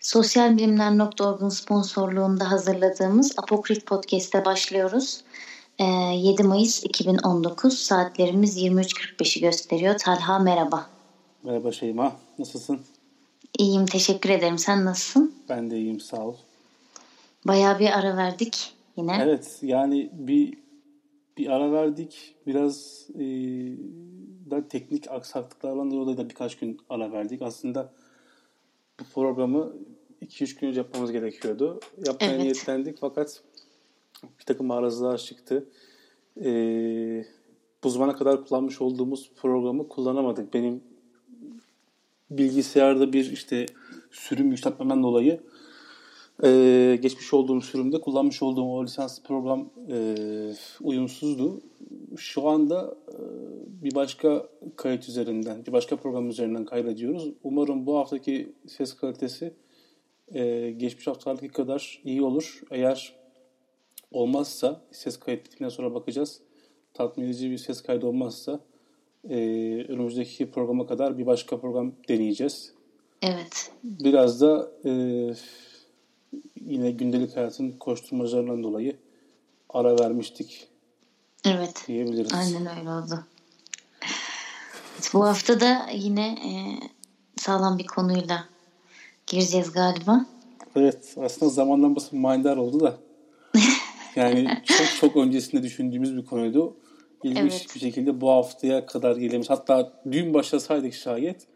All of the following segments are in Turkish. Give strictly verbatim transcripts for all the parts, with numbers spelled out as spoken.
sosyal bilimler nokta org'un sponsorluğunda hazırladığımız Apokrit Podcast'e başlıyoruz. Ee, yedi Mayıs iki bin on dokuz, saatlerimiz yirmi üç kırk beşi gösteriyor. Talha merhaba. Merhaba Şeyma, nasılsın? İyiyim, teşekkür ederim. Sen nasılsın? Ben de iyiyim, sağ ol. Bayağı bir ara verdik yine. Evet, yani bir bir ara verdik. Biraz e, da teknik aksaklıklardan dolayı da birkaç gün ara verdik. Aslında bu programı iki üç gün önce yapmamız gerekiyordu. Yapmaya Evet. niyetlendik fakat bir takım arızalar çıktı. E, bu zamana kadar kullanmış olduğumuz programı kullanamadık. Benim bilgisayarda bir işte sürüm yükseltmemden dolayı Ee, geçmiş olduğum sürümde kullanmış olduğum o lisanslı program e, uyumsuzdu. Şu anda e, bir başka kayıt üzerinden, bir başka program üzerinden kaydediyoruz. Umarım bu haftaki ses kalitesi e, geçmiş haftalardaki kadar iyi olur. Eğer olmazsa, ses kayıt bittikten sonra bakacağız. Tatmin edici bir ses kaydı olmazsa e, önümüzdeki programa kadar bir başka program deneyeceğiz. Evet. Biraz da e, yine gündelik hayatın koşturmacalarından dolayı ara vermiştik. Evet. Diyebiliriz. Aynen öyle oldu. Bu hafta da yine e, sağlam bir konuyla gireceğiz galiba. Evet. Aslında zamandan basın manidar oldu da. Yani çok çok öncesinde düşündüğümüz bir konuydu. İlginç evet. bir şekilde bu haftaya kadar gelemiş. Hatta dün başlasaydık şayet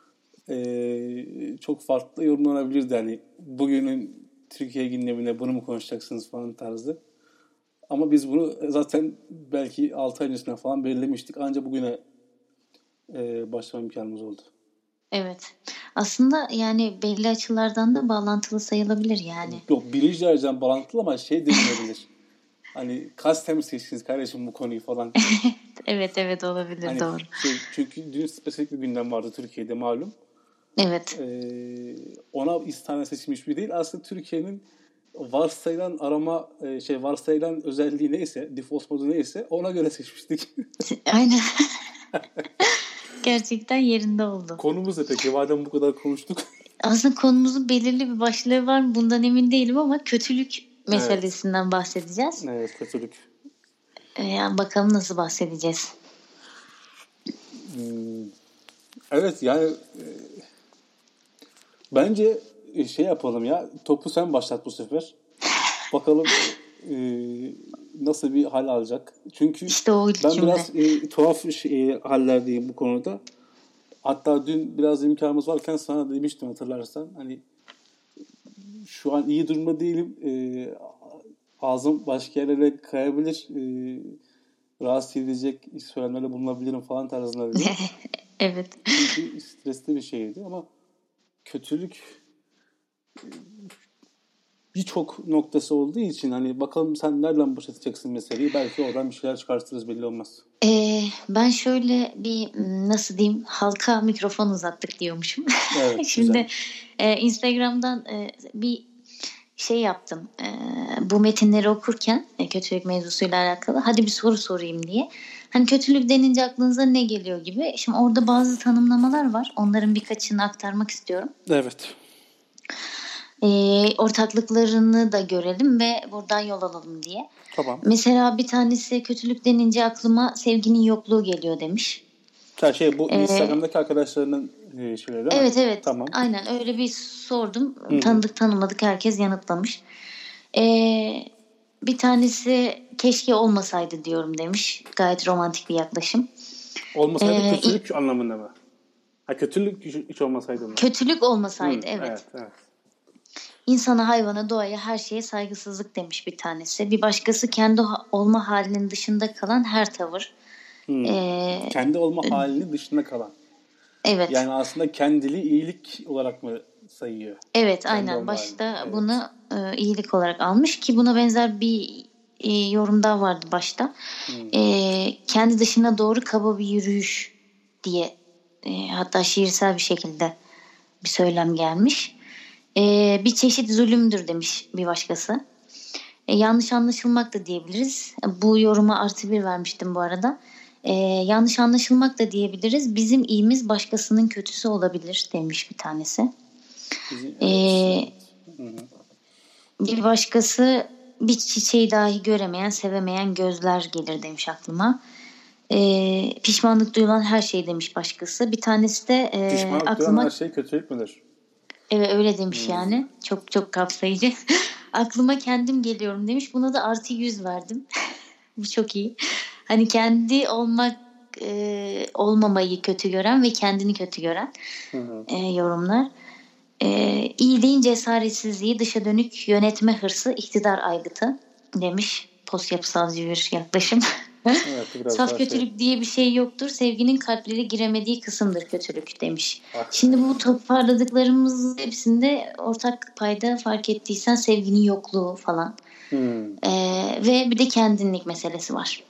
e, çok farklı yorumlanabilirdi. Yani bugünün Türkiye gündemine bunu mu konuşacaksınız falan tarzı. Ama biz bunu zaten belki altı ay öncesinden falan belirlemiştik. Ancak bugüne e, başlama imkanımız oldu. Evet. Aslında yani belli açılardan da bağlantılı sayılabilir yani. Yok, birinci dereceden bağlantılı ama şey denilebilir. Hani kasten mi seçtiniz kardeşim bu konuyu falan. evet evet olabilir, hani doğru. Şey, çünkü dün spesifik bir gündem vardı Türkiye'de malum. Evet. Ee, ona istihane seçilmiş bir değil. Aslında Türkiye'nin varsayılan arama şey varsayılan özelliği neyse, default modu neyse ona göre seçmiştik. Aynen. Gerçekten yerinde oldu. Konumuz ne peki? Madem bu kadar konuştuk. Aslında konumuzun belirli bir başlığı var mı? Bundan emin değilim ama kötülük meselesinden evet. bahsedeceğiz. Evet, kötülük. Ee, yani bakalım nasıl bahsedeceğiz. Hmm. Evet yani e, bence şey yapalım ya. Topu sen başlat bu sefer. Bakalım e, nasıl bir hal alacak. Çünkü işte o ben cümle. biraz e, tuhaf şey, hallerdeyim bu konuda. Hatta dün biraz imkanımız varken sana demiştim hatırlarsan. Hani şu an iyi durumda değilim. E, ağzım başka yerlere kayabilir. E, rahatsız edecek söylemlerde bulunabilirim falan tarzında dedim. evet. Çünkü stresli bir şeydi ama kötülük birçok noktası olduğu için hani bakalım sen nereden başlatacaksın meseleyi, belki oradan bir şeyler çıkartırız, belli olmaz. Ee, ben şöyle bir nasıl diyeyim halka mikrofon uzattık diyormuşum. Evet, Şimdi e, Instagram'dan e, bir şey yaptım. E, bu metinleri okurken e, kötülük mevzusuyla alakalı hadi bir soru sorayım diye. Hani kötülük denince aklınıza ne geliyor gibi. Şimdi orada bazı tanımlamalar var. Onların birkaçını aktarmak istiyorum. Evet. E, ortaklıklarını da görelim ve buradan yol alalım diye. Tamam. Mesela bir tanesi kötülük denince aklıma sevginin yokluğu geliyor demiş. Her şey bu ee, Instagram'daki arkadaşlarının şeyleri değil mi? Evet evet. Tamam. Aynen öyle bir sordum. Hı-hı. Tanıdık tanımadık herkes yanıtlamış. Ee, bir tanesi keşke olmasaydı diyorum demiş. Gayet romantik bir yaklaşım. Olmasaydı ee, kötülük i- anlamında mı? Ha, kötülük hiç olmasaydı mı? Kötülük olmasaydı. Hı, evet. Evet, evet. İnsana, hayvana, doğaya, her şeye saygısızlık demiş bir tanesi. Bir başkası kendi olma halinin dışında kalan her tavır. Hmm. Ee, kendi olma halinin dışında kalan. Evet. Yani aslında kendiliği iyilik olarak mı sayıyor? Evet, kendi aynen. Başta evet. bunu e, iyilik olarak almış ki buna benzer bir e, yorum daha vardı başta. Hmm. E, kendi dışına doğru kaba bir yürüyüş diye e, hatta şiirsel bir şekilde bir söylem gelmiş. E, bir çeşit zulümdür demiş bir başkası. E, yanlış anlaşılmak da diyebiliriz. Bu yoruma artı bir vermiştim bu arada. E, yanlış anlaşılmak da diyebiliriz. Bizim iyimiz başkasının kötüsü olabilir demiş bir tanesi. Bizim, Ee, evet, evet. Bir başkası bir çiçeği dahi göremeyen, sevemeyen gözler gelir demiş aklıma. Ee, pişmanlık duyulan her şey demiş başkası. Bir tanesi de e, Pişmanlık aklıma... duyulan her şey kötülük müdür? Evet öyle demiş hmm. yani. Çok çok kapsayıcı. Aklıma kendim geliyorum demiş. Buna da artı yüz verdim. Bu çok iyi. Hani kendi olmak e, olmamayı kötü gören ve kendini kötü gören hı hı. E, yorumlar. E, iyiliğin cesaretsizliği, dışa dönük yönetme hırsı, iktidar aygıtı demiş. Post yapısalcı bir yaklaşım. Evet, saf kötülük şey. diye bir şey yoktur. Sevginin kalplere giremediği kısımdır kötülük demiş. Ah. Şimdi bu toparladıklarımız hepsinde ortak payda fark ettiysen sevginin yokluğu falan. Hmm. Ee, ve bir de kendinlik meselesi var.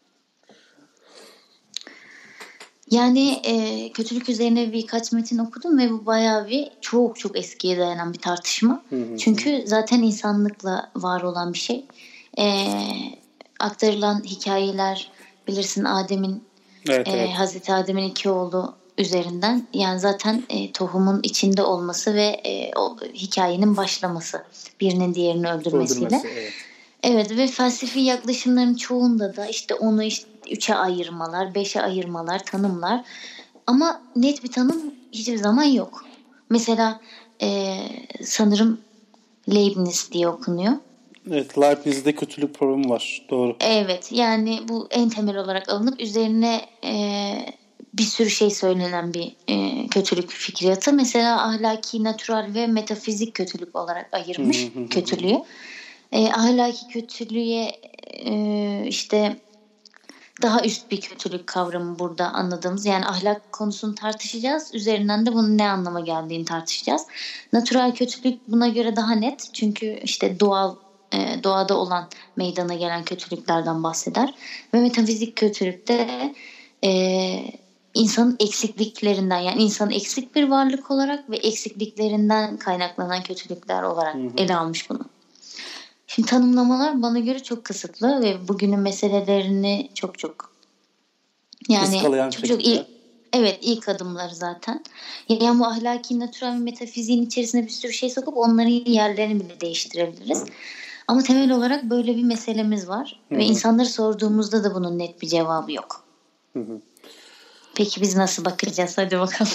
Yani e, kötülük üzerine birkaç metin okudum ve bu bayağı bir çok çok eskiye dayanan bir tartışma. Hı hı. Çünkü zaten insanlıkla var olan bir şey. Eee aktarılan hikayeler bilirsin Adem'in evet, e, evet. Hazreti Adem'in iki oğlu üzerinden yani zaten e, tohumun içinde olması ve e, o hikayenin başlaması birinin diğerini öldürmesiyle. Öldürmesi, evet. Evet ve felsefi yaklaşımların çoğunda da işte onu işte üçe ayırmalar, beşe ayırmalar, tanımlar ama net bir tanım hiçbir zaman yok. Mesela e, sanırım Leibniz diye okunuyor. Evet, Leibniz'de kötülük problemi var. Doğru. Evet, yani bu en temel olarak alınıp üzerine e, bir sürü şey söylenen bir e, kötülük fikriyatı. Mesela ahlaki, natural ve metafizik kötülük olarak ayırmış kötülüğü. E, ahlaki kötülüğe e, işte daha üst bir kötülük kavramı burada anladığımız. Yani ahlak konusunu tartışacağız. Üzerinden de bunun ne anlama geldiğini tartışacağız. Natural kötülük buna göre daha net. Çünkü işte doğal e, doğada olan meydana gelen kötülüklerden bahseder. Ve metafizik kötülükte e, insanın eksikliklerinden yani insanın eksik bir varlık olarak ve eksikliklerinden kaynaklanan kötülükler olarak hı hı. ele almış bunu. Şimdi tanımlamalar bana göre çok kısıtlı ve bugünün meselelerini çok çok yani Iskalayan çok çok iyi, evet ilk adımları zaten. Yani bu ahlaki, natural ve metafiziğin içerisine bir sürü şey sokup onların yerlerini bile değiştirebiliriz. Ama temel olarak böyle bir meselemiz var. Hı-hı. Ve insanları sorduğumuzda da bunun net bir cevabı yok. Hı-hı. Peki biz nasıl bakacağız? Hadi bakalım.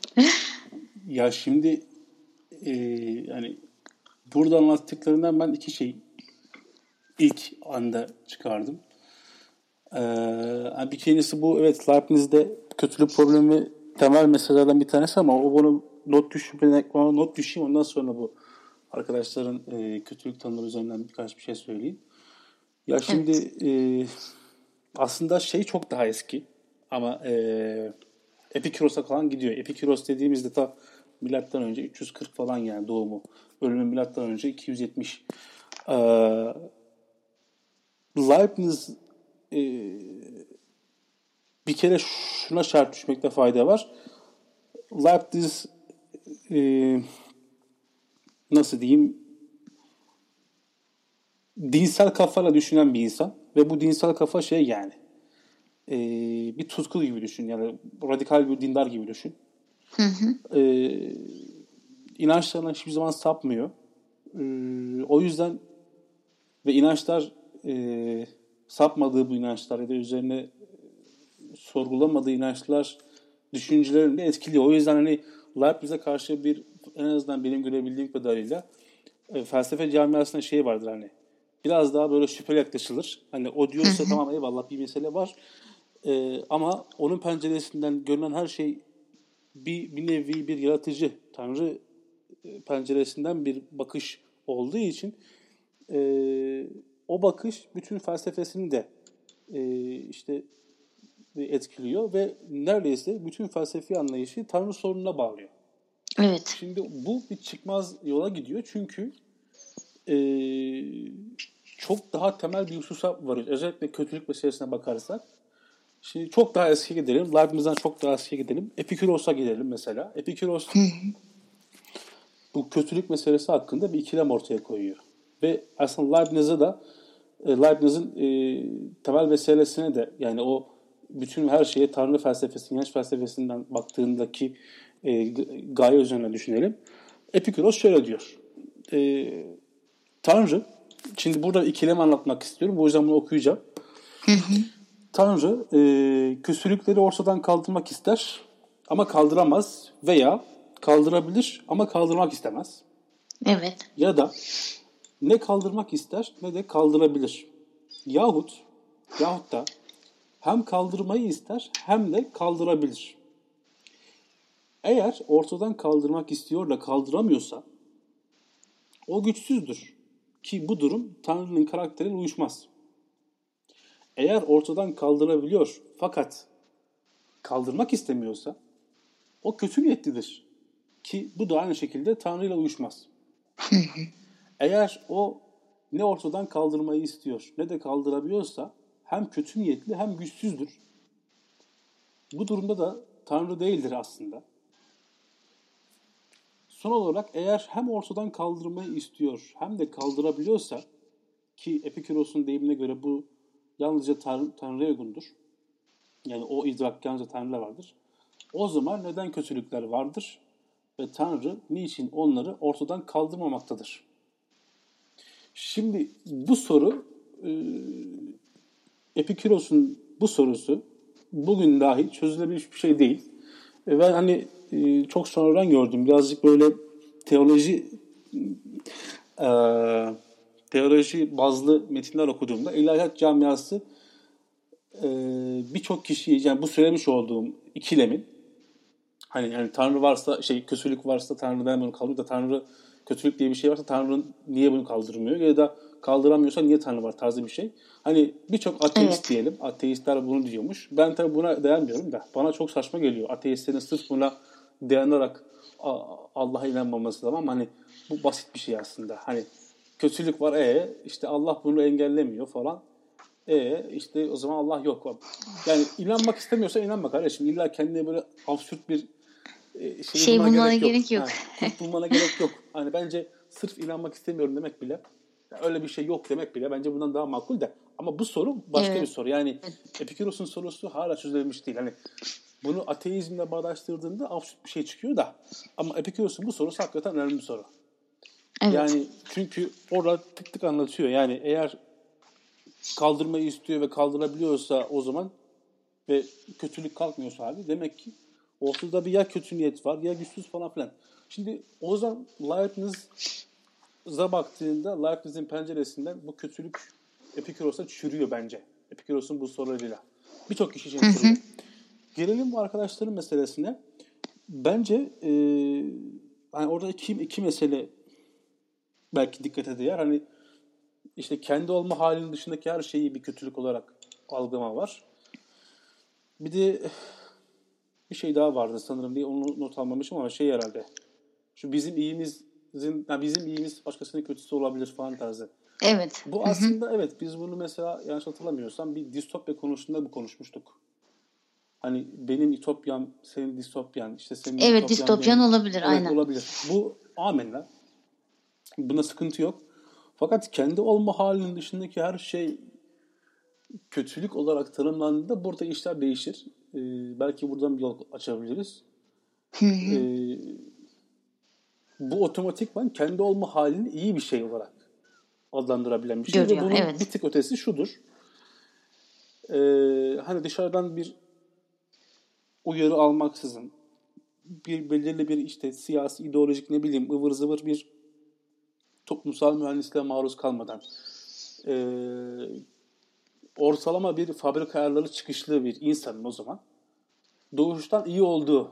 Ya şimdi e, yani burada anlattıklarından ben iki şey ilk anda çıkardım. Ee, bir kendisi bu evet Leibniz'de kötülük problemi temel meselelerden bir tanesi ama o bunu not düşürmek not düşeyim ondan sonra bu arkadaşların e, kötülük tanımları üzerinden birkaç bir şey söyleyeyim. Ya şimdi evet. e, aslında şey çok daha eski ama e, Epiküros'a falan gidiyor. Epiküros dediğimizde ta milattan önce üç yüz kırk falan yani doğumu. Ölümü milattan önce iki yüz yetmiş. Ee, Leibniz e, bir kere şuna şart düşmekte fayda var. Leibniz e, nasıl diyeyim dinsel kafayla düşünen bir insan ve bu dinsel kafa şey yani e, bir tutku gibi düşün yani radikal bir dindar gibi düşün. Hı hı. E, inançlarına hiçbir zaman sapmıyor. E, o yüzden ve inançlar e, sapmadığı bu inançlar ya da üzerine sorgulamadığı inançlar düşüncelerini de etkiliyor. O yüzden hani Leibniz'e karşı bir en azından benim görebildiğim kadarıyla e, felsefe camiasında şey vardır hani biraz daha böyle şüpheli yaklaşılır. Hani o diyorsa tamam eyvallah bir mesele var e, ama onun penceresinden görünen her şey bir, bir nevi bir yaratıcı Tanrı e, penceresinden bir bakış olduğu için e, o bakış bütün felsefesini de e, işte etkiliyor ve neredeyse bütün felsefi anlayışı Tanrı sorununa bağlıyor. Evet. Şimdi bu bir çıkmaz yola gidiyor çünkü e, çok daha temel bir hususa varız. Özellikle kötülük meselesine bakarsak. Şimdi çok daha eskiye gidelim. Leibniz'den çok daha eskiye gidelim. Epiküros'a gidelim mesela. Epiküros bu kötülük meselesi hakkında bir ikilem ortaya koyuyor. Ve aslında Leibniz'e de Leibniz'in e, temel meselesine de yani o bütün her şeye Tanrı felsefesi, inanç felsefesinden baktığındaki e, gaye üzerine düşünelim. Epikuros şöyle diyor. E, Tanrı, şimdi burada ikilemi anlatmak istiyorum. Bu yüzden bunu okuyacağım. Hı hı. Tanrı e, kötülükleri ortadan kaldırmak ister ama kaldıramaz veya kaldırabilir ama kaldırmak istemez. Evet. Ya da ne kaldırmak ister ne de kaldırabilir. Yahut yahut da hem kaldırmayı ister hem de kaldırabilir. Eğer ortadan kaldırmak istiyor da kaldıramıyorsa o güçsüzdür. Ki bu durum Tanrı'nın karakteriyle uyuşmaz. Eğer ortadan kaldırabiliyor fakat kaldırmak istemiyorsa o kötü niyetlidir. Ki bu da aynı şekilde Tanrı ile uyuşmaz. Eğer o ne ortadan kaldırmayı istiyor ne de kaldırabiliyorsa hem kötü niyetli hem güçsüzdür. Bu durumda da Tanrı değildir aslında. Son olarak eğer hem ortadan kaldırmayı istiyor hem de kaldırabiliyorsa, ki Epikuros'un deyimine göre bu yalnızca Tanrı, Tanrı'ya uygundur. Yani o idrak yalnızca Tanrı'da vardır. O zaman neden kötülükler vardır? Ve Tanrı niçin onları ortadan kaldırmamaktadır? Şimdi bu soru e, Epikuros'un bu sorusu bugün dahi çözülebilmiş bir şey değil. E, ben hani e, çok sonradan gördüm. Birazcık böyle teoloji e, teoloji bazlı metinler okuduğumda ilahiyat camiası e, birçok kişiyi, yani bu söylemiş olduğum ikilemin, hani yani Tanrı varsa, şey kötülük varsa Tanrı neden bunu kaldırıyor da Tanrı kötülük diye bir şey varsa Tanrı niye bunu kaldırmıyor ya da kaldıramıyorsa niye Tanrı var tarzı bir şey. Hani birçok ateist Evet. diyelim. Ateistler bunu diyormuş. Ben tabii buna dayanmıyorum da. Bana çok saçma geliyor. Ateistlerin sırf buna dayanarak Allah'a inanmaması da, ama hani bu basit bir şey aslında. Hani kötülük var, e işte Allah bunu engellemiyor falan. E işte o zaman Allah yok. Yani inanmak istemiyorsa inanma kardeşim. İlla kendine böyle absürt bir e, şey, Şey bulmana bulmana gerek yok. gerek yok. Ha, kurt bulmana gerek yok. Hani bence sırf inanmak istemiyorum demek bile, yani öyle bir şey yok demek bile bence bundan daha makul de. Ama bu soru başka Evet. bir soru. Yani Epikuros'un sorusu hala çözülmüş değil. Hani bunu ateizmle bağdaştırdığında absürt bir şey çıkıyor da. Ama Epikuros'un bu sorusu hakikaten önemli bir soru. Evet. Yani çünkü orada tık tık anlatıyor. Yani eğer kaldırmayı istiyor ve kaldırabiliyorsa o zaman ve kötülük kalkmıyorsa abi, demek ki ortada bir ya kötü niyet var ya güçsüz falan filan. Şimdi o zaman Leibniz'e baktığında Leibniz'in penceresinden bu kötülük Epikuros'a çürüyor bence. Epikuros'un bu sorularıyla. Birçok kişi için çürüyor. Gelelim bu arkadaşların meselesine. Bence e, hani orada iki, iki mesele belki dikkate değer. Hani işte kendi olma halinin dışındaki her şeyi bir kötülük olarak algılama var. Bir de bir şey daha vardı sanırım diye onu not almamışım ama şey herhalde. Şu bizim iyimizin, yani bizim iyimiz başkasının kötüsü olabilir falan tarzı. Evet. Bu aslında evet, biz bunu mesela yanlış hatırlamıyorsam bir distopya konusunda bu konuşmuştuk. Hani benim ütopyam senin distopyan, işte senin Evet, ütopyan distopyan benim. olabilir, Evet, aynen. olabilir. Bu amenna. Buna sıkıntı yok. Fakat kendi olma halinin dışındaki her şey kötülük olarak tanımlandığında burada işler değişir. Ee, belki buradan bir yol açabiliriz. Ee, bu otomatikman kendi olma halini iyi bir şey olarak adlandırabilen bir şey. Görüyor, Ve bunun evet. bir tık ötesi şudur. Ee, hani dışarıdan bir uyarı almaksızın, bir belirli bir işte siyasi, ideolojik, ne bileyim ıvır zıvır bir toplumsal mühendisliğe maruz kalmadan, ee, ortalama bir fabrika ayarları çıkışlı bir insanın o zaman doğuştan iyi olduğunu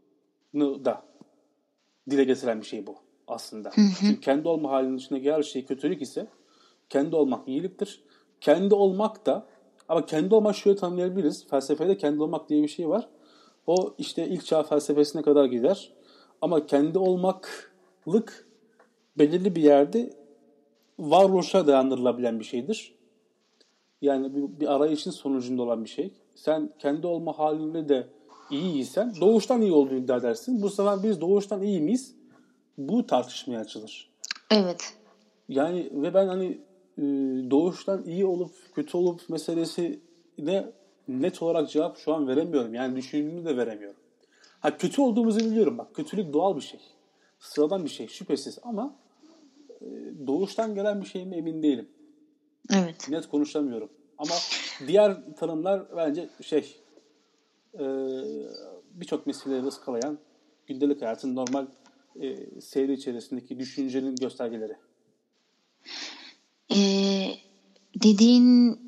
da dile getiren bir şey bu aslında. Hı hı. Çünkü kendi olma halinin dışındaki her şey kötülük ise kendi olmak iyiliktir. Kendi olmak da, ama kendi olmak şöyle tanımlayabiliriz. Felsefede kendi olmak diye bir şey var. O işte ilk çağ felsefesine kadar gider. Ama kendi olmaklık belirli bir yerde varoluşa dayandırılabilen bir şeydir. Yani bir, bir arayışın sonucunda olan bir şey. Sen kendi olma halinde de iyiysen doğuştan iyi olduğunu iddia edersin. Bu sefer biz doğuştan iyi miyiz? Bu tartışmaya açılır. Evet. Yani ve ben hani e, doğuştan iyi olup kötü olup meselesine net olarak cevap şu an veremiyorum. Yani düşündüğümü de veremiyorum. Ha, kötü olduğumuzu biliyorum bak. Kötülük doğal bir şey. sıradan bir şey şüphesiz ama e, doğuştan gelen bir şey mi emin değilim. Evet. Net konuşamıyorum. Ama diğer tanımlar bence şey e, birçok meseleleri ıskalayan gündelik hayatın normal e, seyri içerisindeki düşüncenin göstergeleri. Ee, dediğin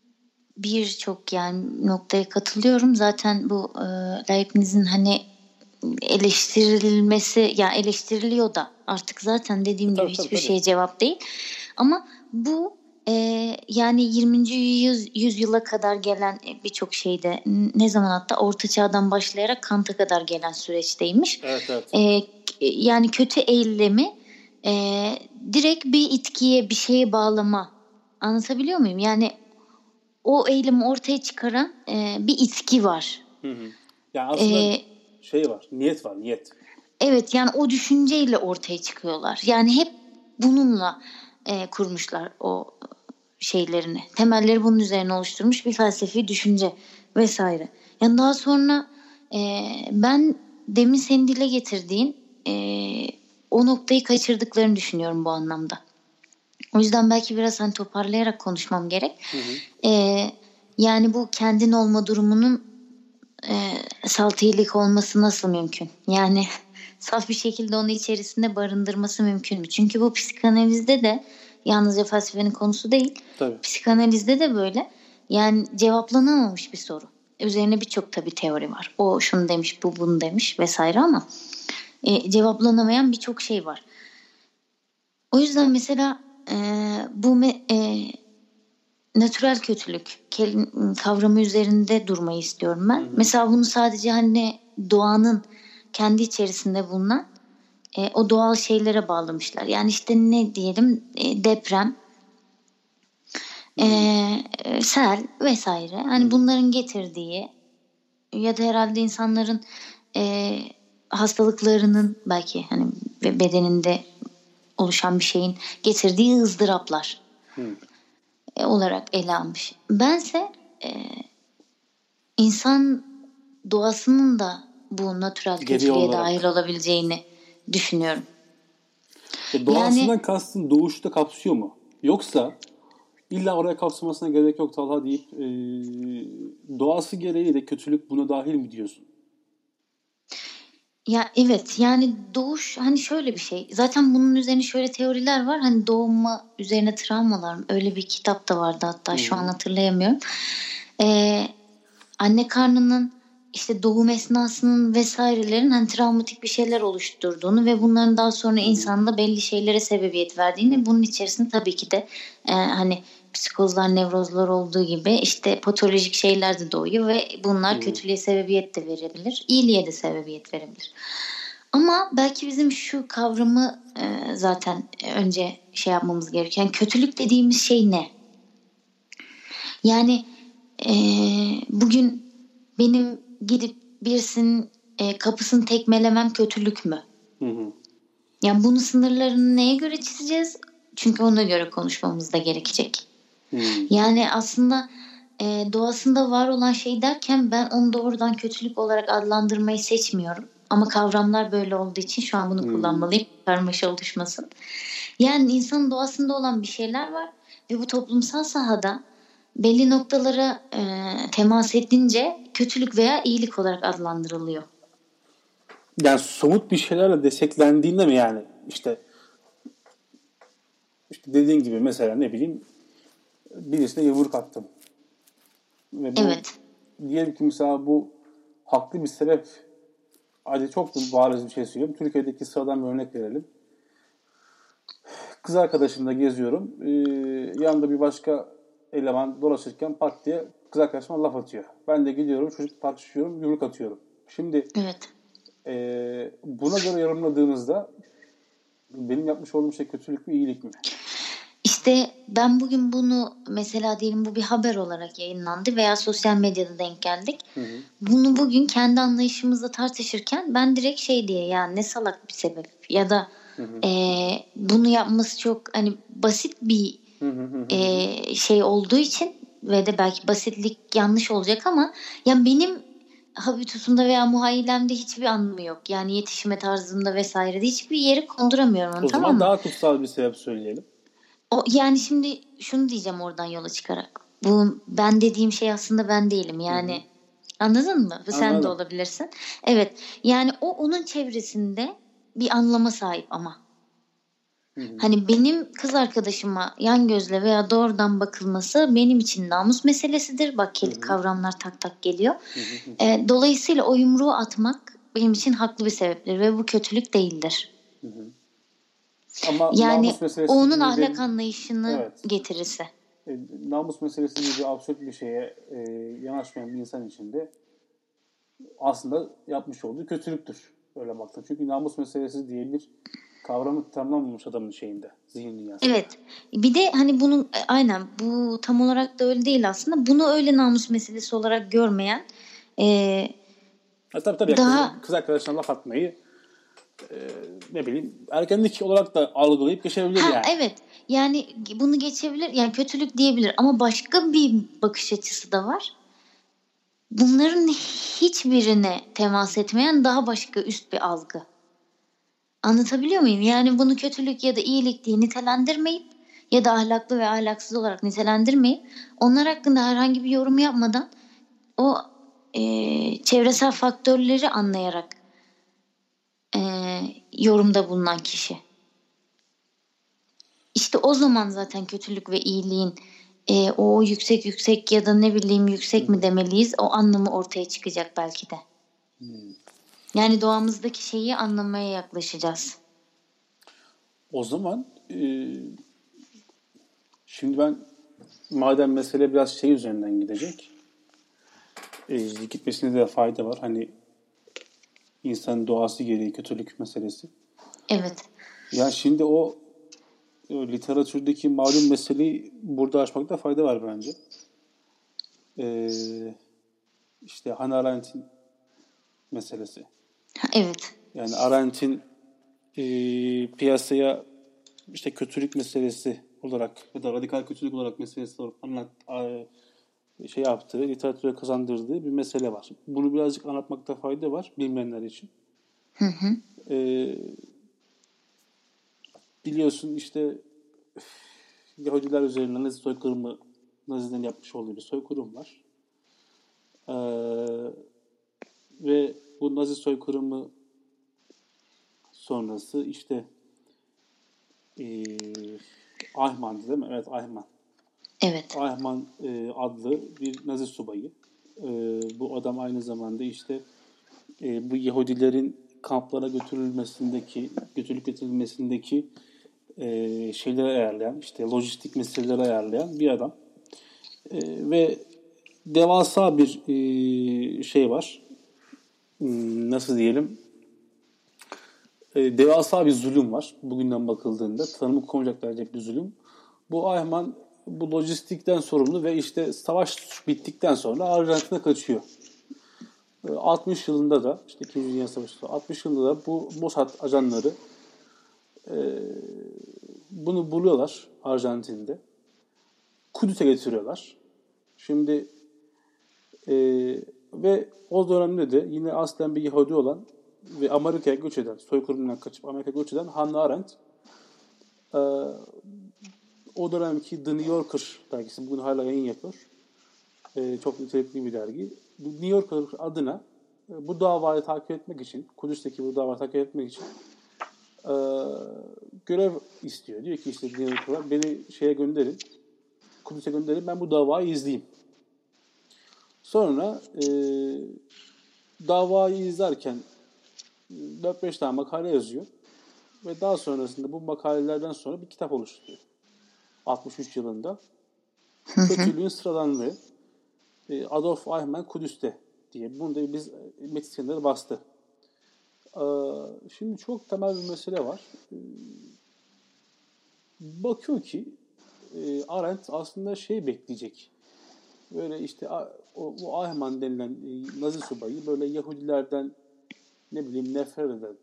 birçok yani noktaya katılıyorum. Zaten bu e, Leibniz'in hani eleştirilmesi ya yani eleştiriliyor da artık zaten dediğim tabii, gibi tabii, hiçbir tabii. şeye cevap değil. Ama bu e, yani yirminci yüz, yüzyıla kadar gelen birçok şeyde ne zaman hatta Orta Çağ'dan başlayarak Kant'a kadar gelen süreçteymiş. Evet, evet. E, yani kötü eylemi e, direkt bir itkiye bir şeye bağlama. Anlatabiliyor muyum? Yani o eylemi ortaya çıkaran e, bir itki var. Hı hı. Yani aslında ee, şey var, niyet var, niyet. Evet, yani o düşünceyle ortaya çıkıyorlar. Yani hep bununla e, kurmuşlar o şeylerini. Temelleri bunun üzerine oluşturmuş bir felsefi düşünce vesaire. Yani daha sonra e, ben demin senin dile getirdiğin e, o noktayı kaçırdıklarını düşünüyorum bu anlamda. O yüzden belki biraz hani toparlayarak konuşmam gerek. Hı hı. E, yani bu kendin olma durumunun e, salt iyilik olması nasıl mümkün? Yani saf bir şekilde onu içerisinde barındırması mümkün mü? Çünkü bu psikanalizde de yalnızca felsefenin konusu değil. Tabii. Psikanalizde de böyle. Yani cevaplanamamış bir soru. Üzerine birçok tabii teori var. O şunu demiş, bu bunu demiş vesaire ama e, cevaplanamayan birçok şey var. O yüzden mesela e, bu me, e, natürel kötülük kavramı üzerinde durmayı istiyorum ben. Hı hı. Mesela bunu sadece hani doğanın kendi içerisinde bulunan e, o doğal şeylere bağlamışlar. Yani işte ne diyelim e, deprem, e, sel vesaire. Hani hı. bunların getirdiği ya da herhalde insanların e, hastalıklarının belki hani bedeninde oluşan bir şeyin getirdiği ızdıraplar. Hı. olarak ele almış. Bense e, insan doğasının da bu natürel kötülüğe dahil olabileceğini düşünüyorum. E, doğasından yani, kastın doğuşta kapsıyor mu? Yoksa illa oraya kapsamasına gerek yok Talha deyip e, doğası gereği de kötülük buna dahil mi diyorsun? Ya evet, yani doğuş hani şöyle bir şey. Zaten bunun üzerine şöyle teoriler var. Hani doğma üzerine travmalar mı? Öyle bir kitap da vardı hatta. Hı-hı. Şu an hatırlayamıyorum. Ee, anne karnının işte doğum esnasının vesairelerin hani travmatik bir şeyler oluşturduğunu ve bunların daha sonra Hı-hı. insanda belli şeylere sebebiyet verdiğini, bunun içerisinde tabii ki de e, hani psikozlar, nevrozlar olduğu gibi işte patolojik şeyler de doğuyor ve bunlar hmm. kötülüğe sebebiyet de verebilir, iyiliğe de sebebiyet verebilir. Ama belki bizim şu kavramı e, zaten önce şey yapmamız gerekiyor. Yani kötülük dediğimiz şey ne? Yani e, bugün benim gidip birisinin e, kapısını tekmelemem kötülük mü? Hı hı. Yani bunun sınırlarını neye göre çizeceğiz? Çünkü ona göre konuşmamız da gerekecek. Hmm. Yani aslında e, doğasında var olan şey derken ben onu doğrudan kötülük olarak adlandırmayı seçmiyorum. Ama kavramlar böyle olduğu için şu an bunu hmm. kullanmalıyım. Karmaşa oluşmasın. Yani insanın doğasında olan bir şeyler var ve bu toplumsal sahada belli noktalara e, temas edince kötülük veya iyilik olarak adlandırılıyor. Yani somut bir şeylerle desteklendiğinde mi yani? İşte işte dediğin gibi mesela ne bileyim birisine yumruk attım. Ve bu, evet. Diyelim ki mesela bu haklı bir sebep. Hadi çok bariz bir şey söyleyeyim. Türkiye'deki sıradan bir örnek verelim. Kız arkadaşımla geziyorum. Ee, yanında bir başka eleman dolaşırken pat diye kız arkadaşıma laf atıyor. Ben de gidiyorum, çocuk tartışıyorum, yumruk atıyorum. Şimdi evet. e, buna göre yorumladığınızda benim yapmış olduğum şey kötülük mü, iyilik mi? İşte ben bugün bunu mesela diyelim bu bir haber olarak yayınlandı veya sosyal medyada denk geldik. Hı hı. Bunu bugün kendi anlayışımızla tartışırken ben direkt şey diye yani ne salak bir sebep ya da hı hı. E, bunu yapması çok hani basit bir hı hı hı. E, şey olduğu için ve de belki basitlik yanlış olacak ama ya benim habitusumda veya muhayyilemde hiçbir anlamı yok. Yani yetişme tarzında vesairede hiçbir yere konduramıyorum onu, O tamam zaman mı? daha kutsal bir sebep söyleyelim. O, yani şimdi şunu diyeceğim oradan yola çıkarak. Bu ben dediğim şey aslında ben değilim. Yani Hı hı. anladın mı? Bu sen de Anladım. olabilirsin. Evet. Yani o onun çevresinde bir anlama sahip ama. Hı hı. Hani benim kız arkadaşıma yan gözle veya doğrudan bakılması benim için namus meselesidir. Bak Hı kilit hı. kavramlar tak tak geliyor. Hı hı hı. E, dolayısıyla o yumruğu atmak benim için haklı bir sebeptir ve bu kötülük değildir. Hı hı. Ama Yani namus o meselesi onun gibi ahlak de anlayışını evet. getirirse. E, namus meselesi gibi absürt bir şeye e, yanaşmayan bir insan için de aslında yapmış olduğu kötülüktür. Öyle baktım. Çünkü namus meselesi diye bir kavramı tanımlamamış adamın şeyinde, zihin dünyasında. Evet. Bir de hani bunun e, aynen bu tam olarak da öyle değil aslında. Bunu öyle namus meselesi olarak görmeyen e, Ha, tabii tabii. Ya, daha kız, kız arkadaşına laf atmayı e, ne bileyim ergenlik olarak da algılayıp geçebilir ha yani. evet yani bunu geçebilir yani kötülük diyebilir ama başka bir bakış açısı da var. Bunların hiçbirine temas etmeyen daha başka üst bir algı. Anlatabiliyor muyum? Yani bunu kötülük ya da iyilik diye nitelendirmeyip ya da ahlaklı ve ahlaksız olarak nitelendirmeyip onlar hakkında herhangi bir yorum yapmadan o e, çevresel faktörleri anlayarak e, yorumda bulunan kişi. İşte o zaman zaten kötülük ve iyiliğin e, o yüksek yüksek ya da ne bileyim yüksek mi demeliyiz o anlamı ortaya çıkacak belki de. Hmm. Yani doğamızdaki şeyi anlamaya yaklaşacağız. O zaman e, şimdi ben madem mesele biraz şey üzerinden gidecek e, gitmesine de fayda var. Hani insan doğası gereği kötülük meselesi. Evet. Ya şimdi o, o literatürdeki malum meseleyi burada açmakta fayda var bence. Ee, işte Hannah Arendt'in meselesi. Ha, evet. Yani Arendt'in e, piyasaya işte kötülük meselesi olarak ya da radikal kötülük olarak meselesi olarak anlat, a- şey yaptığı, literatüre kazandırdığı bir mesele var. Bunu birazcık anlatmakta fayda var bilmeyenler için. Hı hı. Ee, biliyorsun işte Yahudiler üzerine Nazi soykırımı, Nazilerin yapmış olduğu bir soykırım var. Ee, ve bu Nazi soykırımı sonrası işte e, Eichmann'dı değil mi? Evet, Eichmann. Evet. Eichmann e, adlı bir Nazi subayı. E, bu adam aynı zamanda işte e, bu Yahudilerin kamplara götürülmesindeki, götürülüp getirilmesindeki e, şeyleri ayarlayan, işte lojistik meseleleri ayarlayan bir adam. E, ve devasa bir e, şey var. Hmm, nasıl diyelim? E, devasa bir zulüm var. Bugünden bakıldığında tanımı konmayacak derece bir zulüm. Bu Ayman bu lojistikten sorumlu ve işte savaş bittikten sonra Arjantin'e kaçıyor. E, altmış yılında da işte ikinci. Dünya Savaşı altmış yılında da bu Mossad ajanları e, bunu buluyorlar Arjantin'de. Kudüs'e getiriyorlar. Şimdi e, ve o dönemde de yine aslen bir Yahudi olan ve Amerika'ya göç eden, soykırımdan kaçıp Amerika'ya göç eden Hannah Arendt e, o dönemki The New Yorker dergisi bugün hala yayın yapıyor. E, çok nitelikli bir dergi. Bu New Yorker adına e, bu davayı takip etmek için, Kudüs'teki bu davayı takip etmek için e, görev istiyor. Diyor ki işte New Yorker'lar beni şeye gönderin, Kudüs'e gönderin, ben bu davayı izleyeyim. Sonra e, davayı izlerken dört beş tane makale yazıyor. Ve daha sonrasında bu makalelerden sonra bir kitap oluşturuyor. altmış üç yılında. Hı hı. Kötülüğün sıradanlığı. Adolf Eichmann Kudüs'te diye. Bunu da biz metinleri bastı. Şimdi çok temel bir mesele var. Bakıyor ki Arendt aslında şey bekleyecek. Böyle işte o, o Eichmann denilen Nazi subayı böyle Yahudilerden ne bileyim nefret eden,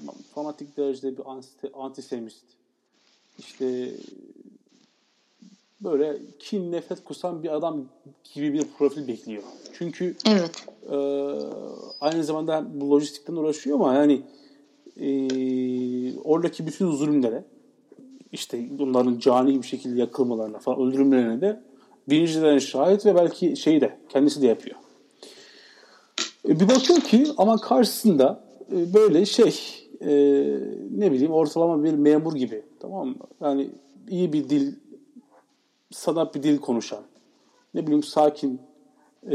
fanatik derecede bir antisemist, işte böyle kin, nefret kusan bir adam gibi bir profil bekliyor. Çünkü Evet. e, aynı zamanda bu lojistikten uğraşıyor ama yani e, oradaki bütün zulümlere, işte onların cani bir şekilde yakılmalarına falan, öldürümlerine de birinciden şahit ve belki şeyi de kendisi de yapıyor. E, bir bakıyor ki ama karşısında e, böyle şey e, ne bileyim ortalama bir memur gibi, tamam mı? Yani iyi bir dil, sanat bir dil konuşan, ne bileyim sakin, e,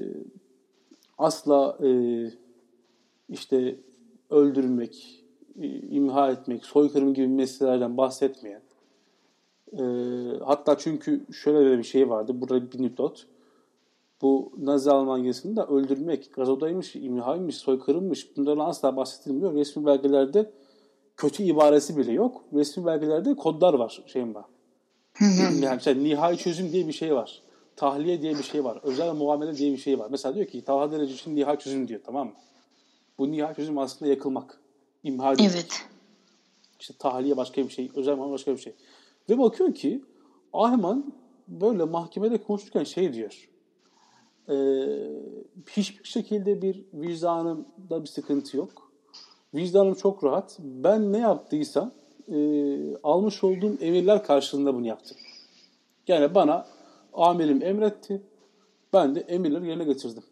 asla e, işte öldürmek, e, imha etmek, soykırım gibi meselelerden bahsetmeyen, e, hatta çünkü şöyle bir şey vardı, burada bir not. Bu Nazi Almanya'sında öldürmek, gazodaymış, imhaymış, soykırımmış, bunlardan asla bahsedilmiyor. Resmi belgelerde kötü ibaresi bile yok. Resmi belgelerde kodlar var, şeyim var. Yani mesela nihai çözüm diye bir şey var. Tahliye diye bir şey var. Özel muamele diye bir şey var. Mesela diyor ki Talha Dereci için nihai çözüm diyor, tamam mı? Bu nihai çözüm aslında yakılmak, imha edilmek. Evet. İşte tahliye başka bir şey, özel muamele başka bir şey. Ve bakıyor ki Ahman böyle mahkemede konuşurken şey diyor. Ee, hiçbir şekilde bir vicdanımda bir sıkıntı yok. Vicdanım çok rahat. Ben ne yaptıysam e, almış olduğum emirler karşılığında bunu yaptım. Yani bana amirim emretti. Ben de emirleri yerine getirdim.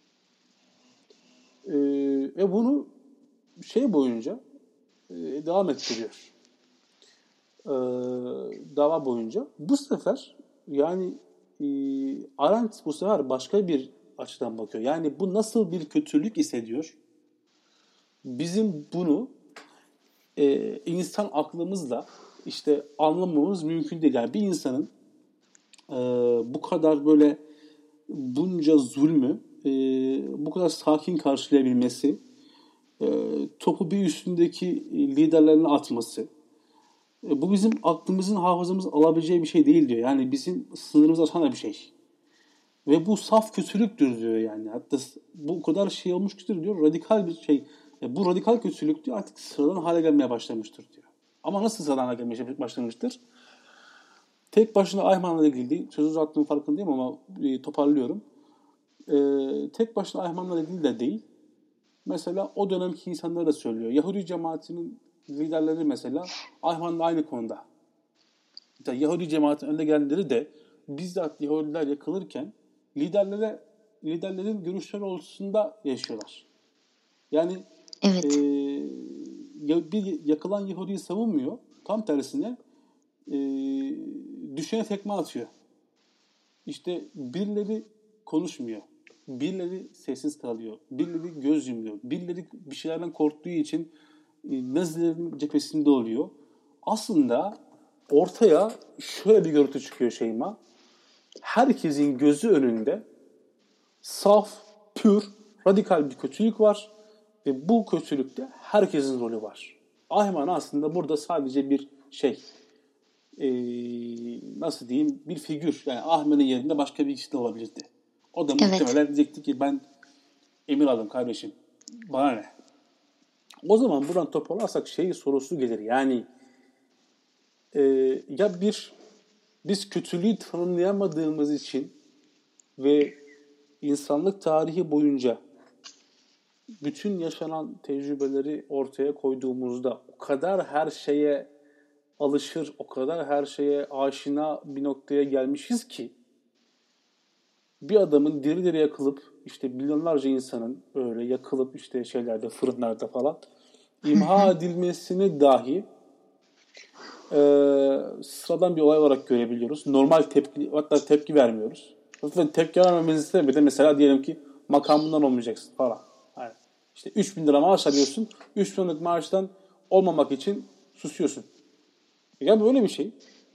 Ee, ve bunu şey boyunca e, devam ettiriyor. Ee, dava boyunca. Bu sefer yani e, Arendt bu sefer başka bir açıdan bakıyor. Yani bu nasıl bir kötülük hissediyor? Bizim bunu e, insan aklımızla işte anlamamız mümkün değil. Yani bir insanın e, bu kadar böyle bunca zulmü e, bu kadar sakin karşılayabilmesi, e, topu bir üstündeki liderlerine atması, e, bu bizim aklımızın, hafızamız alabileceği bir şey değil diyor. Yani bizim sınırımızı aşan bir şey. Ve bu saf kötülüktür diyor yani. Hatta bu kadar şey olmuştur diyor. Radikal bir şey. E, bu radikal kötülük diyor artık sıradan hale gelmeye başlamıştır diyor. Ama nasıl sıradan hale gelmeye başlamıştır? Tek başına Eichmann'la ilgili değil. Sözü uzattığım farkındayım ama e, toparlıyorum. E, tek başına Eichmann'la ilgili de değil. Mesela o dönemki insanlara da söylüyor. Yahudi cemaatinin liderleri mesela Eichmann'la aynı konuda. Mesela Yahudi cemaatin önde gelenleri de bizzat Yahudiler yakılırken liderlere liderlerin görüşleri oluşusunda yaşıyorlar. Yani Evet. e, bir yakılan Yahudi'yi savunmuyor. Tam tersine e, düşene tekme atıyor. İşte birileri konuşmuyor. Birileri sessiz kalıyor. Birileri göz yumuyor. Birileri bir şeylerden korktuğu için e, Nazilerin cephesinde oluyor. Aslında ortaya şöyle bir görüntü çıkıyor Şeyma. Herkesin gözü önünde saf, pür, radikal bir kötülük var. Ve bu kötülükte herkesin rolü var. Ahman aslında burada sadece bir şey, ee, nasıl diyeyim, bir figür. Yani Ahmet'in yerinde başka bir kişi de olabilirdi. O da Evet. muhtemelen diyecekti ki ben emir aldım kardeşim. Bana ne? O zaman buradan toparlarsak şey sorusu gelir. Yani e, ya bir biz kötülüğü tanımlayamadığımız için ve insanlık tarihi boyunca bütün yaşanan tecrübeleri ortaya koyduğumuzda o kadar her şeye alışır, o kadar her şeye aşina bir noktaya gelmişiz ki bir adamın diri diri yakılıp işte milyonlarca insanın öyle yakılıp işte şeylerde, fırınlarda falan imha edilmesini dahi e, sıradan bir olay olarak görebiliyoruz. Normal tepki, hatta tepki vermiyoruz. Zaten tepki vermemizin sebebi de mesela diyelim ki makamından olmayacaksın falan. Yani işte üç bin lira maaş alıyorsun. üç bin liralık maaştan olmamak için susuyorsun. Ya böyle bir şey.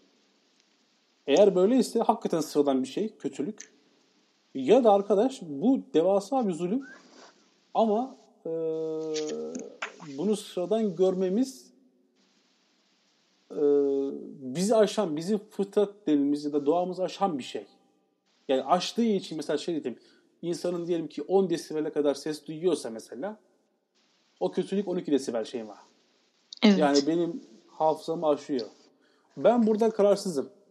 Eğer böyleyse hakikaten sıradan bir şey, kötülük. Ya da arkadaş bu devasa bir zulüm ama e, bunu sıradan görmemiz e, bizi aşan, bizim fıtrat delimiz ya da doğamızı aşan bir şey. Yani aştığı için mesela şey diyeyim, insanın diyelim ki on desibele kadar ses duyuyorsa mesela o kötülük on iki desibel şey var. Evet. Yani benim hafızamı aşıyor. Ben burada kararsızım.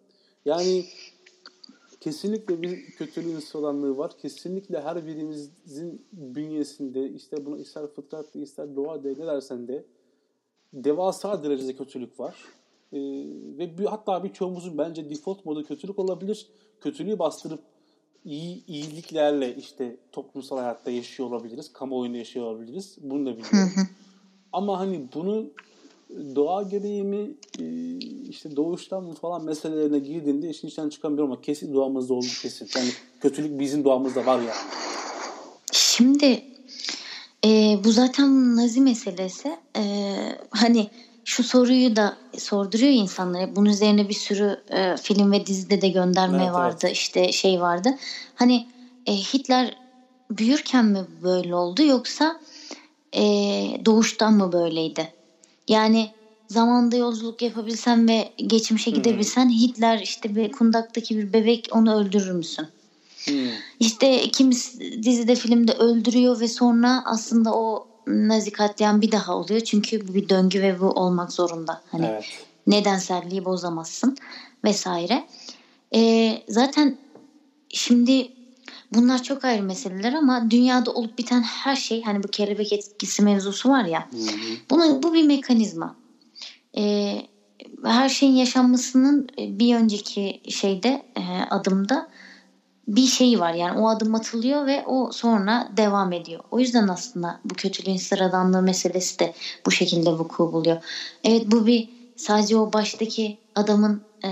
Yani kesinlikle bir kötülüğün sıradanlığı var. Kesinlikle her birimizin bünyesinde işte buna ister fıtrat de ister doğa de ne dersen de devasa derecede kötülük var. Ee, ve bir, hatta birçoğumuzun bence default modu kötülük olabilir. Kötülüğü bastırıp iyi iyiliklerle işte toplumsal hayatta yaşıyor olabiliriz. Kamuoyunda yaşıyor olabiliriz. Bunu da biliyorum. Ama hani bunu doğa gereği mi işte doğuştan mı falan meselelerine girdiğinde işin içinden çıkamıyorum ama kesin doğamızda olduğu kesin. Yani kötülük bizim doğamızda var yani. Şimdi e, bu zaten Nazi meselesi. E, hani şu soruyu da sorduruyor insanlara. Bunun üzerine bir sürü e, film ve dizide de gönderme Evet, vardı. evet. İşte şey vardı. Hani e, Hitler büyürken mi böyle oldu yoksa e, doğuştan mı böyleydi? Yani zamanda yolculuk yapabilsen ve geçmişe Hmm. gidebilsen Hitler işte bir kundaktaki bir bebek, onu öldürür müsün? Hmm. İşte kimisi dizide filmde öldürüyor ve sonra aslında o Nazi katliam bir daha oluyor. Çünkü bu bir döngü ve bu olmak zorunda. Hani Evet. nedenselliği bozamazsın vesaire. Ee, zaten şimdi bunlar çok ayrı meseleler ama dünyada olup biten her şey, hani bu kelebek etkisi mevzusu var ya. Hı hı. Bunu, bu bir mekanizma. Ee, her şeyin yaşanmasının bir önceki şeyde e, adımda bir şey var, yani o adım atılıyor ve o sonra devam ediyor. O yüzden aslında bu kötülüğün sıradanlığı meselesi de bu şekilde vuku buluyor. Evet, bu bir sadece o baştaki adamın e,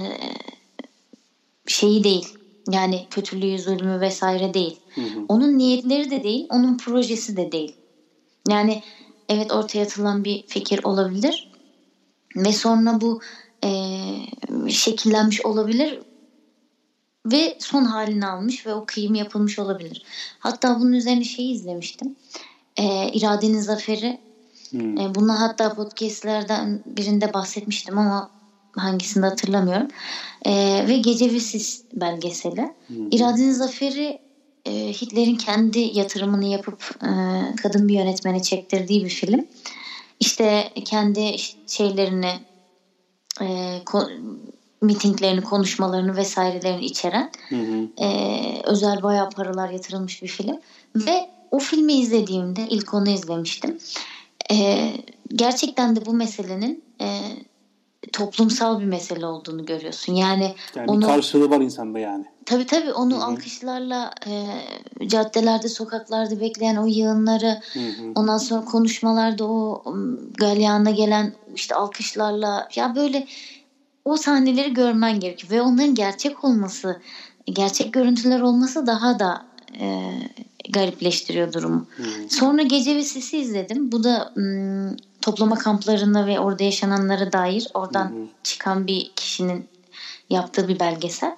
şeyi değil. Yani kötülüğü, zulmü vesaire değil. Hı hı. Onun niyetleri de değil, onun projesi de değil. Yani evet, ortaya atılan bir fikir olabilir ve sonra bu e, şekillenmiş olabilir ve son halini almış ve o kıyım yapılmış olabilir. Hatta bunun üzerine şeyi izlemiştim. E, İradenin Zaferi. Hmm. E, bundan hatta podcastlerden birinde bahsetmiştim ama hangisini hatırlamıyorum. E, ve Gece ve Sis belgeseli. Hmm. İradenin Zaferi e, Hitler'in kendi yatırımını yapıp e, kadın bir yönetmene çektirdiği bir film. İşte kendi işte şeylerini e, ko- mitinglerini, konuşmalarını vesairelerini içeren hı hı. e, özel bayağı paralar yatırılmış bir film. Ve o filmi izlediğimde, ilk onu izlemiştim. E, gerçekten de bu meselenin e, toplumsal bir mesele olduğunu görüyorsun. Yani, Yani onu, bir karşılığı var insanda yani. Tabii tabii onu Hı-hı. alkışlarla e, caddelerde, sokaklarda bekleyen o yığınları, Hı-hı. ondan sonra konuşmalarda o galyana gelen işte alkışlarla, ya böyle o sahneleri görmen gerekiyor ve onların gerçek olması, gerçek görüntüler olması daha da e, garipleştiriyor durumu. Hı. Sonra Gece ve Sis'i izledim. Bu da m, toplama kamplarına ve orada yaşananlara dair oradan Hı hı. çıkan bir kişinin yaptığı bir belgesel.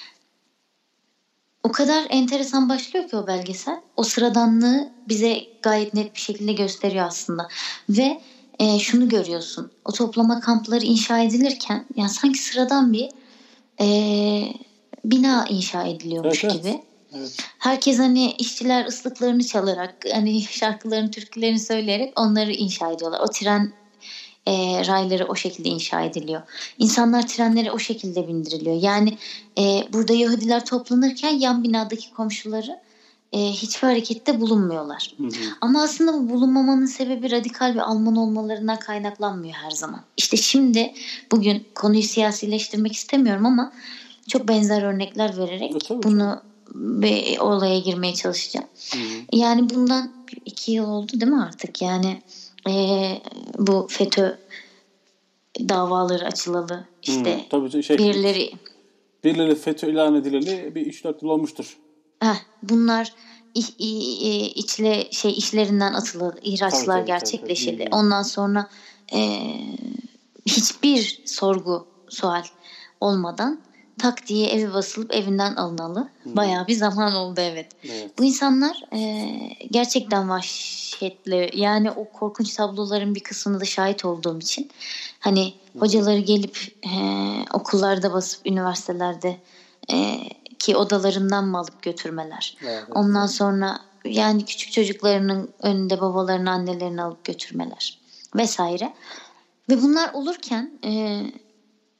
O kadar enteresan başlıyor ki o belgesel. O sıradanlığı bize gayet net bir şekilde gösteriyor aslında. Ve e, şunu görüyorsun. O toplama kampları inşa edilirken yani sanki sıradan bir e, bina inşa ediliyormuş Evet, evet. gibi. Evet. Herkes hani işçiler ıslıklarını çalarak, hani şarkılarını, türkülerini söyleyerek onları inşa ediyorlar. O tren e, rayları o şekilde inşa ediliyor. İnsanlar trenlere o şekilde bindiriliyor. Yani e, burada Yahudiler toplanırken yan binadaki komşuları e, hiçbir harekette bulunmuyorlar. Hı hı. Ama aslında bu bulunmamanın sebebi radikal bir Alman olmalarından kaynaklanmıyor her zaman. İşte şimdi bugün konuyu siyasileştirmek istemiyorum ama çok benzer örnekler vererek E, tabii, bunu bir olaya girmeye çalışacağım. Hı hı. Yani bundan iki yıl oldu değil mi artık? Yani e, bu FETÖ davaları açılalı işte Hı, tabii şey, birileri birileri FETÖ ilan edileli bir üç dört yıl olmuştur. heh, bunlar iç, içle şey işlerinden atıldı, ihraçlar Tabii, tabii, gerçekleşildi. tabii, tabii. Ondan sonra e, hiçbir sorgu sual olmadan tak diye evi basılıp evinden alınalı. Hı. Bayağı bir zaman oldu, evet. Evet. Bu insanlar e, gerçekten vahşetli. Yani o korkunç tabloların bir kısmını da şahit olduğum için hani hocaları gelip e, okullarda basıp üniversitelerde e, ki odalarından mı alıp götürmeler. Evet, evet. Ondan sonra yani küçük çocuklarının önünde babalarını, annelerini alıp götürmeler vesaire. Ve bunlar olurken e,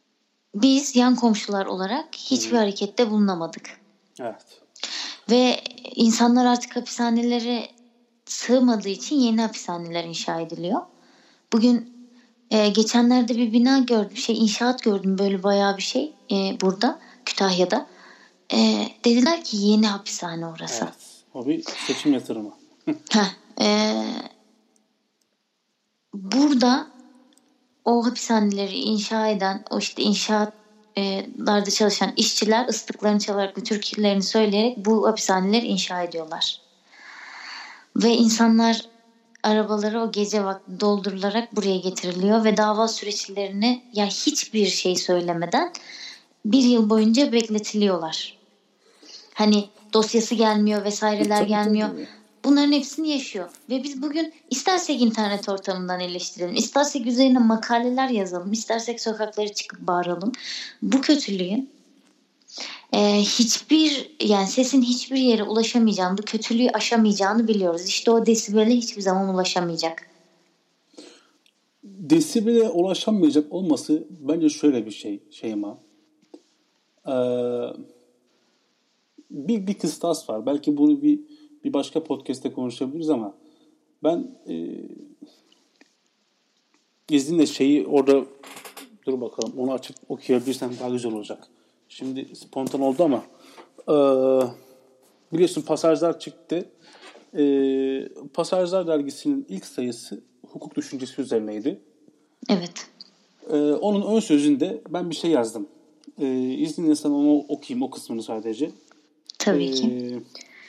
biz yan komşular olarak hiçbir hmm. harekette bulunamadık. Evet. Ve insanlar artık hapishanelere sığmadığı için yeni hapishaneler inşa ediliyor. Bugün e, geçenlerde bir bina gördüm, şey inşaat gördüm, böyle bayağı bir şey e, burada Kütahya'da. E, dediler ki yeni hapishane orası. Evet. O bir seçim yatırımı. Heh, e, burada o hapishaneleri inşa eden, o işte inşaatlarda çalışan işçiler ıslıklarını çalarak, türkülerini söyleyerek bu hapishaneleri inşa ediyorlar. Ve insanlar arabaları o gece vakti doldurularak buraya getiriliyor ve dava süreçlerini ya hiçbir şey söylemeden bir yıl boyunca bekletiliyorlar. Hani dosyası gelmiyor, vesaireler tabii, gelmiyor. Tabii. Bunların hepsini yaşıyor. Ve biz bugün istersek internet ortamından eleştirelim, istersek üzerine makaleler yazalım, istersek sokaklara çıkıp bağıralım. Bu kötülüğün e, hiçbir yani sesin hiçbir yere ulaşamayacağını, bu kötülüğü aşamayacağını biliyoruz. İşte o desibele hiçbir zaman ulaşamayacak. Desibele ulaşamayacak olması bence şöyle bir şey Şeyma. Ee, bir, bir kıstas var. Belki bunu bir bir başka podcast'te konuşabiliriz ama ben e, izninle şeyi orada dur bakalım onu açıp okuyabilirsem daha güzel olacak. Şimdi spontan oldu ama e, biliyorsun Pasajlar çıktı. E, Pasajlar dergisinin ilk sayısı hukuk düşüncesi üzerineydi. Evet. E, onun ön sözünde ben bir şey yazdım. E, izninle sana onu okuyayım, o kısmını sadece. Tabii e, ki.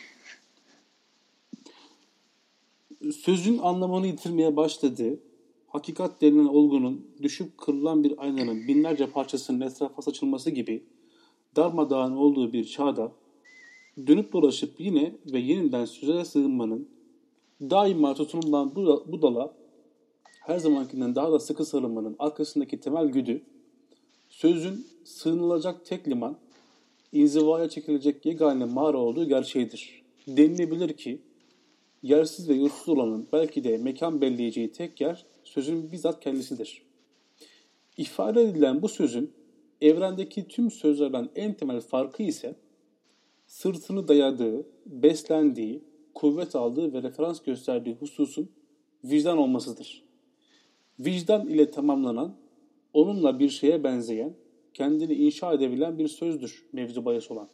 Sözün anlamını yitirmeye başladığı, hakikat denilen olgunun düşüp kırılan bir aynanın binlerce parçasının etrafa saçılması gibi darmadağın olduğu bir çağda dönüp dolaşıp yine ve yeniden söze sığınmanın, daima tutunulan bu dala her zamankinden daha da sıkı sarılmanın arkasındaki temel güdü, sözün sığınılacak tek liman, inzivaya çekilecek yegane mağara olduğu gerçeğidir. Denilebilir ki, yersiz ve yursuz olanın belki de mekan belleyeceği tek yer sözün bizzat kendisidir. İfade edilen bu sözün evrendeki tüm sözlerden en temel farkı ise sırtını dayadığı, beslendiği, kuvvet aldığı ve referans gösterdiği hususun vicdan olmasıdır. Vicdan ile tamamlanan, onunla bir şeye benzeyen, kendini inşa edebilen bir sözdür mevzu bahis olan.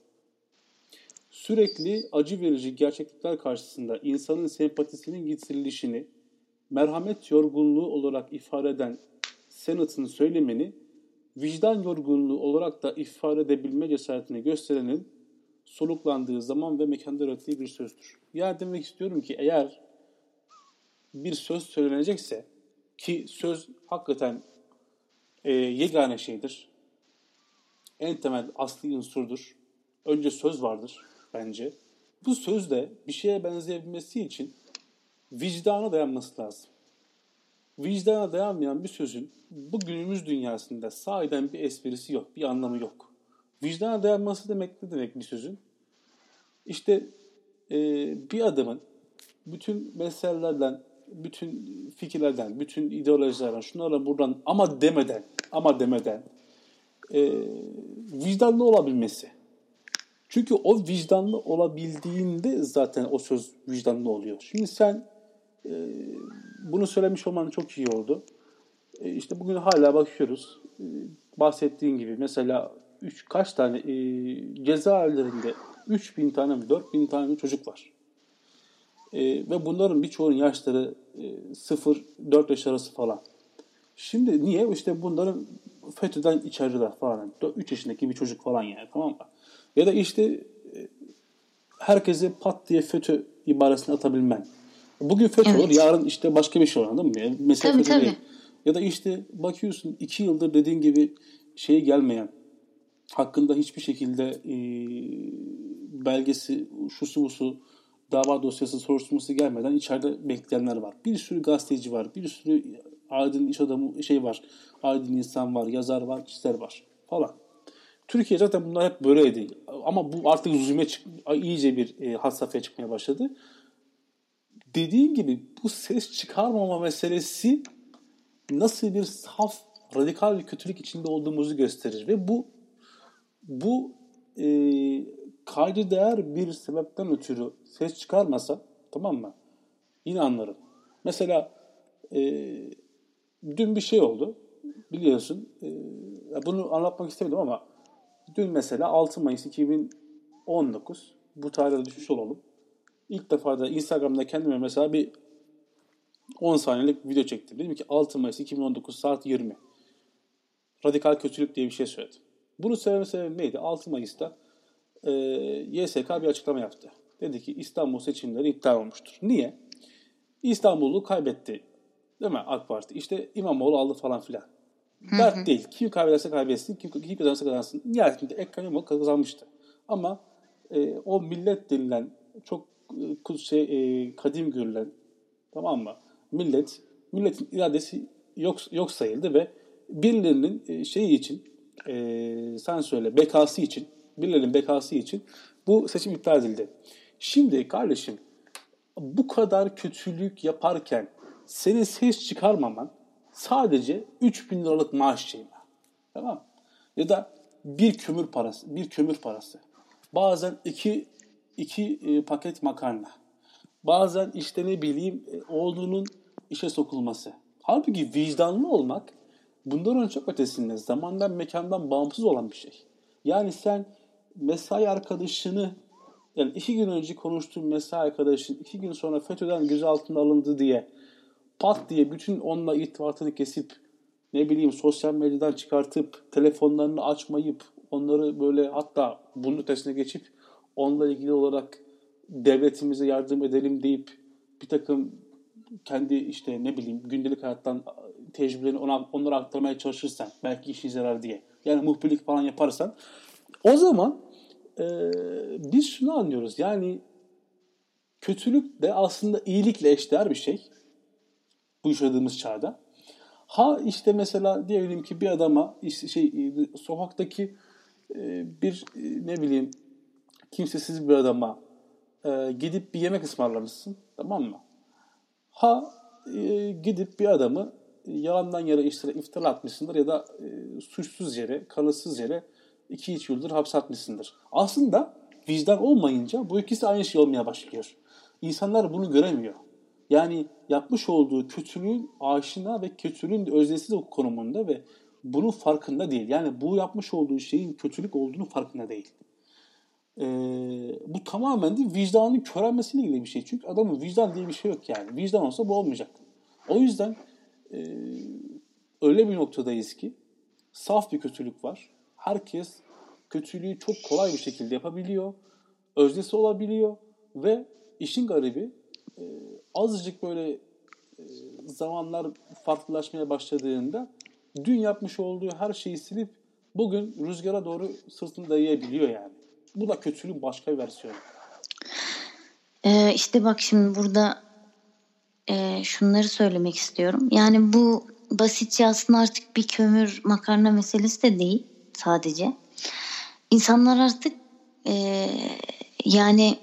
Sürekli acı verici gerçeklikler karşısında insanın sempatisinin yitirilişini merhamet yorgunluğu olarak ifade eden Sennett'ın söylemini vicdan yorgunluğu olarak da ifade edebilme cesaretini gösterenin soluklandığı zaman ve mekanda ürettiği bir sözdür. Yani demek istiyorum ki eğer bir söz söylenecekse ki söz hakikaten e, yegane şeydir. En temel asli unsurdur. Önce söz vardır bence. Bu söz de bir şeye benzeyebilmesi için vicdana dayanması lazım. Vicdana dayanmayan bir sözün bu günümüz dünyasında sahiden bir esprisi yok, bir anlamı yok. Vicdana dayanması demek ne demek bir sözün? İşte e, bir adamın bütün meselelerden, bütün fikirlerden, bütün ideolojilerden, şunlarla buradan ama demeden, ama demeden e, vicdanlı olabilmesi. Çünkü o vicdanlı olabildiğinde zaten o söz vicdanlı oluyor. Şimdi sen e, bunu söylemiş olman çok iyi oldu. E, işte bugün hala bakıyoruz. E, bahsettiğin gibi mesela üç, kaç tane e, cezaevlerinde üç bin tane mi dört bin tane mi çocuk var. E, ve bunların birçoğunun yaşları e, sıfır dört yaş arası falan. Şimdi niye? İşte bunların FETÖ'den içeriler falan. üç yaşındaki bir çocuk falan yani, tamam mı? Ya da işte e, herkese pat diye FETÖ ibaresini atabilmen. Bugün FETÖ evet. olur, yarın işte başka bir şey olur, değil mi? Yani mesela tabii tabii. Değil. Ya da işte bakıyorsun iki yıldır dediğin gibi şeye gelmeyen, hakkında hiçbir şekilde e, belgesi, şusu busu, dava dosyası, soruşturması gelmeden içeride bekleyenler var. Bir sürü gazeteci var, bir sürü aydın iş adamı şey var, aydın insan var, yazar var, çizer var falan. Türkiye zaten bunlar hep böyleydi. Ama bu artık zulme çık, iyice bir e, had safhaya çıkmaya başladı. Dediğin gibi bu ses çıkarmama meselesi nasıl bir saf radikal bir kötülük içinde olduğumuzu gösterir ve bu bu e, kayda değer bir sebepten ötürü ses çıkarmasa, tamam mı? Yine anlarım. Mesela e, dün bir şey oldu. Biliyorsun. E, bunu anlatmak istemedim ama dün mesela altı Mayıs iki bin on dokuz, bu tarihe düşmüş olalım. İlk defa da Instagram'da kendime mesela bir on saniyelik video çektim. Dedim ki altı Mayıs iki bin on dokuz saat yirmi. Radikal kötülük diye bir şey söyledim. Bunu söyleme sebebim neydi? altı Mayıs'ta e, Y S K bir açıklama yaptı. Dedi ki İstanbul seçimleri iptal olmuştur. Niye? İstanbul'u kaybetti. Değil mi AK Parti? İşte İmamoğlu aldı falan filan. Hı hı. Dert değil. Kim kaybederse kaybetsin, kim, kim kazanırsa kazansın. Nihayetinde Ekrem İmamoğlu kazanmıştı. Ama e, o millet denilen çok e, şey, e, kadim görülen, tamam mı? Millet, milletin iradesi yok, yok sayıldı ve birilerinin e, şeyi için, e, sen söyle, bekası için, birilerinin bekası için bu seçim iptal edildi. Şimdi kardeşim, bu kadar kötülük yaparken senin ses çıkarmaman sadece üç bin liralık maaş şeyine. Tamam? Ya da bir kömür parası, bir kömür parası. Bazen iki iki e, paket makarna. Bazen işte ne bileyim e, oğlunun işe sokulması. Halbuki vicdanlı olmak bunların çok ötesinde, zamandan mekandan bağımsız olan bir şey. Yani sen mesai arkadaşını, yani iki gün önce konuştuğun mesai arkadaşın iki gün sonra FETÖ'den gözaltına alındı diye pat diye bütün onunla irtibatını kesip, ne bileyim sosyal medyadan çıkartıp, telefonlarını açmayıp, onları böyle, hatta bunun ötesine geçip onunla ilgili olarak devletimize yardım edelim deyip bir takım kendi işte ne bileyim gündelik hayattan tecrübelerini ona, onlara aktarmaya çalışırsan, belki işe yarar diye, yani muhbirlik falan yaparsan, o zaman e, biz şunu anlıyoruz. Yani kötülük de aslında iyilikle eşdeğer bir şey bu yaşadığımız çağda. Ha işte mesela diyelim ki bir adama işte şey sokaktaki e, bir e, ne bileyim kimsesiz bir adama e, gidip bir yemek ısmarlamışsın, tamam mı? Ha e, gidip bir adamı yalandan yere iftira, iftira atmışsındır ya da e, suçsuz yere, kanıtsız yere iki üç yıldır hapse atmışsındır. Aslında vicdan olmayınca bu ikisi aynı şey olmaya başlıyor. İnsanlar bunu göremiyor. Yani yapmış olduğu kötülüğün aşina ve kötülüğün de öznesiz konumunda ve bunun farkında değil. Yani bu yapmış olduğu şeyin kötülük olduğunu farkında değil. Ee, bu tamamen de vicdanın körelmesiyle ilgili bir şey. Çünkü adamın vicdan diye bir şey yok yani. Vicdan olsa bu olmayacak. O yüzden e, öyle bir noktadayız ki saf bir kötülük var. Herkes kötülüğü çok kolay bir şekilde yapabiliyor. Öznesi olabiliyor ve işin garibi e, azıcık böyle e, zamanlar farklılaşmaya başladığında dün yapmış olduğu her şeyi silip bugün rüzgara doğru sırtını dayayabiliyor yani. Bu da kötülüğün başka bir versiyonu. Ee, işte bak şimdi burada e, şunları söylemek istiyorum. Yani bu basitçe aslında artık bir kömür makarna meselesi de değil sadece. İnsanlar artık e, yani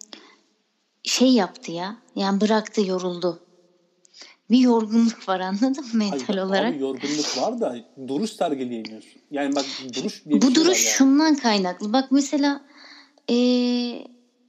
şey yaptı ya. Yani bıraktı, yoruldu. Bir yorgunluk var, anladın mı mental Hayır, olarak? Abi yorgunluk var da duruş sergileyemiyorsun. Yani bak duruş diye bir Bu şey duruş var yani. şundan kaynaklı. Bak mesela ee,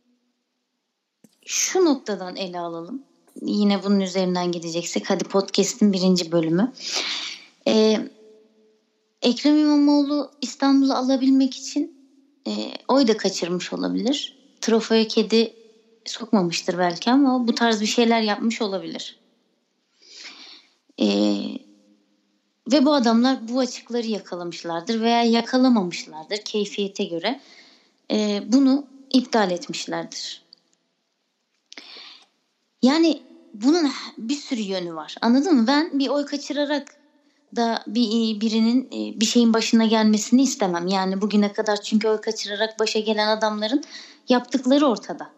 şu noktadan ele alalım. Yine bunun üzerinden gideceksek. Hadi podcast'in birinci bölümü. Ee, Ekrem İmamoğlu İstanbul'u alabilmek için e, oy da kaçırmış olabilir. Trafoya kedi sokmamıştır belki ama bu tarz bir şeyler yapmış olabilir. Ee, ve bu adamlar bu açıkları yakalamışlardır veya yakalamamışlardır keyfiyete göre. Ee, bunu iptal etmişlerdir. Yani bunun bir sürü yönü var. Anladın mı? Ben bir oy kaçırarak da bir birinin bir şeyin başına gelmesini istemem. Yani bugüne kadar çünkü oy kaçırarak başa gelen adamların yaptıkları ortada.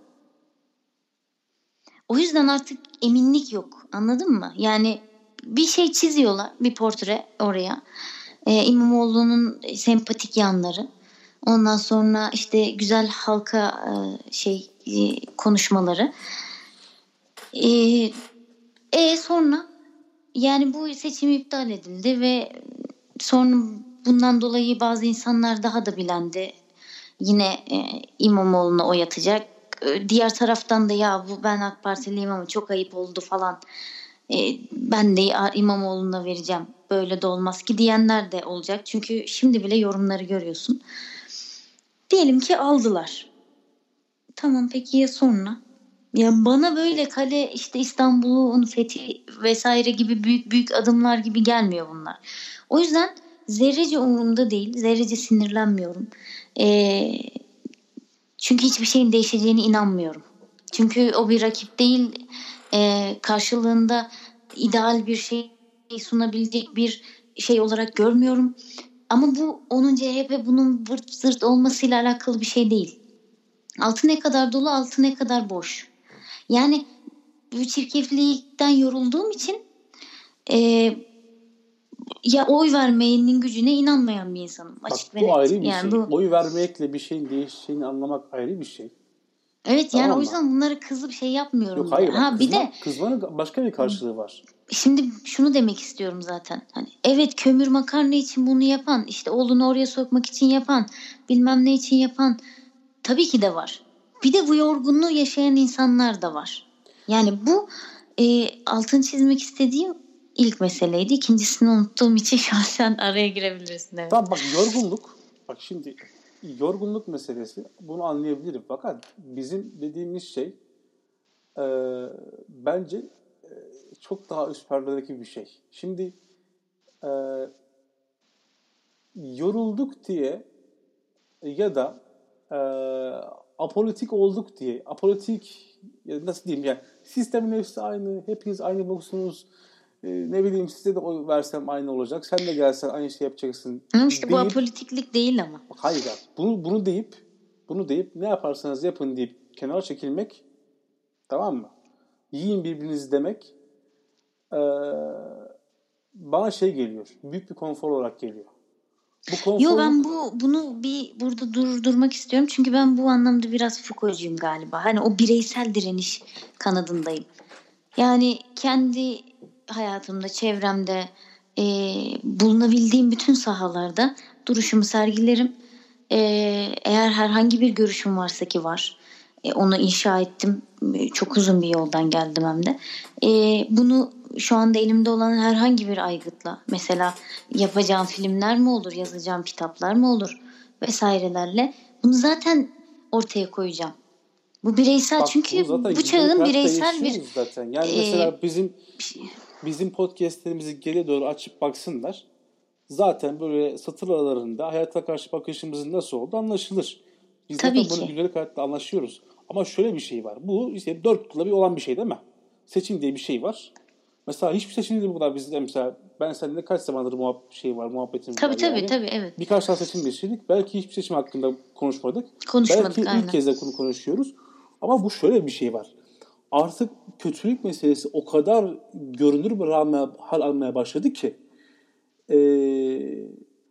O yüzden artık eminlik yok. Anladın mı? Yani bir şey çiziyorlar, bir portre oraya. Ee, İmamoğlu'nun sempatik yanları. Ondan sonra işte güzel halka şey konuşmaları. Ee, e sonra yani bu seçim iptal edildi ve sonra bundan dolayı bazı insanlar daha da bilendi. Yine e, İmamoğlu'na oy atacak. E, diğer taraftan da ya bu ben AK Partiliyim ama çok ayıp oldu falan. E, ben de İmamoğlu'na vereceğim. Böyle de olmaz ki diyenler de olacak. Çünkü şimdi bile yorumları görüyorsun. Diyelim ki aldılar. Tamam, peki ya sonra? Ya bana böyle kale işte İstanbul'un fethi vesaire gibi büyük büyük adımlar gibi gelmiyor bunlar. O yüzden zerrece umurumda değil. Zerrece sinirlenmiyorum. Ee, çünkü hiçbir şeyin değişeceğine inanmıyorum. Çünkü o bir rakip değil. Ee, karşılığında ideal bir şey sunabilecek bir şey olarak görmüyorum. Ama bu onun C H P bunun vırt zırt olmasıyla alakalı bir şey değil. Altı ne kadar dolu, altı ne kadar boş. Yani bu çirkeflikten yorulduğum için e, ya oy vermenin gücüne inanmayan bir insanım. Açık Bak, ve bu net. ayrı bir Yani şey. bu... Oy vermekle bir şeyin değişeceğini anlamak ayrı bir şey. Evet, tamam yani o mı? yüzden bunları kızıp şey yapmıyorum Yok bile. hayır bak, Ha bir kızma, de kızmanın başka bir karşılığı var. şimdi şunu demek istiyorum zaten. Hani evet, kömür makarna için bunu yapan, işte oğlunu oraya sokmak için yapan, bilmem ne için yapan tabii ki de var. Bir de bu yorgunluğu yaşayan insanlar da var. Yani bu e, altını çizmek istediğim ilk meseleydi. İkincisini unuttuğum için şahsen araya girebilirsin. Evet. Tamam bak, yorgunluk. Bak şimdi yorgunluk meselesi, bunu anlayabilirim. Fakat bizim dediğimiz şey e, bence e, çok daha üst perdedeki bir şey. Şimdi e, yorulduk diye ya da e, apolitik olduk diye, apolitik ya nasıl diyeyim, yani sistemin hepsi aynı, hepiniz aynı boksunuz, e, ne bileyim size de oy versem aynı olacak, sen de gelsen aynı şey yapacaksın Ama işte bu deyip, apolitiklik değil ama. hayır bak, bunu, bunu deyip bunu deyip ne yaparsanız yapın deyip kenara çekilmek, tamam mı? Yiyin birbirinizi demek e, bana şey geliyor, büyük bir konfor olarak geliyor. Bu konforluk... Yo, ben bu bunu bir burada durdurmak istiyorum. Çünkü ben bu anlamda biraz Foucault'cuyum galiba. Hani o bireysel direniş kanadındayım. Yani kendi hayatımda, çevremde e, bulunabildiğim bütün sahalarda duruşumu sergilerim. E, eğer herhangi bir görüşüm varsa, ki var, e, onu inşa ettim. E, çok uzun bir yoldan geldim hem de. E, bunu şu anda elimde olan herhangi bir aygıtla, mesela yapacağım filmler mi olur, yazacağım kitaplar mı olur vesairelerle bunu zaten ortaya koyacağım. Bu bireysel. Bak, çünkü bu çağın bireysel bir zaten. Yani e, mesela bizim bizim podcastlerimizi geriye doğru açıp baksınlar. Zaten böyle satır aralarında hayata karşı bakışımızın nasıl olduğu anlaşılır. Biz Tabii zaten ki. bunu günlük hayatta anlaşıyoruz. Ama şöyle bir şey var. Bu işte dört yılda bir olan bir şey değil mi? Seçim diye bir şey var. Mesela hiçbir seçim değil bu kadar bizde. Mesela ben seninle kaç zamandır muhabbet şey var, muhabbetimiz tabii, var tabii, yani. Tabii tabii evet. Birkaç tane seçim geçirdik. Belki hiçbir seçim hakkında konuşmadık. Konuşmadık, Belki aynen. ilk kez de konu konuşuyoruz. Ama bu şöyle bir şey var. Artık kötülük meselesi o kadar görünür bir hal almaya başladı ki eee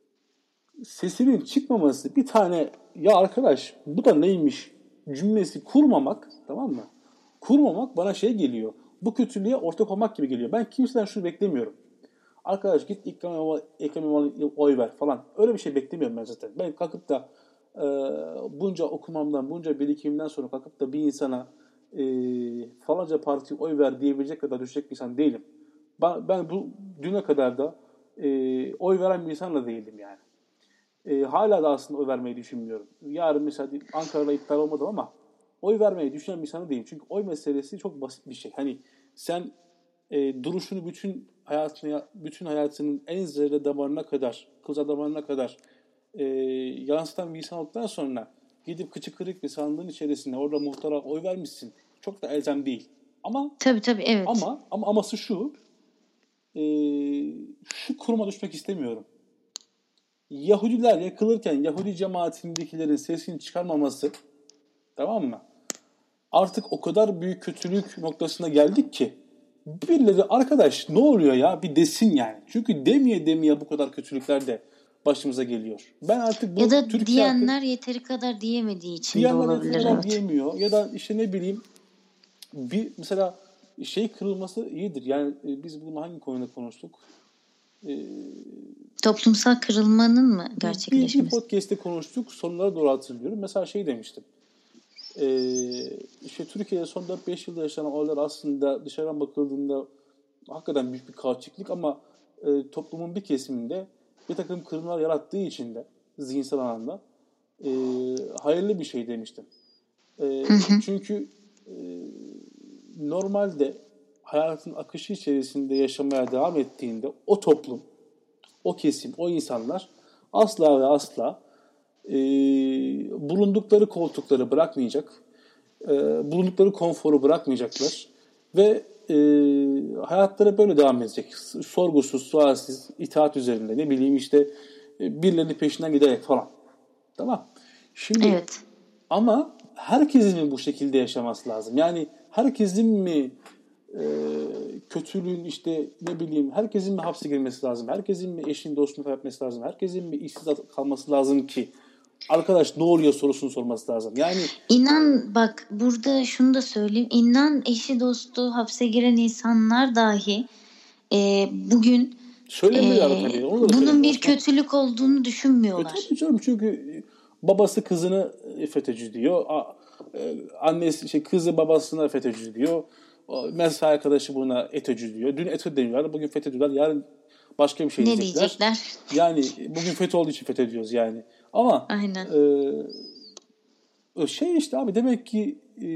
sesinin çıkmaması, bir tane ya arkadaş bu da neymiş cümlesi kurmamak, tamam mı? Kurmamak bana şey geliyor. Bu kötülüğe ortak olmak gibi geliyor. Ben kimseden şunu beklemiyorum. Arkadaş git Ekrem İmamoğlu'na oy ver falan. Öyle bir şey beklemiyorum ben zaten. Ben kalkıp da e, bunca okumamdan, bunca birikimimden sonra kalkıp da bir insana e, falanca partiye oy ver diyebilecek kadar düşecek bir insan değilim. Ben, ben bu düne kadar da e, oy veren bir insan da değildim yani. E, hala da aslında oy vermeyi düşünmüyorum. Yarın mesela Ankara'da iptal olmadım ama oy vermeyi düşünen bir insan değilim. Çünkü oy meselesi çok basit bir şey. Hani sen e, duruşunu bütün hayatını, bütün hayatının en zerre damarına kadar, kılcal damarına kadar e, yansıtan bir insan olduktan sonra gidip kıçı kırık bir sandığın içerisinde orada muhtara oy vermişsin. Çok da elzem değil. Ama tabii tabii evet. Ama ama aması şu. E, şu kuruma düşmek istemiyorum. Yahudiler yakılırken Yahudi cemaatindekilerin sesini çıkarmaması, tamam mı? Artık o kadar büyük kötülük noktasına geldik ki birileri arkadaş ne oluyor ya bir desin yani. Çünkü demeye demeye bu kadar kötülükler de başımıza geliyor. Ben artık bu ya da Türkiye diyenler hakkı, yeteri kadar diyemediği için diyenler de olabilir. Diyenler evet. diyemiyor ya da işte ne bileyim bir mesela şey kırılması iyidir. Yani biz bunu hangi konuda konuştuk? e, toplumsal kırılmanın mı gerçekleşmesi? Bir, bir podcast'te konuştuk. Sonlara doğru hatırlıyorum. Mesela şey demiştim. Ee, işte Türkiye'de son dört beş yılda yaşanan olaylar aslında dışarıdan bakıldığında hakikaten büyük bir kaotiklik ama e, toplumun bir kesiminde bir takım kırımlar yarattığı için de zihinsel anlamda e, hayırlı bir şey demiştim. E, Hı hı. çünkü e, normalde hayatın akışı içerisinde yaşamaya devam ettiğinde o toplum, o kesim, o insanlar asla ve asla e, bulundukları koltukları bırakmayacak, e, bulundukları konforu bırakmayacaklar ve e, hayatları böyle devam edecek. Sorgusuz, sualsiz, itaat üzerinde, ne bileyim işte e, birilerinin peşinden giderek falan. Tamam. Şimdi Evet. ama herkesin mi bu şekilde yaşaması lazım? Yani herkesin mi e, kötülüğün işte ne bileyim herkesin mi hapse girmesi lazım? Herkesin mi eşini dostunu kaybetmesi lazım? Herkesin mi işsiz kalması lazım ki arkadaş ne oluyor sorusunu sorması lazım. Yani İnan bak burada şunu da söyleyeyim. İnan eşi dostu hapse giren insanlar dahi e, bugün söylemiyorlar e, tabii. Onu da bunun söylemiyorlar. bir kötülük olduğunu E düşünmüyorlar. tabii canım çünkü babası kızını FETÖ'cü diyor. Annesi şey kızı babasına FETÖ'cü diyor. Mesai arkadaşı buna ETÖ'cü diyor. Dün ETÖ deniyorlar. Bugün FETÖ diyorlar. Yarın başka bir şey Ne diyecekler. diyecekler? Yani bugün FETÖ olduğu için FETÖ diyoruz yani. Ama Aynen. e, şey işte abi demek ki e,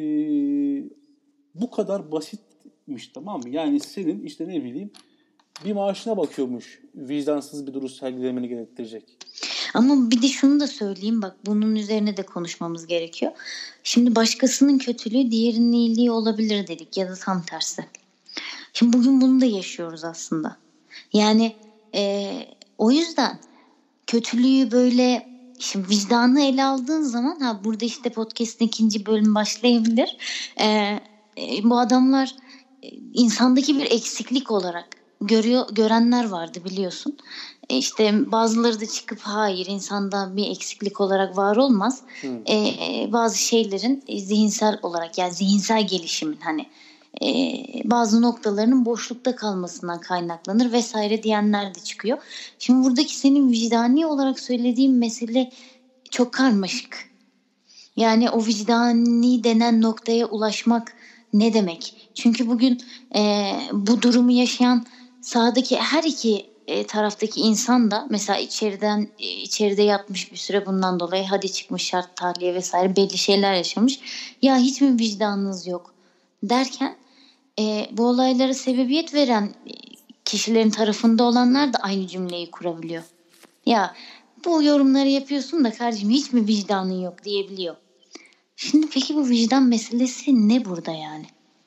bu kadar basitmiş tamam mı? Yani senin işte ne bileyim bir maaşına bakıyormuş vicdansız bir duruş sergilemeni gerektirecek. Ama bir de şunu da söyleyeyim bak bunun üzerine de konuşmamız gerekiyor. Şimdi başkasının kötülüğü diğerinin iyiliği olabilir dedik ya da tam tersi. Şimdi bugün bunu da yaşıyoruz aslında. Yani e, o yüzden kötülüğü böyle şimdi vicdanı ele aldığın zaman ha burada işte podcast'ın ikinci bölümü başlayabilir. E, e, bu adamlar e, insandaki bir eksiklik olarak görüyor görenler vardı biliyorsun. E, işte bazıları da çıkıp hayır insanda bir eksiklik olarak var olmaz. E, e, bazı şeylerin zihinsel olarak yani zihinsel gelişimin hani e, bazı noktalarının boşlukta kalmasından kaynaklanır vesaire diyenler de çıkıyor. Şimdi buradaki senin vicdani olarak söylediğin mesele çok karmaşık. Yani o vicdani denen noktaya ulaşmak ne demek? Çünkü bugün e, bu durumu yaşayan sahadaki her iki e, taraftaki insan da mesela içeriden e, içeride yatmış bir süre bundan dolayı hadi çıkmış şart tahliye vesaire belli şeyler yaşamış. Ya hiç mi vicdanınız yok derken e, bu olaylara sebebiyet veren kişilerin tarafında olanlar da aynı cümleyi kurabiliyor. Ya bu yorumları yapıyorsun da kardeşim hiç mi vicdanın yok diyebiliyor. Şimdi peki bu vicdan meselesi ne burada yani?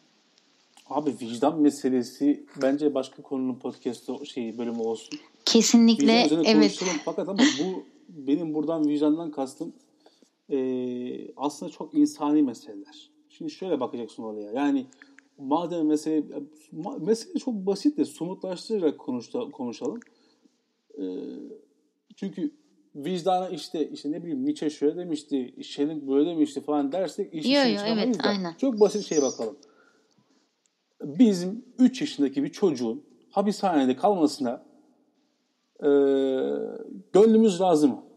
Abi vicdan meselesi bence başka konunun podcast'ı şey bölümü olsun. Kesinlikle vicdan üzerine evet. konuşalım. Fakat ama bu benim buradan vicdandan kastım e, aslında çok insani meseleler. Şimdi şöyle bakacaksın olaya. Yani madem mesele mesele çok basit de somutlaştırarak konuşta, konuşalım. E, çünkü vicdana işte işte ne bileyim Nietzsche şöyle demişti, Schelling böyle demişti falan dersek işi Yo şey yo çıkamayız evet da. aynen. Çok basit şeye bakalım. Bizim üç yaşındaki bir çocuğun hapishanede kalmasına e, gönlümüz razı mı?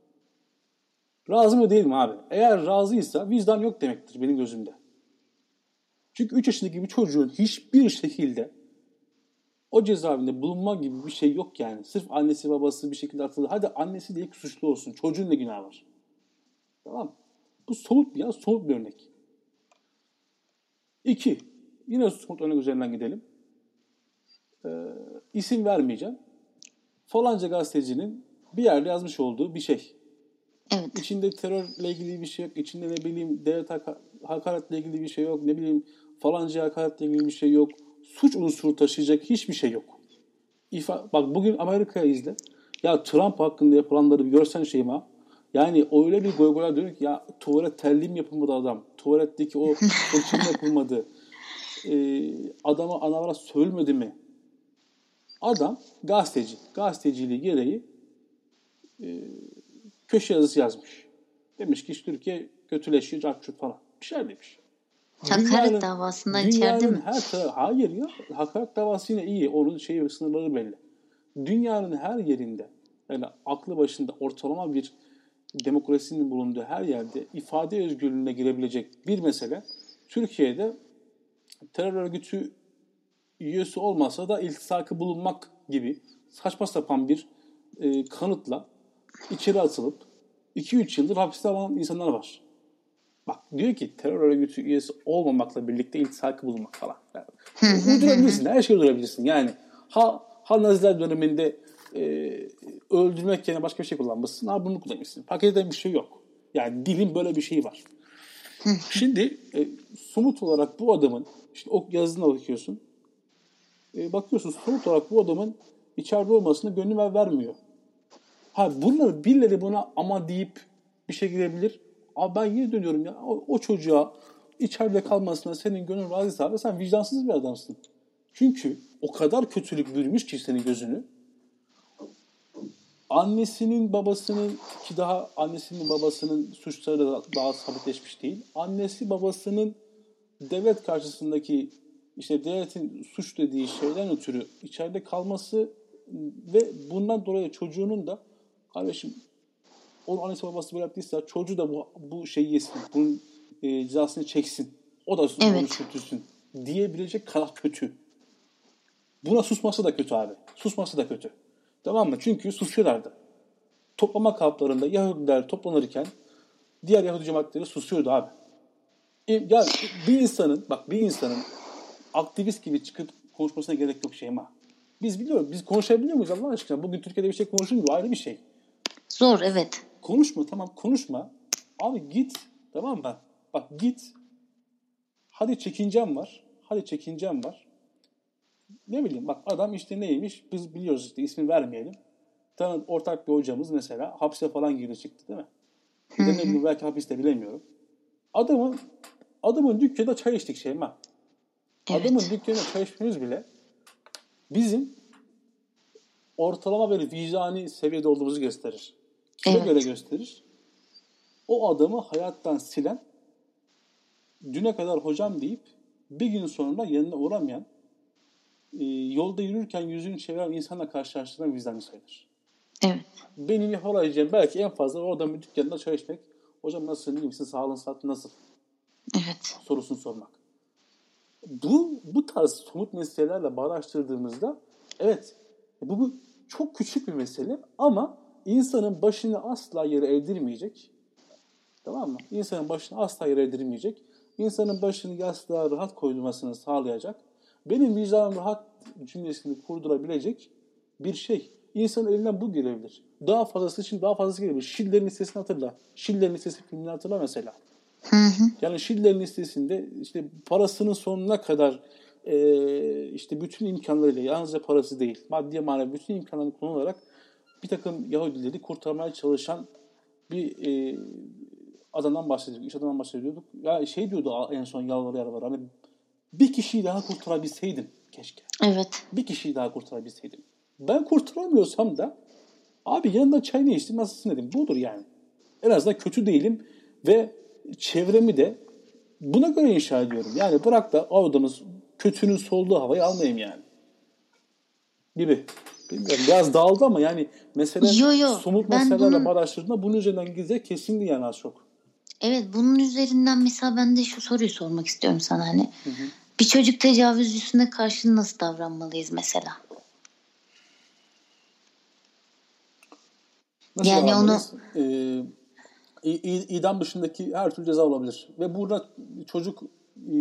Razı mı değil mi abi? Eğer razıysa vicdan yok demektir benim gözümde. Çünkü üç yaşındaki bir çocuğun hiçbir şekilde o cezaevinde bulunma gibi bir şey yok yani. Sırf annesi babası bir şekilde atıldı. Hadi annesi diye suçlu olsun. Çocuğun ne günahı var? Tamam. Bu somut bir ya somut bir örnek. İki. Yine somut örnek üzerinden gidelim. Ee, isim vermeyeceğim. Falanca gazetecinin bir yerde yazmış olduğu bir şey. Evet. İçinde terörle ilgili bir şey yok. İçinde ne bileyim devlet haka- hakaretle ilgili bir şey yok. Ne bileyim falanca hakaretle ilgili bir şey yok. Suç unsuru taşıyacak hiçbir şey yok. İfa Bak bugün Amerika'ya izle. Ya Trump hakkında yapılanları bir görsen Şeyma. Yani öyle bir goygoya dönüyor ki ya tuvalet terliğim yapılmadı adam. Tuvaletteki o fırçam yapılmadı. Ee, adama anavara sövülmedi mi? Adam gazeteci. Gazeteciliği gereği e, köşe yazısı yazmış. Demiş ki işte Türkiye kötüleşiyor, cartçut falan. Bir şey demiş. Hakaret davasından içeride dünyanın mi? her tarafı, hayır ya, hakaret davası yine iyi. Onun şey sınırları belli. dünyanın her yerinde, yani aklı başında ortalama bir demokrasinin bulunduğu her yerde ifade özgürlüğüne girebilecek bir mesele, Türkiye'de terör örgütü üyesi olmasa da iltisakı bulunmak gibi saçma sapan bir e, kanıtla içeri atılıp iki üç yıldır hapiste olan insanlar var. Bak diyor ki terör örgütü üyesi olmamakla birlikte iltisakı bulunmak falan. Yani, uydurabilirsin, her şeyi uydurabilirsin. Yani ha, ha Naziler döneminde e, öldürmek yerine başka bir şey kullanmışsın, ha bunu kullanmışsın. Fark eden bir şey yok. Yani dilin böyle bir şeyi var. Şimdi e, somut olarak bu adamın, işte o yazısına bakıyorsun, e, bakıyorsun somut olarak bu adamın içeride olmasına gönlü vermiyor. Ha bunları birileri buna ama deyip bir şey girebilir. Abi ben yine dönüyorum ya. O, o çocuğa içeride kalmasına senin gönlün razıysa abi sen vicdansız bir adamsın. Çünkü o kadar kötülük bürümüş ki senin gözünü. Annesinin babasının ki daha annesinin babasının suçları da daha sabitleşmiş değil. Annesi babasının devlet karşısındaki işte devletin suç dediği şeyden ötürü içeride kalması ve bundan dolayı çocuğunun da kardeşim onun annesi babası böyle yaptıysa çocuğu da bu, bu şeyi yesin. Bunun e, cezasını çeksin. O da evet. Onu sürdürsün diyebilecek kadar kötü. Buna susması da kötü abi. Susması da kötü. Tamam mı? Çünkü susuyorlardı. Toplama kamplarında Yahudiler toplanırken diğer Yahudi cemaatleri susuyordu abi. E, ya bir insanın bak bir insanın aktivist gibi çıkıp konuşmasına gerek yok Şeyma. Biz biliyoruz. Biz konuşabiliyor muyuz Allah aşkına? Bugün Türkiye'de bir şey konuşulmuyor. Ayrı bir şey. Zor evet. Konuşma tamam konuşma. Abi git tamam mı? Bak git. Hadi çekincem var. Hadi çekincem var. Ne bileyim bak adam işte neymiş biz biliyoruz işte ismini vermeyelim. Tanı ortak bir hocamız mesela hapse falan girdi çıktı değil mi? Hı hı. Ne bileyim belki hapiste bilemiyorum. Adamın adamın dükkanında çay içtik Şeyma. Evet. Adamın dükkanında çay içmemiz bile bizim ortalama böyle vicdani seviyede olduğumuzu gösterir. Kime evet. göre gösterir? O adamı hayattan silen, düne kadar hocam deyip bir gün sonra yanına uğramayan, e, yolda yürürken yüzünü çeviren insanla karşılaştıran vicdanlı sayılır. Evet. Benim yapabileceğim belki en fazla o adamın dükkanında çay içmek. Hocam nasılsın, iyi misin, sağlığın, saatin nasıl? Evet. Sorusunu sormak. Bu, bu tarz somut meselelerle bağdaştırdığımızda evet bu, bu çok küçük bir mesele ama insanın başını asla yere eğdirmeyecek. Tamam mı? İnsanın başını asla yere eğdirmeyecek. İnsanın başını yastığa rahat koyulmasını sağlayacak. Benim vicdanım rahat cümlesini kurdurabilecek bir şey. İnsanın elinden bu gelebilir. Daha fazlası için daha fazlası gelebilir. Schindler'in listesini hatırla. Schindler'in listesi filmini hatırla mesela. Hı hı. Yani Schindler'in listesinde işte parasının sonuna kadar e, işte bütün imkanlarıyla yalnızca parası değil, maddi manevi bütün imkanlarını kullanarak bir takım Yahudileri kurtarmaya çalışan bir e, adamdan bahsediyorduk, iş adamdan bahsediyorduk. Ya şey diyordu en son yalvarı yalvarı hani bir kişiyi daha kurtarabilseydim keşke. Evet. Bir kişiyi daha kurtarabilseydim. Ben kurtaramıyorsam da abi yanında çay ne içtim nasılsın dedim. Budur yani. En azından kötü değilim ve çevremi de buna göre inşa ediyorum. Yani bırak da o adamız kötünün solduğu havayı almayayım yani. Gibi. Bilmiyorum. Biraz dağıldı ama yani mesele yo, yo. somut ben meselelerle bunun... bağdaştırdığında bunun üzerinden gidecek kesindi yani az çok. Evet bunun üzerinden mesela ben de şu soruyu sormak istiyorum sana hani. Hı hı. Bir çocuk tecavüzcüsüne karşı nasıl davranmalıyız mesela? Nasıl yani onu Ee, idam dışındaki her türlü ceza olabilir. Ve burada çocuk e,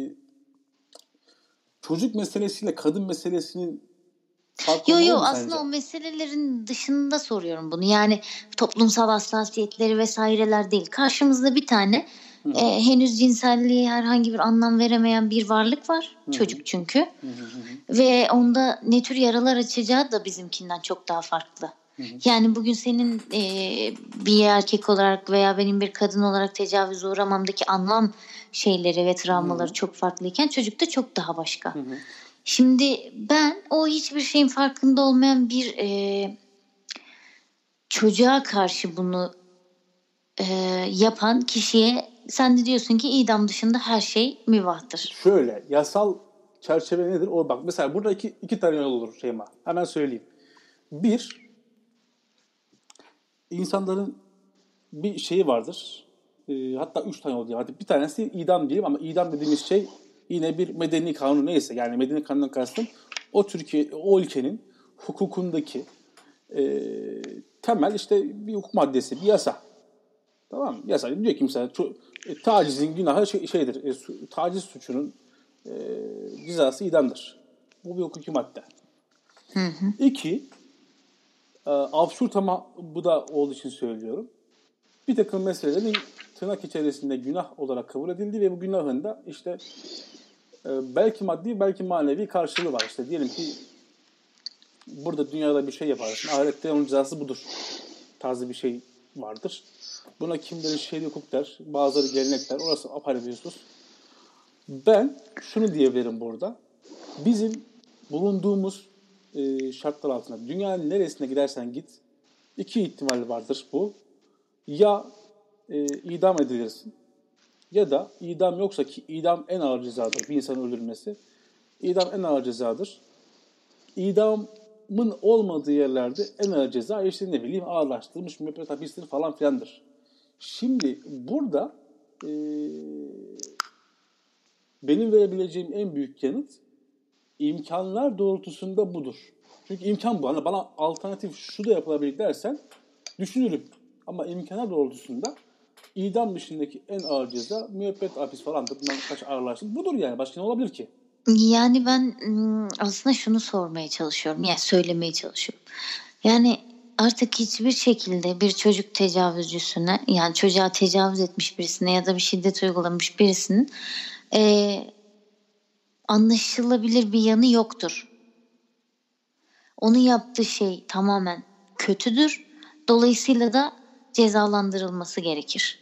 çocuk meselesiyle kadın meselesinin farkı Yo yo mu aslında sence? o meselelerin dışında soruyorum bunu. Yani toplumsal hassasiyetleri vesaireler değil. Karşımızda bir tane e, henüz cinselliğe herhangi bir anlam veremeyen bir varlık var. Hı-hı. Çocuk çünkü. Hı-hı. Ve onda ne tür yaralar açacağı da bizimkinden çok daha farklı. Hı-hı. Yani bugün senin e, bir erkek olarak veya benim bir kadın olarak tecavüze uğramamdaki anlam şeyleri ve travmaları Hı-hı. çok farklıyken çocukta çok daha başka. Hı-hı. Şimdi ben o hiçbir şeyin farkında olmayan bir e, çocuğa karşı bunu e, yapan kişiye sen de diyorsun ki idam dışında her şey mübahtır. Şöyle yasal çerçeve nedir? O bak mesela burada iki, iki tane yol olur Şeyma. Hemen söyleyeyim. Bir, insanların bir şeyi vardır. E, hatta üç tane oluyor. Hadi bir tanesi idam diyeyim ama idam dediğimiz şey yine bir medeni kanun neyse. Yani medeni kanundan kastım o Türkiye, o ülkenin hukukundaki e, temel işte bir hukuk maddesi, bir yasa. Tamam mı? Yasa diyor ki mesela e, tacizin günahı şey, şeydir. E, su, taciz suçunun e, cezası idamdır. Bu bir hukuki madde. Hı hı. İki, e, absürt ama bu da olduğu için söylüyorum. Bir takım meselelerin tırnak içerisinde günah olarak kabul edildi ve bu günahın da işte e, belki maddi belki manevi karşılığı var. İşte diyelim ki burada dünyada bir şey yaparsın. Ahirette onun cezası budur. Tarzı bir şey vardır. Buna kimleri şer'i hukuk der, bazıları gelenek der. Orası apayrı bir husus. Ben şunu diyebilirim burada. Bizim bulunduğumuz e, şartlar altında dünyanın neresine gidersen git iki ihtimal vardır bu. Ya e, idam edilirsin ya da idam yoksa ki idam en ağır cezadır. Bir insanın öldürülmesi. İdam en ağır cezadır. İdamın olmadığı yerlerde en ağır ceza işte ne bileyim ağırlaştırılmış müebbet hapistir falan filandır. Şimdi burada e, benim verebileceğim en büyük yanıt imkanlar doğrultusunda budur. Çünkü imkan bu. Hani bana alternatif şu da yapılabilir dersen düşünürüm. Ama imkanlar doğrultusunda idam dışındaki en ağır ceza müebbet hapis falandır. Bundan kaç ağırlaştır. Budur yani. Başka ne olabilir ki? Yani ben aslında şunu sormaya çalışıyorum. Yani söylemeye çalışıyorum. Yani artık hiçbir şekilde bir çocuk tecavüzcüsüne, yani çocuğa tecavüz etmiş birisine ya da bir şiddet uygulamış birisinin e, anlaşılabilir bir yanı yoktur. Onun yaptığı şey tamamen kötüdür. Dolayısıyla da cezalandırılması gerekir.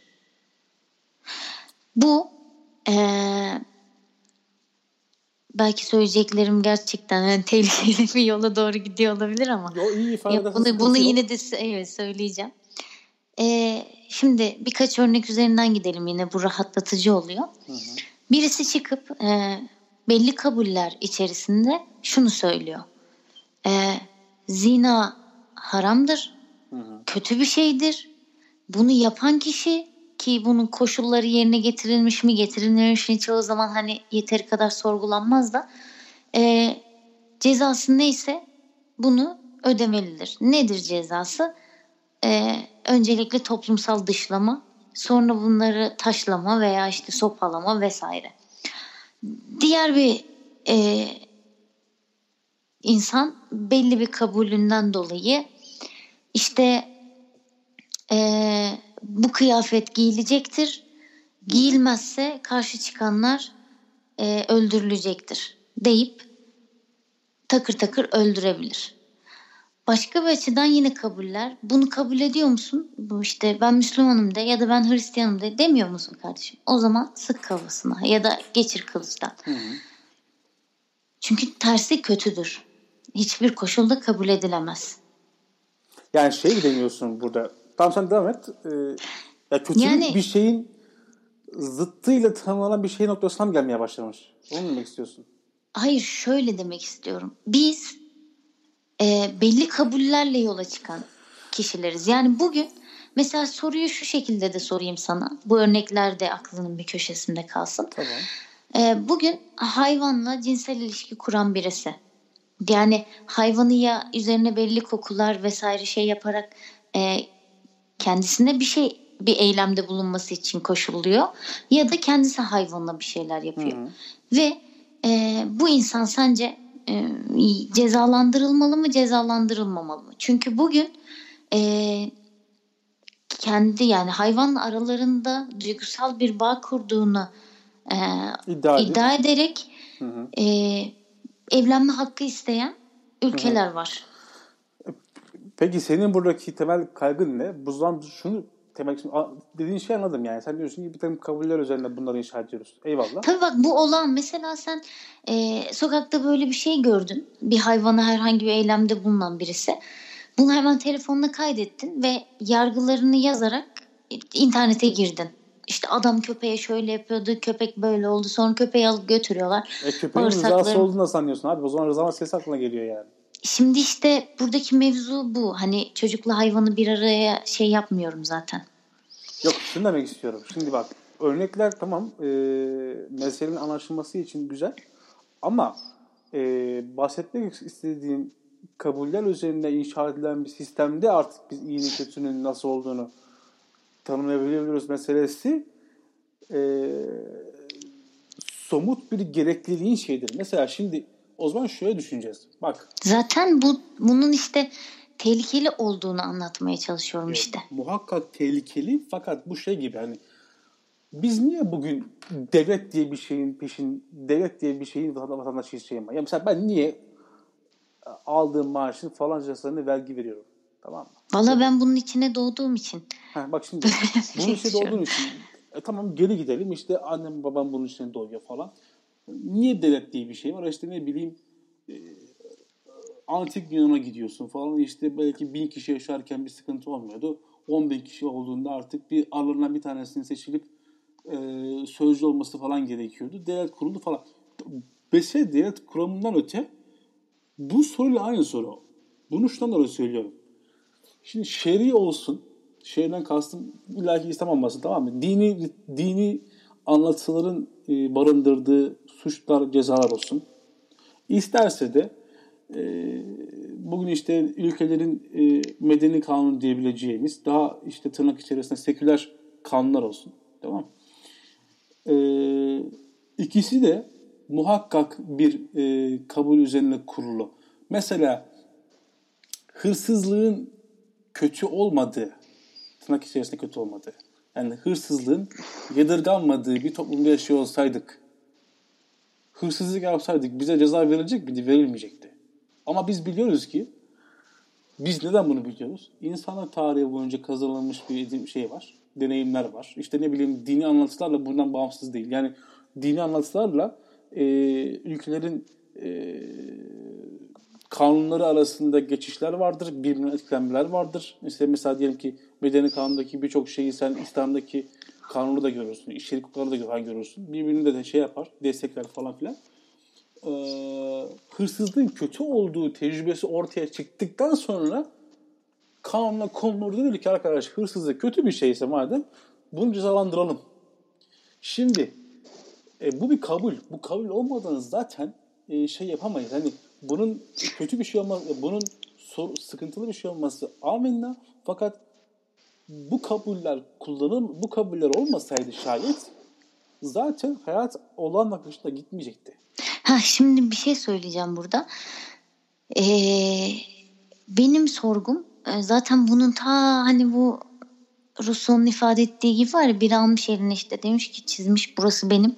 Bu ee, belki söyleyeceklerim gerçekten yani tehlikeli bir yola doğru gidiyor olabilir ama Yo, iyi ifade ya bunu, bunu yine de evet, söyleyeceğim. Ee, şimdi birkaç örnek üzerinden gidelim, yine bu rahatlatıcı oluyor. Hı hı. Birisi çıkıp e, belli kabuller içerisinde şunu söylüyor. E, zina haramdır, hı hı. kötü bir şeydir. Bunu yapan kişi, ki bunun koşulları yerine getirilmiş mi getirilmemiş mi çoğu zaman hani yeteri kadar sorgulanmaz da e, cezası neyse bunu ödemelidir. Nedir cezası? E, öncelikle toplumsal dışlama, sonra bunları taşlama veya işte sopalama vesaire. Diğer bir e, insan belli bir kabulünden dolayı işte e, bu kıyafet giyilecektir, giyilmezse karşı çıkanlar e, öldürülecektir deyip takır takır öldürebilir. Başka bir açıdan yine kabuller. Bunu kabul ediyor musun? Bu işte ben Müslümanım de ya da ben Hristiyanım de demiyor musun kardeşim? O zaman sık kafasına ya da geçir kılıçtan. Hı hı. Çünkü tersi kötüdür. Hiçbir koşulda kabul edilemez. Yani şey mi demiyorsun burada? Tamam sen devam et. Ee, ya kötü yani, bir şeyin zıttıyla tanımlanan bir şey noktasına mı gelmeye başlamış? Onu mu demek istiyorsun? Hayır, şöyle demek istiyorum. Biz e, belli kabullerle yola çıkan kişileriz. Yani bugün mesela soruyu şu şekilde de sorayım sana. Bu örnekler de aklının bir köşesinde kalsın. Tamam. E, bugün hayvanla cinsel ilişki kuran birisi. Yani hayvanı ya üzerine belli kokular vesaire şey yaparak e, kendisine bir şey bir eylemde bulunması için koşulluyor ya da kendisi hayvanla bir şeyler yapıyor. Hı hı. Ve e, bu insan sence e, cezalandırılmalı mı, cezalandırılmamalı mı? Çünkü bugün e, kendi yani hayvanla aralarında duygusal bir bağ kurduğunu e, iddia, iddia ederek hı hı. E, evlenme hakkı isteyen ülkeler hı hı. var. Peki senin buradaki temel kaygın ne? Bu zaman şunu temel dediğin şey anladım yani. Sen diyorsun ki bir takım kabuller üzerinde bunları inşa ediyoruz. Eyvallah. Tabii bak, bu olan mesela sen e, sokakta böyle bir şey gördün. Bir hayvana herhangi bir eylemde bulunan birisi. Bunu hemen telefonuna kaydettin ve yargılarını yazarak internete girdin. İşte adam köpeğe şöyle yapıyordu, köpek böyle oldu. Sonra köpeği alıp götürüyorlar. E köpeğin rızası olduğunu da sanıyorsun abi. O zaman rıza meselesi aklına geliyor yani. Şimdi işte buradaki mevzu bu. Hani çocukla hayvanı bir araya şey yapmıyorum zaten. Yok, şunu demek istiyorum. Şimdi bak, örnekler tamam, e, meselenin anlaşılması için güzel ama e, bahsetmek istediğim kabuller üzerinde inşa edilen bir sistemde artık biz iyinin kötünün nasıl olduğunu tanımlayabiliyoruz meselesi e, somut bir gerekliliğin şeyidir. Mesela şimdi o zaman şöyle düşüneceğiz. Bak. Zaten bu bunun işte tehlikeli olduğunu anlatmaya çalışıyorum Evet, işte. muhakkak tehlikeli fakat bu şey gibi, hani biz niye bugün devlet diye bir şeyin peşin, devlet diye bir şeyin vatandaşı şeyim var. Ya mesela ben niye aldığım maaşın falancasına vergi veriyorum? Tamam mı? Valla ben bunun içine doğduğum için. Ha, bak şimdi bunun içine doğduğun için e, tamam, geri gidelim, işte annem babam bunun içine doğuyor falan. Niye devlet diye bir şey var? İşte ne bileyim, e, antik Yunan'a gidiyorsun falan, işte belki bin kişi yaşarken bir sıkıntı olmuyordu. on bin kişi olduğunda artık bir aralarından bir tanesinin seçilip e, sözcü olması falan gerekiyordu. Devlet kuruldu falan. Mesela devlet kuramından öte bu soruyla aynı soru. Bunu şundan dolayı söylüyorum. Şimdi şer'i olsun. Şer'den kastım illaki İslam olması, tamam mı? Dini dini anlatıların e, barındırdığı suçlar, cezalar olsun. İsterse de e, bugün işte ülkelerin e, medeni kanunu diyebileceğimiz daha işte tırnak içerisinde seküler kanunlar olsun. Tamam mı? E, ikisi de muhakkak bir e, kabul üzerine kurulu. Mesela hırsızlığın kötü olmadığı, tırnak içerisinde kötü olmadığı, yani hırsızlığın yadırganmadığı bir toplumda yaşıyor olsaydık, hırsızlık yapsaydık bize ceza verilecek miydi? Verilmeyecekti. Ama biz biliyoruz ki, biz neden bunu biliyoruz? İnsanlık tarihi boyunca kazanılmış bir şey var, deneyimler var. İşte ne bileyim, dini anlatılarla bundan bağımsız değil. Yani dini anlatılarla e, ülkelerin e, kanunları arasında geçişler vardır, birbirine etkilenmeler vardır. İşte mesela diyelim ki medeni kanundaki birçok şeyi sen İslam'daki kanunu da görürsün, içerik hukukları da görürsün. Birbirini de şey yapar, destekler falan filan. Ee, hırsızlığın kötü olduğu tecrübesi ortaya çıktıktan sonra kanunla konulur, denir ki arkadaş, hırsızlık kötü bir şeyse madem bunu cezalandıralım. Şimdi e, bu bir kabul. Bu kabul olmadan zaten e, şey yapamayız. Hani bunun kötü bir şey olması, bunun sor, sıkıntılı bir şey olması amenna. Fakat bu kabuller kullanım, bu kabuller olmasaydı şayet zaten hayat olağan akışına gitmeyecekti. Ha, şimdi bir şey söyleyeceğim burada. Ee, benim sorgum e, zaten bunun ta hani bu Rousseau'nun ifade ettiği gibi var ya, biri almış eline işte demiş ki çizmiş burası benim.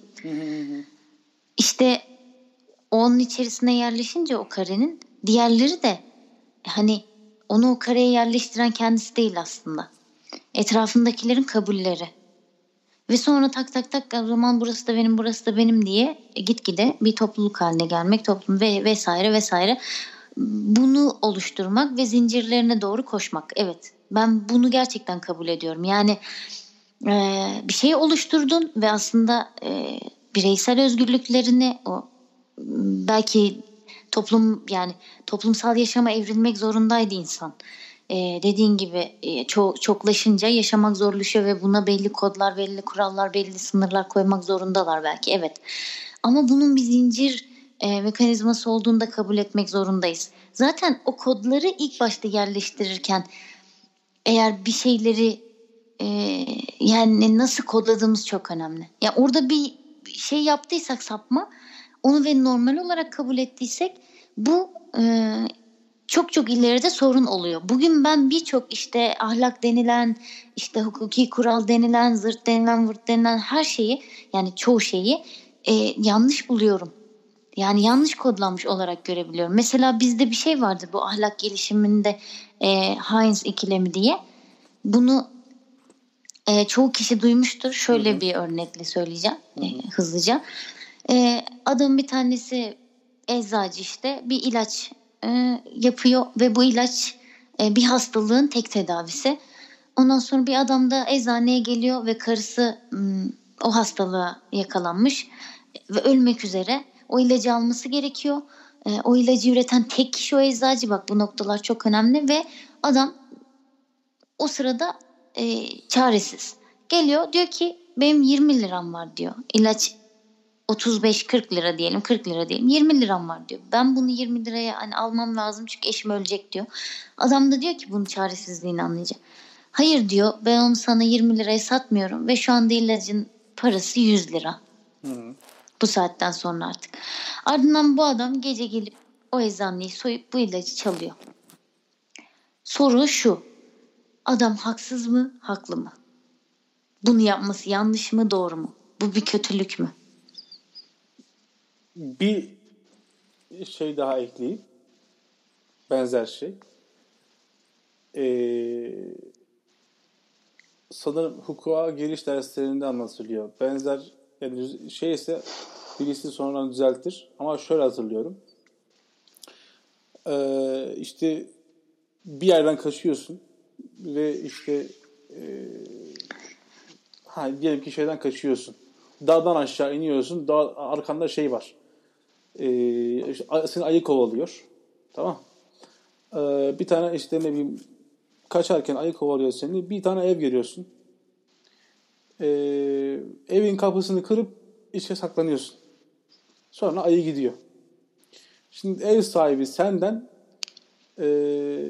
İşte onun içerisine yerleşince o karenin diğerleri de hani onu o kareye yerleştiren kendisi değil aslında. Etrafındakilerin kabulleri. Ve sonra tak tak tak o zaman burası da benim burası da benim diye gitgide bir topluluk haline gelmek, toplum ve vesaire vesaire, bunu oluşturmak ve zincirlerine doğru koşmak. Evet, ben bunu gerçekten kabul ediyorum. Yani e, bir şey oluşturdun ve aslında e, bireysel özgürlüklerini, o belki toplum, yani toplumsal yaşama evrilmek zorundaydı insan. Ee, dediğin gibi e, çok çoklaşınca yaşamak zorlaşıyor ve buna belli kodlar, belli kurallar, belli sınırlar koymak zorundalar belki, evet. Ama bunun bir zincir e, mekanizması olduğunu da kabul etmek zorundayız. Zaten o kodları ilk başta yerleştirirken eğer bir şeyleri e, yani nasıl kodladığımız çok önemli. Ya yani orada bir şey yaptıysak sapma, onu ve normal olarak kabul ettiysek bu e, çok çok ileride sorun oluyor. Bugün ben birçok işte ahlak denilen, işte hukuki kural denilen, zırt denilen, vırt denilen her şeyi, yani çoğu şeyi e, yanlış buluyorum. Yani yanlış kodlanmış olarak görebiliyorum. Mesela bizde bir şey vardı bu ahlak gelişiminde, e, Heinz ikilemi diye. Bunu e, çoğu kişi duymuştur. Şöyle hı hı. bir örnekle söyleyeceğim hı hı. E, hızlıca. E, adamın bir tanesi eczacı, işte bir ilaç e, yapıyor ve bu ilaç e, bir hastalığın tek tedavisi. Ondan sonra bir adam da eczaneye geliyor ve karısı m, o hastalığa yakalanmış ve ölmek üzere. O ilacı alması gerekiyor E, o ilacı üreten tek kişi o eczacı, bak bu noktalar çok önemli ve adam o sırada e, çaresiz. Geliyor diyor ki benim yirmi liram var diyor. İlaç otuz beş kırk lira diyelim, kırk lira diyelim, yirmi liram var diyor. Ben bunu yirmi liraya hani almam lazım çünkü eşim ölecek diyor. Adam da diyor ki bunun çaresizliğini anlayacak. Hayır diyor, ben onu sana yirmi liraya satmıyorum ve şu anda ilacın parası yüz lira. Hı. Bu saatten sonra artık. Ardından bu adam gece gelip o eczaneyi soyup bu ilacı çalıyor. Soru şu: adam haksız mı, haklı mı? Bunu yapması yanlış mı, doğru mu? Bu bir kötülük mü? Bir şey daha ekleyeyim. Benzer şey. Ee, sanırım hukuka giriş derslerinde anlatılıyor. Benzer yani şey ise birisi sonradan düzeltir. Ama şöyle hatırlıyorum. Ee, işte bir yerden kaçıyorsun ve işte e, ha, diyelim ki şeyden kaçıyorsun. Dağdan aşağı iniyorsun. Dağ, arkanda şey var. Ee, işte, seni ayı kovalıyor. Tamam. Ee, bir tane işte ne bileyim kaçarken ayı kovalıyor seni. Bir tane ev görüyorsun. Ee, evin kapısını kırıp içe saklanıyorsun. Sonra ayı gidiyor. Şimdi ev sahibi senden e,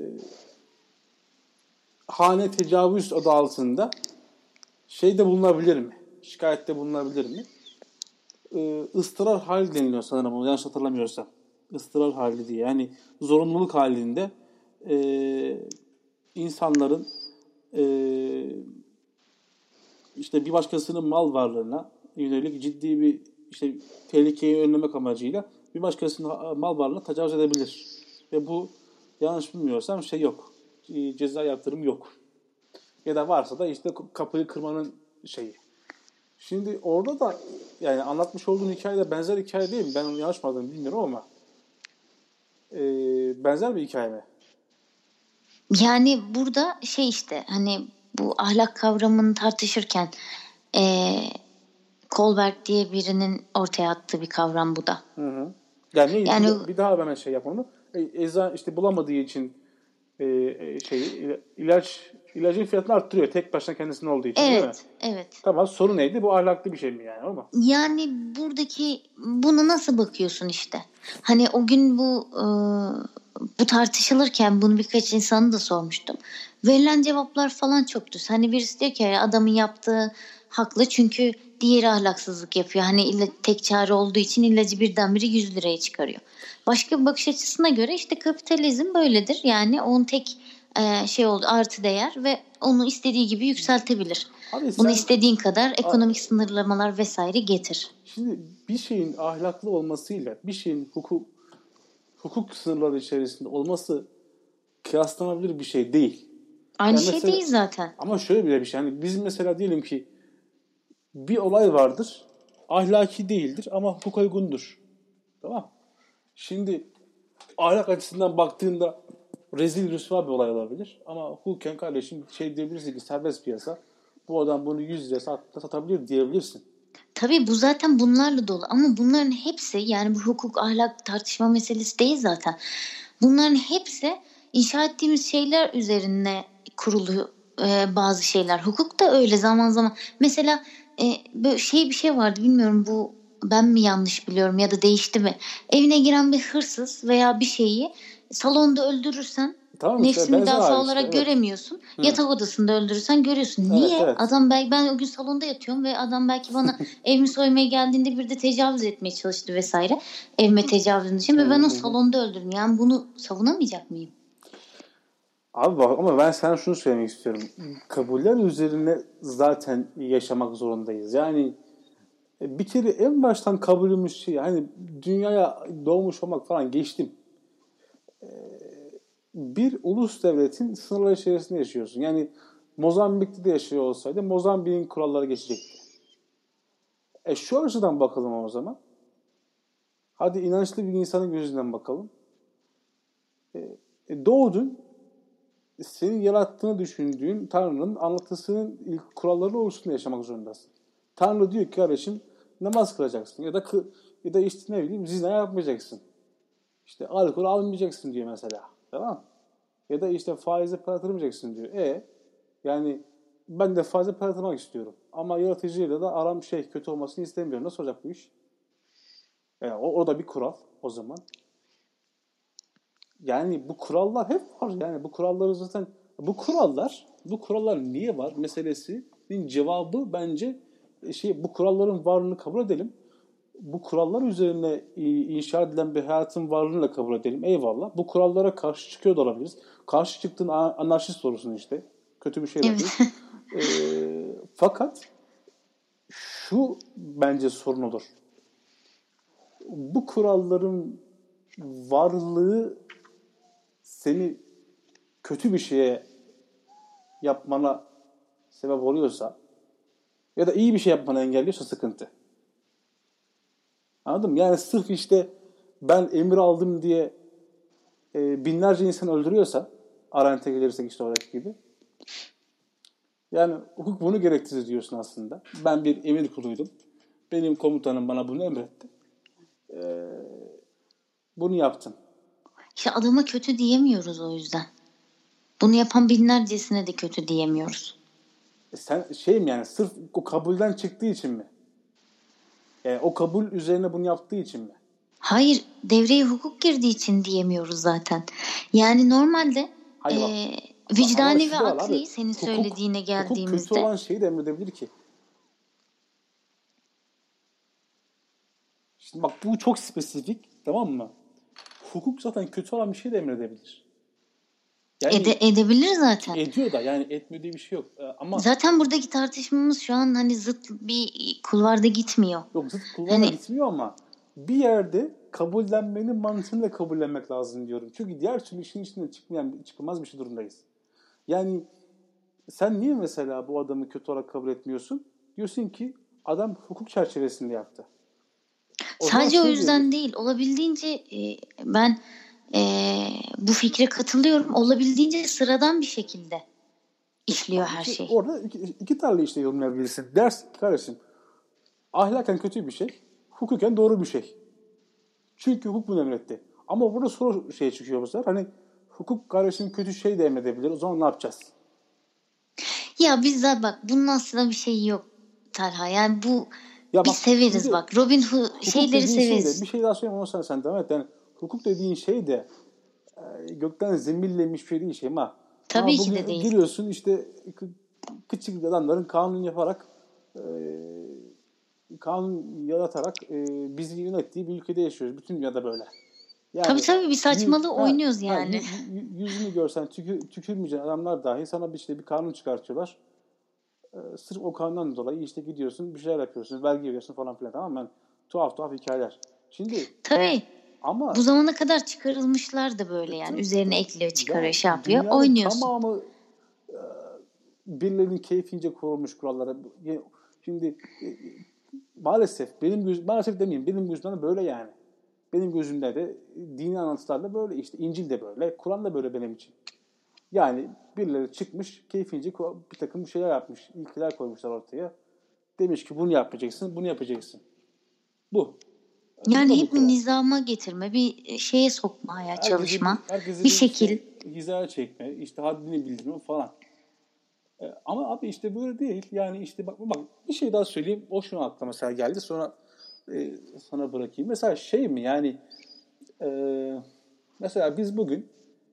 hane tecavüz adı altında şeyde bulunabilir mi? Şikayette bulunabilir mi? Ee, ıstırar hali deniliyor sanırım. Onu yanlış hatırlamıyorsam. Istırar hali diye. Yani zorunluluk halinde e, insanların e, işte bir başkasının mal varlığına yönelik ciddi bir işte tehlikeyi önlemek amacıyla bir başkasının mal varlığına tecavüz edebilir. Ve bu yanlış bilmiyorsam şey yok. Ceza yaptırım yok. Ya da varsa da işte kapıyı kırmanın şeyi. Şimdi orada da yani anlatmış olduğun hikayede benzer hikaye değil mi? Ben onu yanlış mı anladım bilmiyorum ama e, benzer bir hikaye mi? Yani burada şey işte hani bu ahlak kavramını tartışırken e, Kohlberg diye birinin ortaya attığı bir kavram bu da. Hı hı. Yani, neydi? Yani Bir, bir daha hemen şey yap onu. E, ecza işte bulamadığı için e, e, şeyi ilaç ilacın fiyatını arttırıyor. Tek başına kendisinin olduğu için değil mi? evet, evet. Tamam, sorun neydi? Bu ahlaklı bir şey mi yani, ama? Yani buradaki buna nasıl bakıyorsun işte? Hani o gün bu e, bu tartışılırken bunu birkaç insanı da sormuştum. Verilen cevaplar falan çok düz. Hani birisi diyor ki adamın yaptığı haklı çünkü diğeri ahlaksızlık yapıyor. Hani illa tek çare olduğu için ilacı birdenbire yüz liraya çıkarıyor. Başka bir bakış açısına göre işte kapitalizm böyledir. Yani onun tek e, şey oldu artı değer ve onu istediği gibi yükseltebilir. Abi Bunu sen istediğin kadar ekonomik sınırlamalar vesaire getir. şimdi bir şeyin ahlaklı olmasıyla bir şeyin hukuk hukuk sınırları içerisinde olması kıyaslanabilir bir şey değil. Aynı Yani şey mesela, değil zaten. ama şöyle bir şey. Yani biz mesela diyelim ki bir olay vardır. Ahlaki değildir ama hukuka uygundur. Tamam. Şimdi ahlak açısından baktığında rezil rüsva bir olay olabilir. Ama hukuken kardeşim şey diyebilirsin ki serbest piyasa. Bu adam bunu yüz liraya sat, satabilir diyebilirsin. Tabii bu zaten bunlarla dolu ama bunların hepsi yani bu hukuk ahlak tartışma meselesi değil zaten. Bunların hepsi inşa ettiğimiz şeyler üzerine kurulu e, bazı şeyler. Hukuk da öyle zaman zaman. Mesela e, böyle şey bir şey vardı bilmiyorum bu ben mi yanlış biliyorum ya da değişti mi? Evine giren bir hırsız veya bir şeyi salonda öldürürsen Tamam, işte nefsi benzer müdafaa hal işte. olarak Evet. göremiyorsun. Hı. Yatak odasında öldürürsen görüyorsun. Evet, Niye? evet. Adam belki ben o gün salonda yatıyorum ve adam belki bana evimi soymaya geldiğinde bir de tecavüz etmeye çalıştı vesaire. Evime tecavüzün için ve ben o salonda öldürdüm. Yani bunu savunamayacak mıyım? Abi bak, ama ben sana şunu söylemek istiyorum. Kabuller üzerine zaten yaşamak zorundayız. Yani bir kere en baştan kabulümüz şey, hani dünyaya doğmuş olmak falan geçtim. Bir ulus devletin sınırları içerisinde yaşıyorsun. Yani Mozambik'te de yaşıyor olsaydı Mozambik'in kuralları geçecekti. E şu açıdan bakalım o zaman. Hadi inançlı bir insanın gözünden bakalım. E, e, doğdun, senin yarattığını düşündüğün Tanrı'nın anlatısının ilk kuralları doğrultusunda yaşamak zorundasın. Tanrı diyor ki kardeşim namaz kılacaksın ya da ya da işte ne bileyim zina yapmayacaksın. İşte alkol almayacaksın diyor mesela. Tamam. Ya da işte faize para yatırmayacaksın diyor. E yani ben de faize para yatırmak istiyorum. Ama yaratıcıyla da aram şey kötü olmasını istemiyorum. Nasıl olacak bu iş? Yani o, o da bir kural o zaman. Yani bu kurallar hep var. Yani bu kuralları zaten bu kurallar bu kurallar niye var meselesinin cevabı bence şey bu kuralların varlığını kabul edelim. Bu kurallar üzerine inşa edilen bir hayatın varlığını da kabul edelim. Eyvallah. Bu kurallara karşı çıkıyor da olabiliriz. Karşı çıktığın anarşist olursun işte. Kötü bir şey de Evet. değil. e, fakat şu bence sorun olur. Bu kuralların varlığı seni kötü bir şeye yapmana sebep oluyorsa ya da iyi bir şey yapmanı engelliyorsa sıkıntı. Anladın mı? Yani sırf işte ben emir aldım diye e, binlerce insan öldürüyorsa Arendt'e gelirsek işte oradaki gibi yani hukuk bunu gerektirir diyorsun aslında. Ben bir emir kuluydum. Benim komutanım bana bunu emretti. E, bunu yaptım. İşte adama kötü diyemiyoruz o yüzden. Bunu yapan binlercesine de kötü diyemiyoruz. E sen şey mi yani sırf o kabulden çıktığı için mi? Yani o kabul üzerine bunu yaptığı için mi? Hayır, devreye hukuk girdiği için diyemiyoruz zaten. Yani normalde Hayır bak. e, vicdani ve akli abi, senin hukuk, söylediğine geldiğimizde. Hukuk kötü olan şeyi de emredebilir ki. Şimdi bak bu çok spesifik, tamam mı? Hukuk zaten kötü olan bir şey de emredebilir. Yani, Ede, edebilir zaten. Ediyor da yani etmiyor diye bir şey yok. Ama zaten buradaki tartışmamız şu an hani zıt bir kulvarda gitmiyor. Yok zıt kulvarda hani, gitmiyor ama bir yerde kabullenmenin mantığını da kabullenmek lazım diyorum. Çünkü diğer türlü işin içinden çıkmayan, çıkılmaz bir şey durumdayız. Yani sen niye mesela bu adamı kötü olarak kabul etmiyorsun? Diyorsun ki adam hukuk çerçevesinde yaptı. O Sadece o yüzden diyelim. değil. Olabildiğince e, ben e, bu fikre katılıyorum. Olabildiğince sıradan bir şekilde işliyor her işte şey. Orada iki, iki tane işte yorumlayabilirsin. Ders kardeşim ahlaken kötü bir şey, hukuken doğru bir şey. Çünkü hukuk bunu emretti. Ama burada soru şey çıkıyor bu sefer. Hani hukuk kardeşim kötü şey de emredebilir. O zaman ne yapacağız? Ya bizde bak bunun aslında bir şey yok Talha. Yani bu ya biz bak, severiz şimdi, bak. Robin Hood şeyleri severiz. Şey de, bir şey daha söyleyeyim ama sen, sen devam et. Yani hukuk dediğin şey de e, gökten zeminlenmiş bir şey değil şey ama tabii ki de değil. Giriyorsun işte küçük adamların kanun yaparak e, kanun yaratarak e, bizi yönettiği bir ülkede yaşıyoruz. Bütün dünyada böyle. Yani, tabii tabii bir saçmalığı yüz, oynuyoruz ha, yani. Ha, yüzünü görsen tükür, tükürmeyeceğin adamlar dahi sana bir, işte bir kanun çıkartıyorlar. Ee, sırf o kanundan dolayı işte gidiyorsun bir şeyler yapıyorsun, vergi veriyorsun falan filan, tamam mı? Yani, tuhaf tuhaf hikayeler. Şimdi tabii. Ama bu zamana kadar çıkarılmışlar da böyle yani. Tabii, Üzerine tabii. ekliyor, çıkarıyor, ya, şey yapıyor. Oynuyorsun. Tamamı e, birilerinin keyfince kurulmuş kurallara. Şimdi e, maalesef benim göz, maalesef demeyeyim benim gözümden böyle yani. Benim gözümde de dini anlatılar da böyle işte. İncil de böyle. Kur'an da böyle benim için. Yani birileri çıkmış keyfince bir takım şeyler yapmış. İlkeler koymuşlar ortaya. Demiş ki bunu yapmayacaksın, bunu yapacaksın. Bu. Yani hep bir nizama getirme, bir şeye sokmaya herkesi, çalışma. Bir, bir şekil. Işte, hizaya çekme, işte haddini bildirme falan. Ama abi işte böyle değil. Yani işte bak, bak bir şey daha söyleyeyim. O şunu aklıma mesela geldi. Sonra e, sana bırakayım. Mesela şey mi yani e, mesela biz bugün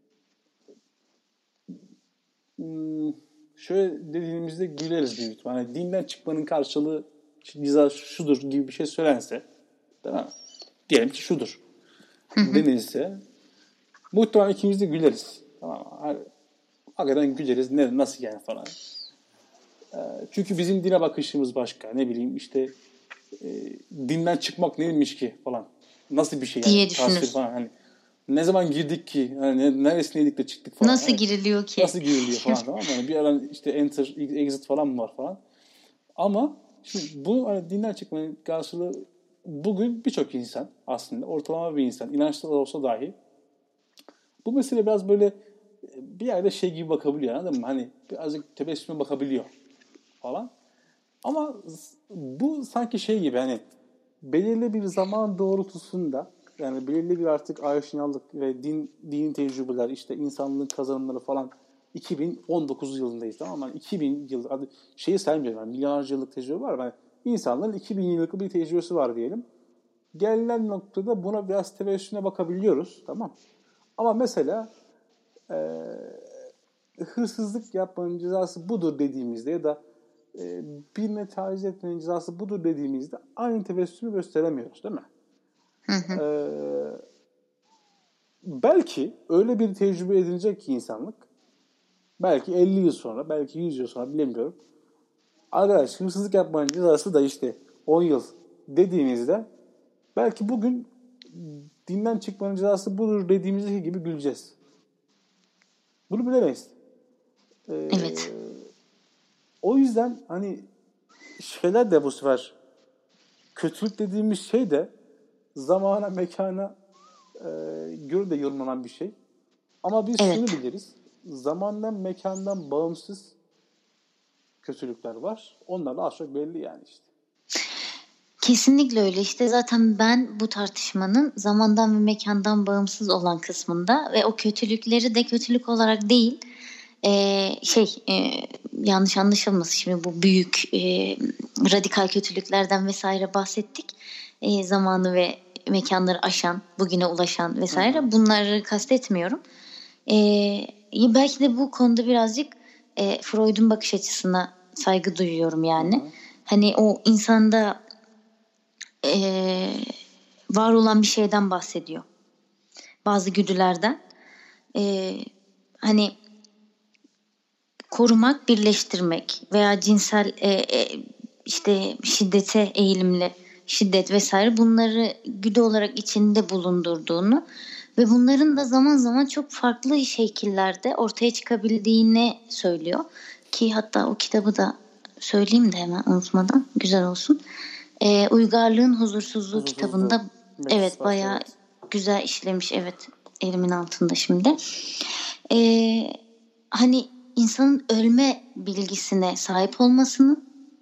hmm, şöyle dediğimizde güleriz büyük ihtimalle. Yani dinden çıkmanın karşılığı bize şudur gibi bir şey söylense, değil mi? Diyelim ki şudur. denilse muhtemelen ikimiz de güleriz. Tamam mı? Hakikaten güleriz. Ne, nasıl yani falan. E, çünkü bizim dine bakışımız başka. Ne bileyim işte e, dinden çıkmak neymiş ki falan. Nasıl bir şey yani? Diye düşünür. Falan. Hani, ne zaman girdik ki? Hani neresindeydik de çıktık falan. Nasıl hani, giriliyor ki? Nasıl giriliyor falan, tamam mı? Yani bir ara işte enter, exit falan mı var falan. Ama şimdi bu hani dinden çıkmanın karşılığı bugün birçok insan aslında ortalama bir insan inançlı olsa dahi bu mesele biraz böyle bir yerde şey gibi bakabiliyor, anladın mı? Hani birazcık tebessüme bakabiliyor falan. Ama bu sanki şey gibi hani belirli bir zaman doğrultusunda yani belirli bir artık aşinalık ve din din tecrübeler, işte insanlığın kazanımları falan iki bin on dokuz yılındayız, tamam mı? Yani iki bin yıl, hadi şeyi saymıyorum, yani milyarlarca yıllık tecrübe var. Yani insanların iki bin yıllık bir tecrübesi var diyelim. Gelinen noktada buna biraz tebessümle bakabiliyoruz, tamam. Ama mesela e, hırsızlık yapmanın cezası budur dediğimizde ya da e, birine taciz etmenin cezası budur dediğimizde aynı tebessümü gösteremiyoruz, değil mi? Hı hı. Ee, belki öyle bir tecrübe edinecek ki insanlık, belki elli yıl sonra, belki yüz yıl sonra, bilemiyorum. Arkadaş, hırsızlık yapmanın cezası da işte on yıl dediğimizde belki bugün dinden çıkmanın cezası budur dediğimizdeki gibi güleceğiz. Bunu bilemeyiz. Ee, Evet. O yüzden hani şeyler de bu sefer, kötülük dediğimiz şey de zamana, mekana e, göre de yorumlanan bir şey. Ama biz Evet. şunu biliriz. Zamandan, mekandan bağımsız kötülükler var. Onlar da az çok belli yani işte. Kesinlikle öyle. İşte zaten ben bu tartışmanın zamandan ve mekandan bağımsız olan kısmında ve o kötülükleri de kötülük olarak değil, e, şey e, yanlış anlaşılmasın, şimdi bu büyük e, radikal kötülüklerden vesaire bahsettik. E, zamanı ve mekanları aşan, bugüne ulaşan vesaire, Hı hı. bunları kastetmiyorum. E, belki de bu konuda birazcık e, Freud'un bakış açısına saygı duyuyorum yani. Hı hı. Hani o insanda Ee, var olan bir şeyden bahsediyor. Bazı güdülerden. Ee, hani korumak, birleştirmek veya cinsel e, e, işte şiddete eğilimli şiddet vesaire, bunları güdü olarak içinde bulundurduğunu ve bunların da zaman zaman çok farklı şekillerde ortaya çıkabildiğini söylüyor. Ki hatta o kitabı da söyleyeyim de hemen unutmadan, güzel olsun. E, Uygarlığın Huzursuzluğu kitabında evet bayağı evet. güzel işlemiş, evet, elimin altında şimdi. E, hani insanın ölme bilgisine sahip olmasını,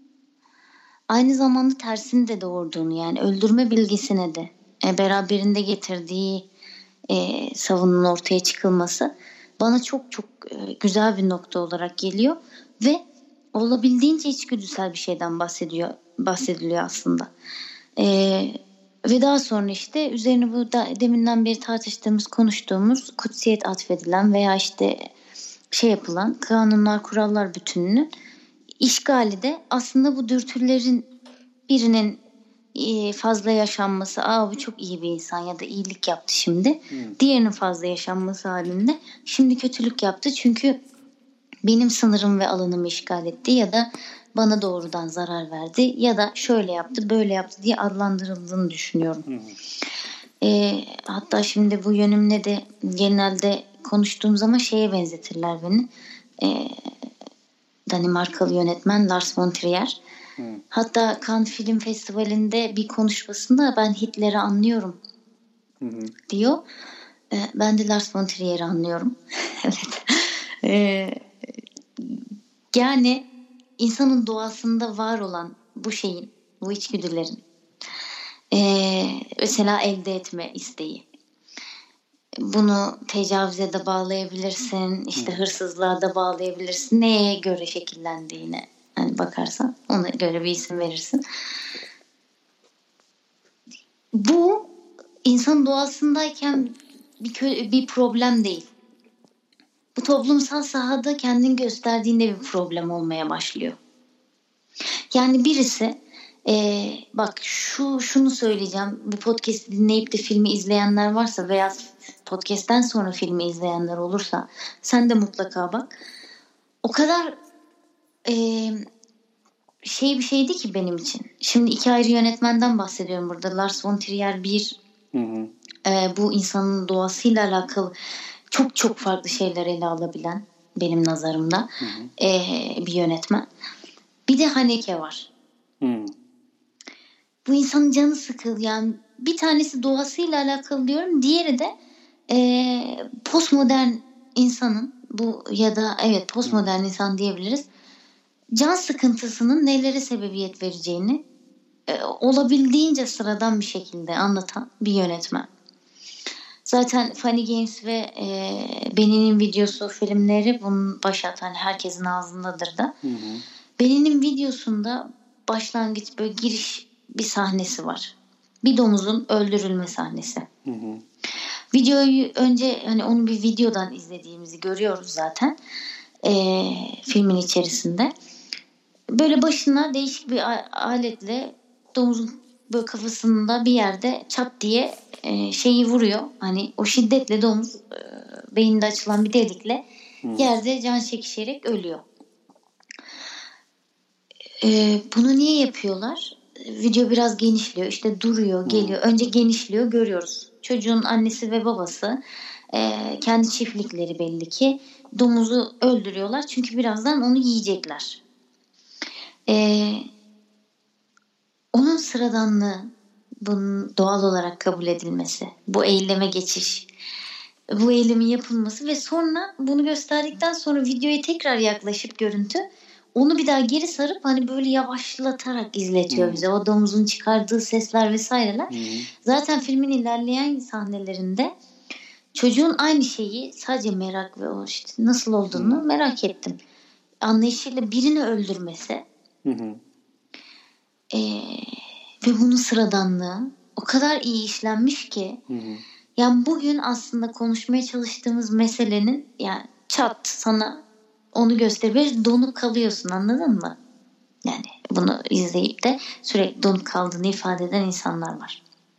aynı zamanda tersini de doğurduğunu, yani öldürme bilgisine de e, beraberinde getirdiği e, savunun ortaya çıkılması bana çok çok e, güzel bir nokta olarak geliyor ve olabildiğince içgüdüsel bir şeyden bahsediyor bahsediliyor aslında. E, ve daha sonra işte üzerine bu da, deminden beri tartıştığımız, konuştuğumuz kutsiyet atfedilen veya işte şey yapılan kanunlar, kurallar bütününün işgali de aslında bu dürtülerin birinin fazla yaşanması, aa bu çok iyi bir insan ya da iyilik yaptı şimdi. Hmm. Diğerinin fazla yaşanması halinde şimdi kötülük yaptı çünkü benim sınırım ve alanımı işgal etti ya da bana doğrudan zarar verdi ya da şöyle yaptı, böyle yaptı diye adlandırıldığını düşünüyorum. Hmm. E, hatta şimdi bu yönümle de genelde konuştuğum zaman şeye benzetirler beni. E, Danimarkalı yönetmen Lars von Trier. Hmm. Hatta Cannes Film Festivali'nde bir konuşmasında ben Hitler'i anlıyorum hı hı. diyor. E, ben de Lars von Trier'i anlıyorum. Evet. E, yani insanın doğasında var olan bu şeyin, bu içgüdülerin e, mesela elde etme isteği. Bunu tecavüze de bağlayabilirsin, işte hmm. hırsızlığa da bağlayabilirsin. Neye göre şekillendiğine hani bakarsan ona göre bir isim verirsin. Bu insan doğasındayken bir, kö- bir problem değil. Bu toplumsal sahada kendini gösterdiğinde bir problem olmaya başlıyor. Yani birisi e, bak şu şunu söyleyeceğim. Bu podcast'i dinleyip de filmi izleyenler varsa veya podcast'ten sonra filmi izleyenler olursa sen de mutlaka bak. O kadar e, şey bir şeydi ki benim için. Şimdi iki ayrı yönetmenden bahsediyorum burada. Lars von Trier bir hı hı. E, bu insanın doğasıyla alakalı çok çok farklı şeyler ele alabilen, benim nazarımda hı hı. E, bir yönetmen. Bir de Haneke var. Hı. Bu insanın canı sıkıldı. Yani bir tanesi doğasıyla alakalı diyorum. Diğeri de e, postmodern insanın, bu ya da evet postmodern Hı. insan diyebiliriz. Can sıkıntısının nelere sebebiyet vereceğini e, olabildiğince sıradan bir şekilde anlatan bir yönetmen. Zaten Funny Games ve e, Benny'nin videosu filmleri bunun başlatan hani herkesin ağzındadır da. Hı hı. Benny'nin videosunda başlangıç böyle giriş bir sahnesi var. Bir domuzun öldürülme sahnesi. Hı hı. Videoyu önce hani onu bir videodan izlediğimizi görüyoruz zaten e, filmin içerisinde. Böyle başına değişik bir aletle domuzun böyle kafasında bir yerde çat diye e, şeyi vuruyor. Hani o şiddetle domuz e, beyninde açılan bir delikle hmm. yerde can çekişerek ölüyor. E, bunu niye yapıyorlar? Video biraz genişliyor. İşte duruyor, geliyor. Hmm. Önce genişliyor, görüyoruz. Çocuğun annesi ve babası e, kendi çiftlikleri belli ki domuzu öldürüyorlar. Çünkü birazdan onu yiyecekler. Ee, onun sıradanlığı, bunun doğal olarak kabul edilmesi, bu eyleme geçiş, bu eylemin yapılması ve sonra bunu gösterdikten sonra videoya tekrar yaklaşıp görüntü onu bir daha geri sarıp hani böyle yavaşlatarak izletiyor hmm. bize. O domuzun çıkardığı sesler vesaireler. Hmm. Zaten filmin ilerleyen sahnelerinde çocuğun aynı şeyi sadece merak ve o işte nasıl olduğunu hmm. merak ettim. Anlayışıyla birini öldürmesi. Hı hı. Ee, ve bunun sıradanlığı o kadar iyi işlenmiş ki hı hı. yani bugün aslında konuşmaya çalıştığımız meselenin yani çat sana onu gösterir donuk kalıyorsun, anladın mı? Yani bunu izleyip de sürekli donuk kaldığını ifade eden insanlar var.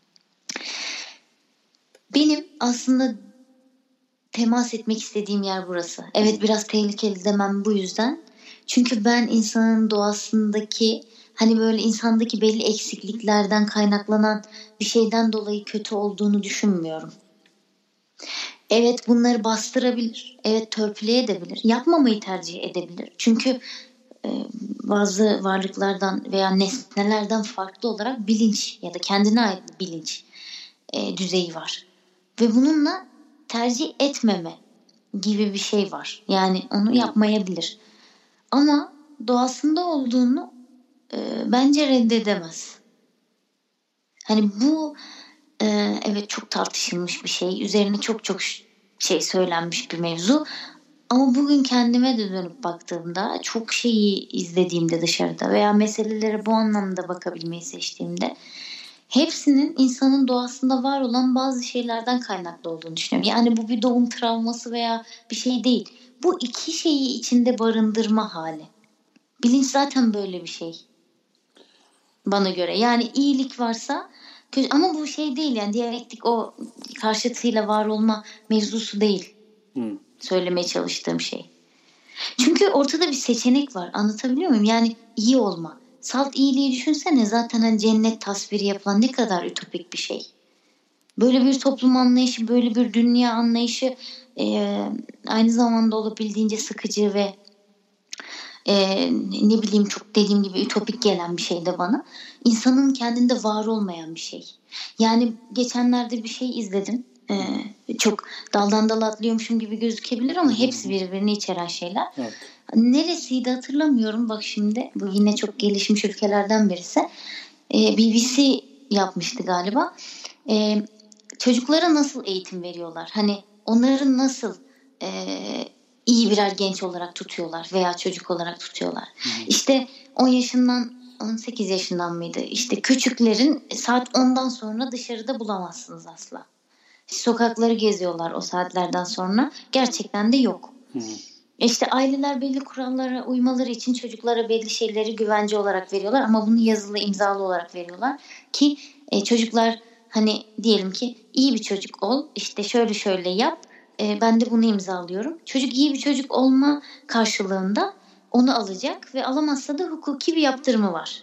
Benim aslında temas etmek istediğim yer burası. Evet, biraz tehlikeli demem bu yüzden. Çünkü ben insanın doğasındaki hani böyle insandaki belli eksikliklerden kaynaklanan bir şeyden dolayı kötü olduğunu düşünmüyorum. Evet, bunları bastırabilir. Evet, törpüleyebilir. Yapmamayı tercih edebilir. Çünkü e, bazı varlıklardan veya nesnelerden farklı olarak bilinç ya da kendine ait bir bilinç e, düzeyi var. Ve bununla tercih etmeme gibi bir şey var. Yani onu yapmayabilir. Ama doğasında olduğunu e, bence reddedemez. Hani bu e, evet çok tartışılmış bir şey. Üzerine çok çok şey söylenmiş bir mevzu. Ama bugün kendime de dönüp baktığımda çok şeyi izlediğimde dışarıda veya meselelere bu anlamda bakabilmeyi seçtiğimde hepsinin insanın doğasında var olan bazı şeylerden kaynaklı olduğunu düşünüyorum. Yani bu bir doğum travması veya bir şey değil. Bu iki şeyi içinde barındırma hali. Bilinç zaten böyle bir şey. Bana göre. Yani iyilik varsa kötü, ama bu şey değil yani diyalektik o karşıtıyla var olma mevzusu değil. Hmm. Söylemeye çalıştığım şey. Çünkü ortada bir seçenek var. Anlatabiliyor muyum? Yani iyi olma. Salt iyiliği düşünsene, zaten hani cennet tasviri yapılan ne kadar ütopik bir şey. Böyle bir toplum anlayışı, böyle bir dünya anlayışı e, aynı zamanda olabildiğince sıkıcı ve e, ne bileyim çok dediğim gibi ütopik gelen bir şey de bana. İnsanın kendinde var olmayan bir şey. Yani geçenlerde bir şey izledim. Ee, çok daldan dala atlıyormuşum gibi gözükebilir ama hepsi birbirini içeren şeyler. Evet. Neresiydi hatırlamıyorum bak şimdi. Bu yine çok gelişmiş ülkelerden birisi. Ee, B B C yapmıştı galiba. Ee, çocuklara nasıl eğitim veriyorlar? Hani onları nasıl e, iyi birer genç olarak tutuyorlar veya çocuk olarak tutuyorlar? Hı hı. İşte on yaşından on sekiz yaşından mıydı? İşte küçüklerin saat ondan sonra dışarıda bulamazsınız asla. Sokakları geziyorlar o saatlerden sonra. Gerçekten de yok. Hı. İşte aileler belli kurallara uymaları için çocuklara belli şeyleri güvence olarak veriyorlar ama bunu yazılı, imzalı olarak veriyorlar ki e, çocuklar hani diyelim ki iyi bir çocuk ol, işte şöyle şöyle yap, e, ben de bunu imzalıyorum. Çocuk iyi bir çocuk olma karşılığında onu alacak ve alamazsa da hukuki bir yaptırımı var.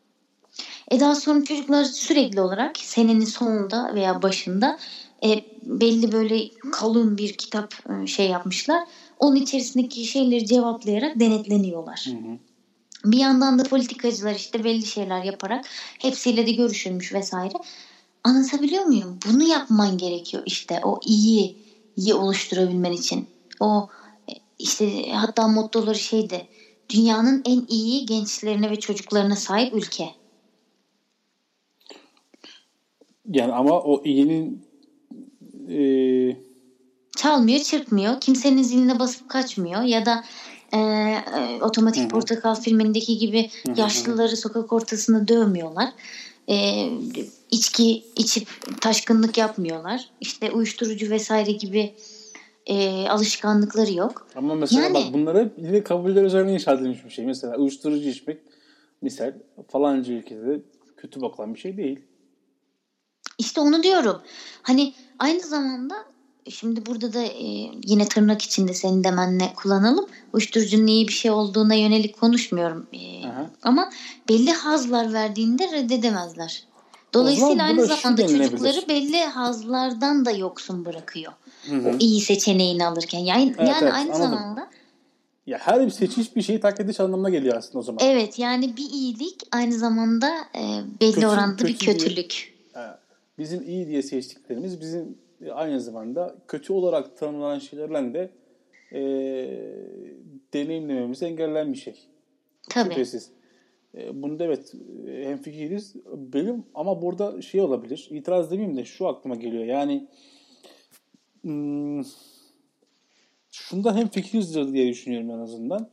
E daha sonra çocuklar sürekli olarak senenin sonunda veya başında e, belli böyle kalın bir kitap e, şey yapmışlar. Onun içerisindeki şeyleri cevaplayarak denetleniyorlar. Hı hı. Bir yandan da politikacılar işte belli şeyler yaparak hepsiyle de görüşülmüş vesaire. Anlatabiliyor muyum? Bunu yapman gerekiyor işte o iyiyi iyi oluşturabilmen için. O işte hatta mottoları şeydi. Dünyanın en iyi gençlerine ve çocuklarına sahip ülke. Yani ama o iyinin e, çalmıyor, çırpmıyor. Kimsenin ziline basıp kaçmıyor. Ya da e, e, Otomatik Hı-hı. Portakal filmindeki gibi Hı-hı. yaşlıları sokak ortasında dövmüyorlar. E, içki içip taşkınlık yapmıyorlar. İşte uyuşturucu vesaire gibi e, alışkanlıkları yok. Ama mesela yani, bak bunlar hep yine kabuller üzerine inşa edilmiş bir şey. Mesela uyuşturucu içmek misal falanca ülkede kötü bakılan bir şey değil. İşte onu diyorum. Hani aynı zamanda şimdi burada da e, yine tırnak içinde senin demenle kullanalım. Uyuşturucunun iyi bir şey olduğuna yönelik konuşmuyorum. E, ama belli hazlar verdiğinde reddedemezler. Dolayısıyla aynı zamanda çocukları belli hazlardan da yoksun bırakıyor. Hı-hı. O iyi seçeneğini alırken. Yani, evet, yani evet, aynı anladım. zamanda ya her bir seçiş bir şeyi tak ediş anlamına geliyor aslında o zaman. Evet, yani bir iyilik aynı zamanda e, belli kötü, oranda kötü bir kötülük. Diye, bizim iyi diye seçtiklerimiz bizim aynı zamanda kötü olarak tanımlanan şeylerle de e, deneyimlememizi engellen bir şey. Tabii. Şüphesiz. E, bunda evet hemfikiriz. Benim ama burada şey olabilir. İtiraz demeyeyim de şu aklıma geliyor. Yani hmm, şunda hemfikirizdir diye düşünüyorum en azından.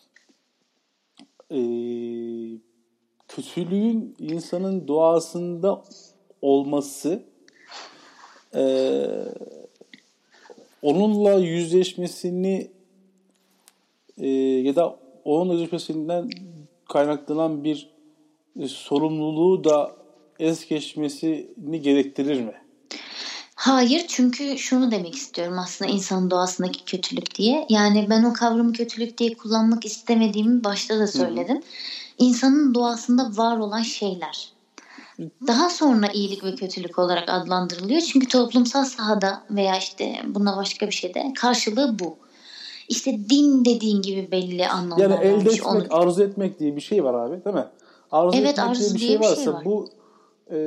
E, kötülüğün insanın doğasında olması e, onunla yüzleşmesini e, ya da onun yüzleşmesinden kaynaklanan bir e, sorumluluğu da es geçmesini gerektirir mi? Hayır, çünkü şunu demek istiyorum aslında insanın doğasındaki kötülük diye. Yani ben o kavramı kötülük diye kullanmak istemediğimi başta da söyledim. Hı hı. İnsanın doğasında var olan şeyler. Daha sonra iyilik ve kötülük olarak adlandırılıyor. Çünkü toplumsal sahada veya işte buna başka bir şeyde karşılığı bu. İşte din dediğin gibi belli anlamlar yani elde vermiş. etmek, Onu... arzu etmek diye bir şey var abi, değil mi? Arzu evet, etmek arzu diye bir diye şey varsa bir şey var. bu e,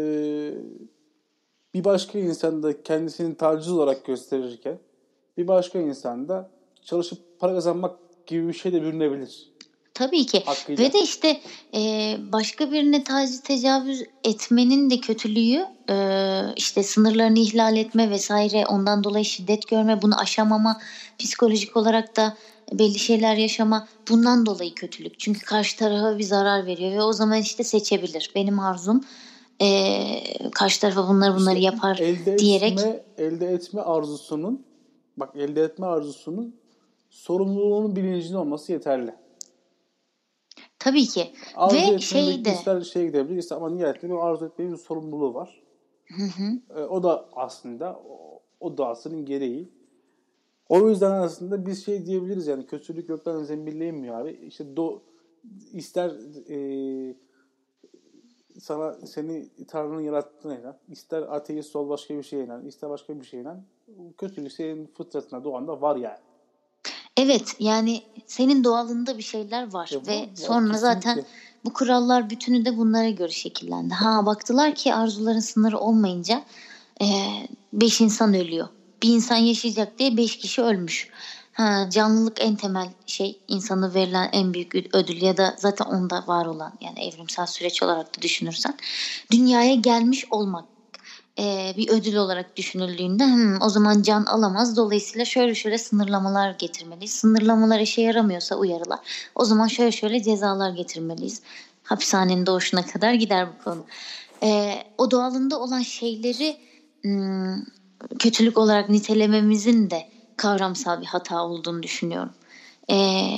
bir başka insan da kendisini taciz olarak gösterirken bir başka insan da çalışıp para kazanmak gibi bir şey de bürünebilir. Tabii ki. Hakkıyla. Ve de işte e, başka birine taciz tecavüz etmenin de kötülüğü e, işte sınırlarını ihlal etme vesaire, ondan dolayı şiddet görme, bunu aşamama, psikolojik olarak da belli şeyler yaşama, bundan dolayı kötülük. Çünkü karşı tarafa bir zarar veriyor ve o zaman işte seçebilir. Benim arzum e, karşı tarafa bunları bunları işte yapar elde diyerek. Etme, elde etme arzusunun bak elde etme arzusunun sorumluluğunun bilincinde olması yeterli. Tabii ki. Arzu ve etmeyi şey de ister şeye gidebilir ister ama nihayetinde bir arzu etmenin bir sorumluluğu var. Hı hı. E, o da aslında o, o doğasının gereği. O yüzden aslında biz şey diyebiliriz yani kötülük gökten zembilleymiyor abi. İşte do, ister e, sana seni Tanrı'nın yarattığına inan, ister ateist ol başka bir şeye inan, ister başka bir şeye inan. Kötülük senin fıtratına doğanda var yani. Evet, yani senin doğalında bir şeyler var E, ve var, var, sonra kesinlikle. zaten bu kurallar bütünü de bunlara göre şekillendi. Ha, baktılar ki arzuların sınırı olmayınca e, beş insan ölüyor. Bir insan yaşayacak diye beş kişi ölmüş. Ha, canlılık en temel şey, insana verilen en büyük ödül ya da zaten onda var olan, yani evrimsel süreç olarak da düşünürsen dünyaya gelmiş olmak e, bir ödül olarak düşünüldüğünde hmm, o zaman can alamaz. Dolayısıyla şöyle şöyle sınırlamalar getirmeliyiz. Sınırlamalar işe yaramıyorsa uyarılar. O zaman şöyle şöyle cezalar getirmeliyiz. Hapishanenin doğuşuna kadar gider bu konu. E, o doğalında olan şeyleri hmm, kötülük olarak nitelememizin de kavramsal bir hata olduğunu düşünüyorum. E,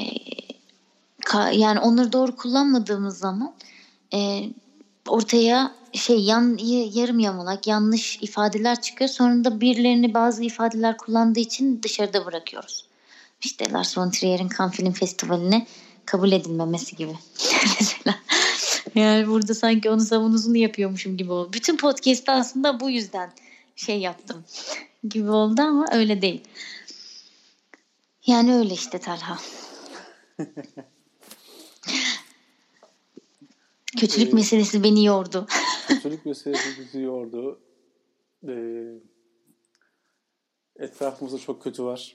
ka- yani onları doğru kullanmadığımız zaman e, ortaya şey yan yarım yamalak yanlış ifadeler çıkıyor. Sonra da birilerini bazı ifadeler kullandığı için dışarıda bırakıyoruz. İşte Lars von Trier'in Cannes Film Festivali'ne kabul edilmemesi gibi. Mesela. Yani burada sanki onun savunusunu yapıyormuşum gibi oldu. Bütün podcast'ta aslında bu yüzden şey yaptım gibi oldu ama öyle değil. Yani öyle işte Talha. Kötülük ee, meselesi beni yordu. Kötülük meselesi bizi yordu. Ee, etrafımızda çok kötü var.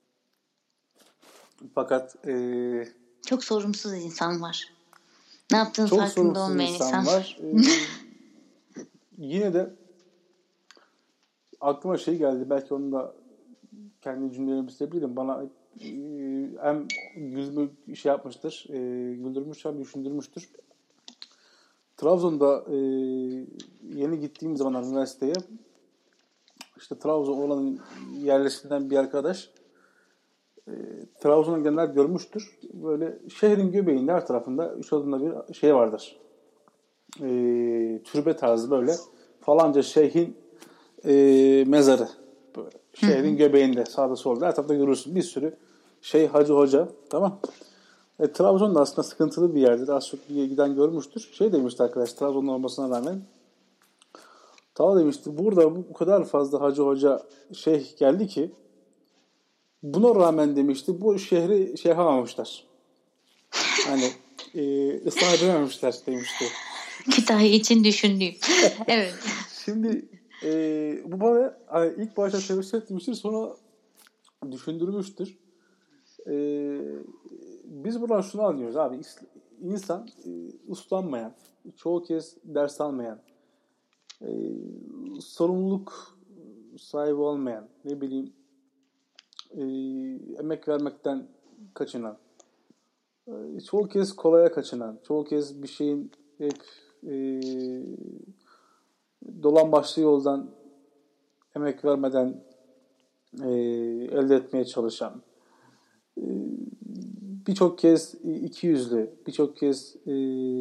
Fakat e, çok sorumsuz insan var. Ne yaptığın çok farkında olmayan insan, insan var. Ee, yine de aklıma şey geldi. Belki onu da kendi cümlelerimi bitirebilirim. Bana e, hem yüzümü şey yapmıştır, e, güldürmüş hem düşündürmüştür. Trabzon'da e, yeni gittiğim zaman üniversiteye işte Trabzon olan yerlisinden bir arkadaş e, Trabzon'a gelenler görmüştür. Böyle şehrin göbeğinde her tarafında üç adımda bir şey vardır. E, türbe tarzı böyle falanca şeyhin e, mezarı. Böyle şehrin göbeğinde sağda solda her tarafta görürsün. Bir sürü şey hacı hoca. Tamam. E, Trabzon da aslında sıkıntılı bir yerdir. Az çok giden görmüştür. Şey demişti arkadaş Trabzon'da olmasına rağmen. Ta demişti burada bu kadar fazla hacı hoca şeyh geldi ki buna rağmen demişti bu şehri şey yapamamışlar. Hani e, ıslah edememişler demişti. Kütahya için düşündüğüm. Evet. Şimdi e, bu bana hani ilk başta tebessüm etmiştir sonra düşündürmüştür. E, biz buradan şunu anlıyoruz abi. İnsan e, uslanmayan, çoğu kez ders almayan, e, sorumluluk sahibi olmayan, ne bileyim e, emek vermekten kaçınan, e, çoğu kez kolaya kaçınan, çoğu kez bir şeyin hep e, dolan başlı yoldan emek vermeden e, elde etmeye çalışan, e, birçok kez iki yüzlü, birçok kez e,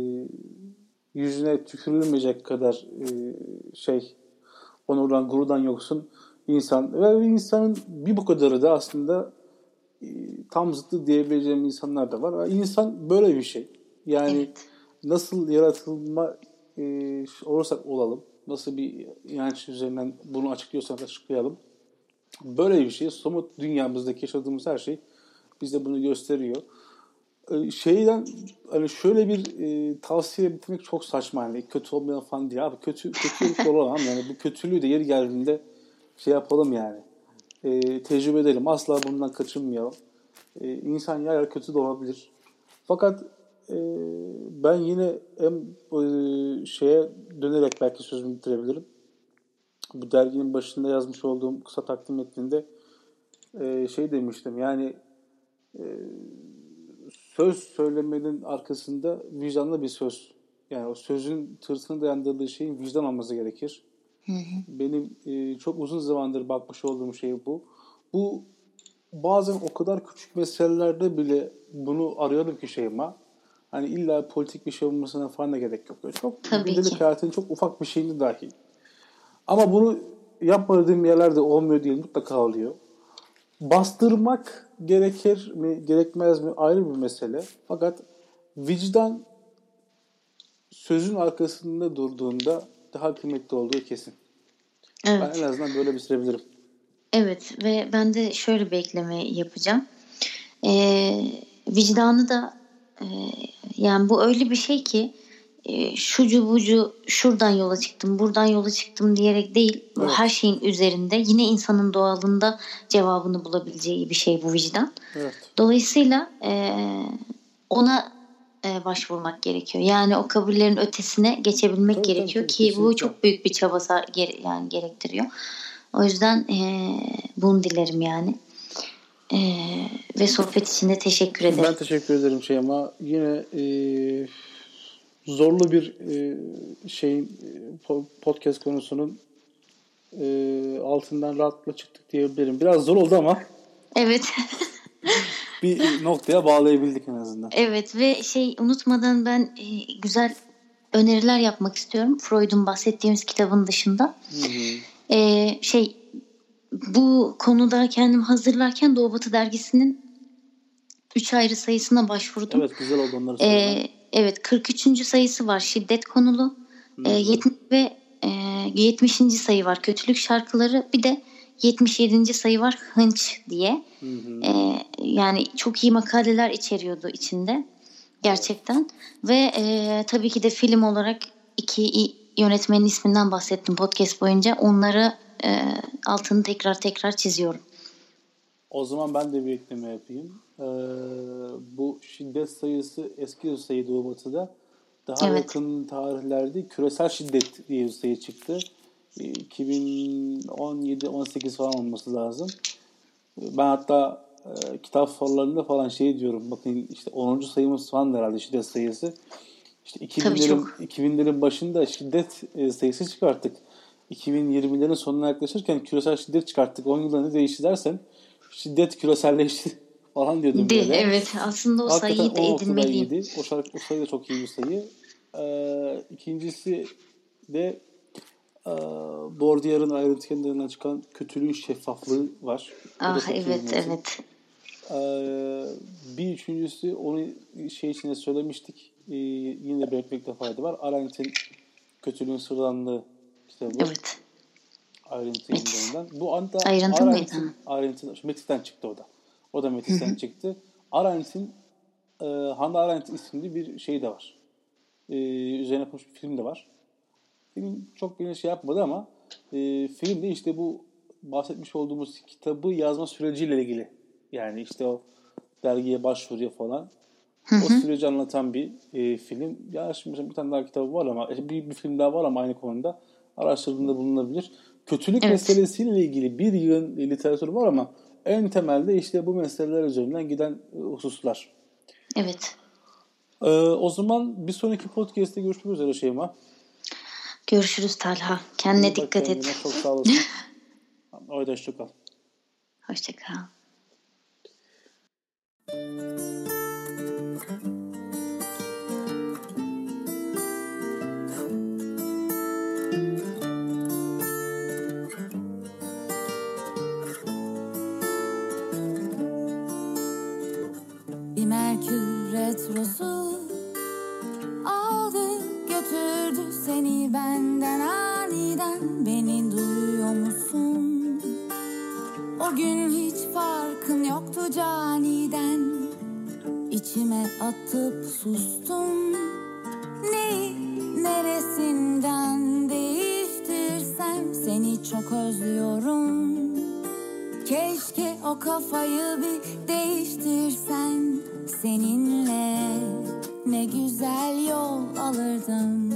yüzüne tükürülmeyecek kadar e, şey onurdan, gururdan yoksun insan ve insanın bir bu kadarı da aslında e, tam zıttı diyebileceğim insanlar da var. İnsan böyle bir şey. Yani Evet. nasıl yaratılma e, olursak olalım, nasıl bir inanç üzerinden bunu açıklıyorsak açıklayalım. Böyle bir şey. Somut dünyamızdaki yaşadığımız her şey bize bunu gösteriyor. Ee, şeyden hani şöyle bir e, tavsiye bitmek çok saçma yani kötü olmayan falan diye abi kötü kötülük olamam yani bu kötülüğü de yeri geldiğinde şey yapalım yani e, tecrübe edelim asla bundan kaçınmayalım. E, insan yer yer kötü de olabilir. Fakat e, ben yine hem e, şeye dönerek belki sözümü bitirebilirim. Bu derginin başında yazmış olduğum kısa takdim metninde e, şey demiştim yani e, söz söylemenin arkasında vicdanlı bir söz. Yani o sözün tırtını dayandırdığı şeyin vicdan olması gerekir. Hı hı. Benim e, çok uzun zamandır bakmış olduğum şey bu. Bu bazen o kadar küçük meselelerde bile bunu arıyorum ki şeyima. Hani illa politik bir şey olmasına falan da gerek yok. Çok Tabii gündelik ki. hayatın çok ufak bir şeyini dahi. Ama bunu yapmadığım yerlerde olmuyor değil mutlaka oluyor. Bastırmak gerekir mi, gerekmez mi ayrı bir mesele. Fakat vicdan sözün arkasında durduğunda daha kıymetli olduğu kesin. Evet. Ben en azından böyle bitirebilirim. Evet ve ben de şöyle bir ekleme yapacağım. Ee, vicdanı da e, yani bu öyle bir şey ki e, şucu bucu şuradan yola çıktım buradan yola çıktım diyerek değil. Bu Evet. her şeyin üzerinde yine insanın doğalında cevabını bulabileceği bir şey bu vicdan. Evet. Dolayısıyla e, ona e, başvurmak gerekiyor. Yani o kabullerin ötesine geçebilmek Tabii, gerekiyor tabii, tabii, ki bu kesinlikle. çok büyük bir çaba gere- yani gerektiriyor. O yüzden e, bunu dilerim yani. E, ve sohbet için de teşekkür ederim. Ben teşekkür ederim Şeyma. Yine e, zorlu bir e, şeyin e, podcast konusunun e, altından rahatlıkla çıktık diyebilirim. Biraz zor oldu ama Evet. bir noktaya bağlayabildik en azından. Evet ve şey unutmadan ben e, güzel öneriler yapmak istiyorum. Freud'un bahsettiğimiz kitabın dışında. Hı hı. E, şey bu konuda kendim hazırlarken Doğu Batı dergisinin üç ayrı sayısına başvurdum. Evet güzel oldu onları söylemen. E, evet kırk üçüncü sayısı var şiddet konulu. E, yetmiş ve e, yetmişinci sayı var kötülük şarkıları. Bir de yetmiş yedinci sayı var hınç diye. Hı hı. E, yani çok iyi makaleler içeriyordu içinde. Gerçekten. Evet. Ve e, tabii ki de film olarak iki yönetmenin isminden bahsettim podcast boyunca. Onları e, altını tekrar tekrar çiziyorum. O zaman ben de bir ekleme yapayım. Ee, bu şiddet sayısı eski bir sayı Doğu Batı'da. Daha Evet. yakın tarihlerde küresel şiddet diye bir sayı çıktı. iki bin on yedi on sekiz falan olması lazım. Ben hatta e, kitap sorularında falan şey diyorum. Bakın işte onuncu sayımız falan herhalde şiddet sayısı. İşte iki binlerin, iki binlerin başında şiddet e, sayısı çıkarttık. iki bin yirmilerin sonuna yaklaşırken küresel şiddet çıkarttık. on yılda ne değişti dersen şiddet küreselleşti falan diyordum De, böyle. Evet aslında o Hakikaten sayıyı da o noktada edinmeliyim. iyiydi. O, şarkı, o sayı da çok iyi bir sayı. Ee, ikincisi de e, Baudrillard'ın ayrıntı kendilerinden çıkan kötülüğün şeffaflığı var. O da Ah çok iyi bir evet metin. evet. Ee, bir üçüncüsü onu şey içinde söylemiştik. Ee, yine de belirtmekte fayda var. Arendt'in Kötülüğün Sıradanlığı kitabı. Evet. Ayrıntı yayınlarından. Bu anda Ayrıntı mıydı? Arendt'in Arendt'in Metis'ten çıktı o da. O da Metis'ten çıktı. Arendt'in e, Hannah Arendt isimli bir şey de var. E, üzerine yapılmış bir film de var. Film çok beni şey yapmadı ama e, filmde işte bu bahsetmiş olduğumuz kitabı yazma süreciyle ilgili. Yani işte o dergiye başvuruyor falan. O süreci anlatan bir e, film. Ya şimdi bir tane daha kitabı var ama bir, bir film daha var ama aynı konuda araştırdığında bulunabilir. Kötülük Evet. meselesiyle ilgili bir yığın literatür var ama en temelde işte bu meseleler üzerinden giden hususlar. Evet. Ee, o zaman bir sonraki podcast'te görüşmek üzere Şeyma. Görüşürüz Talha. Kendine İyi bak dikkat kendine. et. Çok sağ olasın. Haydi hoşça kal. Hoşça kal. Bir Merkür retrosu aldı götürdü seni benden aniden. Beni duyuyor musun? O gün hiç farkın yoktu caniden. İçime atıp sustum. Neyi neresinden değiştirsem seni çok özlüyorum. Keşke o kafayı bir değiştirsen. Seninle ne güzel yol alırdım.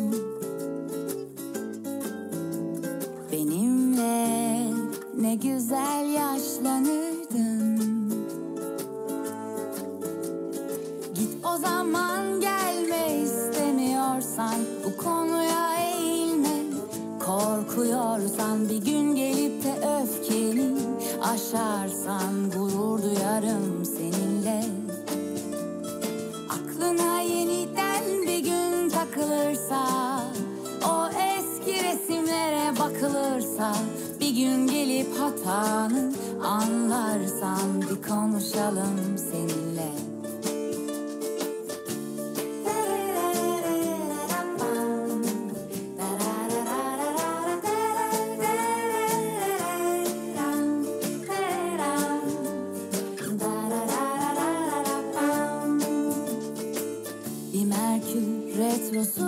Benimle ne güzel yaşlanırdın. Git o zaman gelme istemiyorsan. Bu konuya eğilme. Korkuyorsan bir gün gelip de öfkeni aşarsan gurur duyarım seninle. Aklına yeniden bir gün takılırsa, o eski resimlere bakılırsa, bir gün gelip hatanı anlarsan bir konuşalım seninle. Bir Merkür retrosu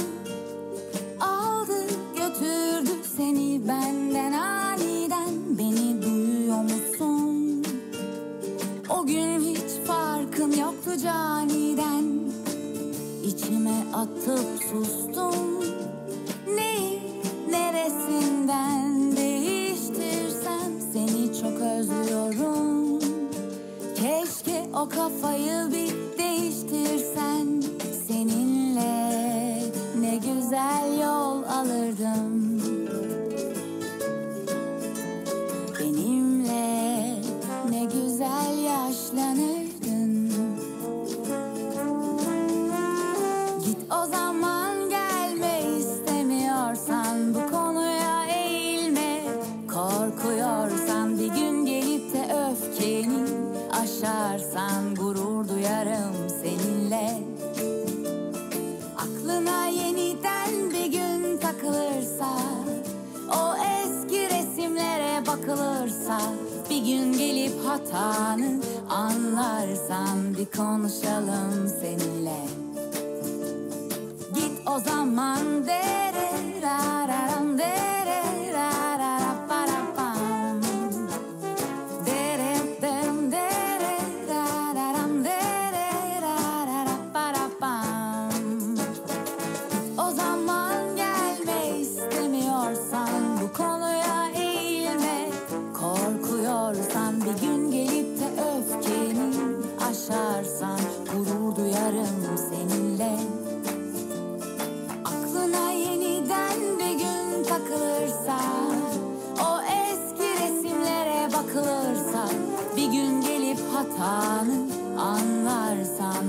aldı götürdü seni benden aniden. Beni duyuyor musun? O gün hiç farkın yoktu caniden. İçime atıp sustum. Neyi neresinden değiştirsem seni çok özlüyorum. Keşke o kafayı bir değiştirsen. Seninle ne güzel yol alırdım. Benimle ne güzel yaşlanırdın. Git o zaman gelme istemiyorsan. Bu konuya eğilme. Korkuyorsan bir gün gelip de öfkeni aşarsan gurur duyarım seninle. Aklına yeniden bir gün takılırsa, o eski resimlere bakılırsa, bir gün gelip hatanı anlarsan bir konuşalım seninle. Git o zaman dere rararam dere rarara para pam. Dere dem dere rararam dere rarara para pam. O zaman gelme istemiyorsan. Bu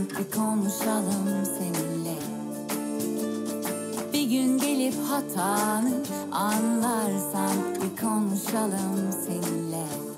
bir konuşalım seninle. Bir gün gelip hatanı anlarsan bir konuşalım seninle.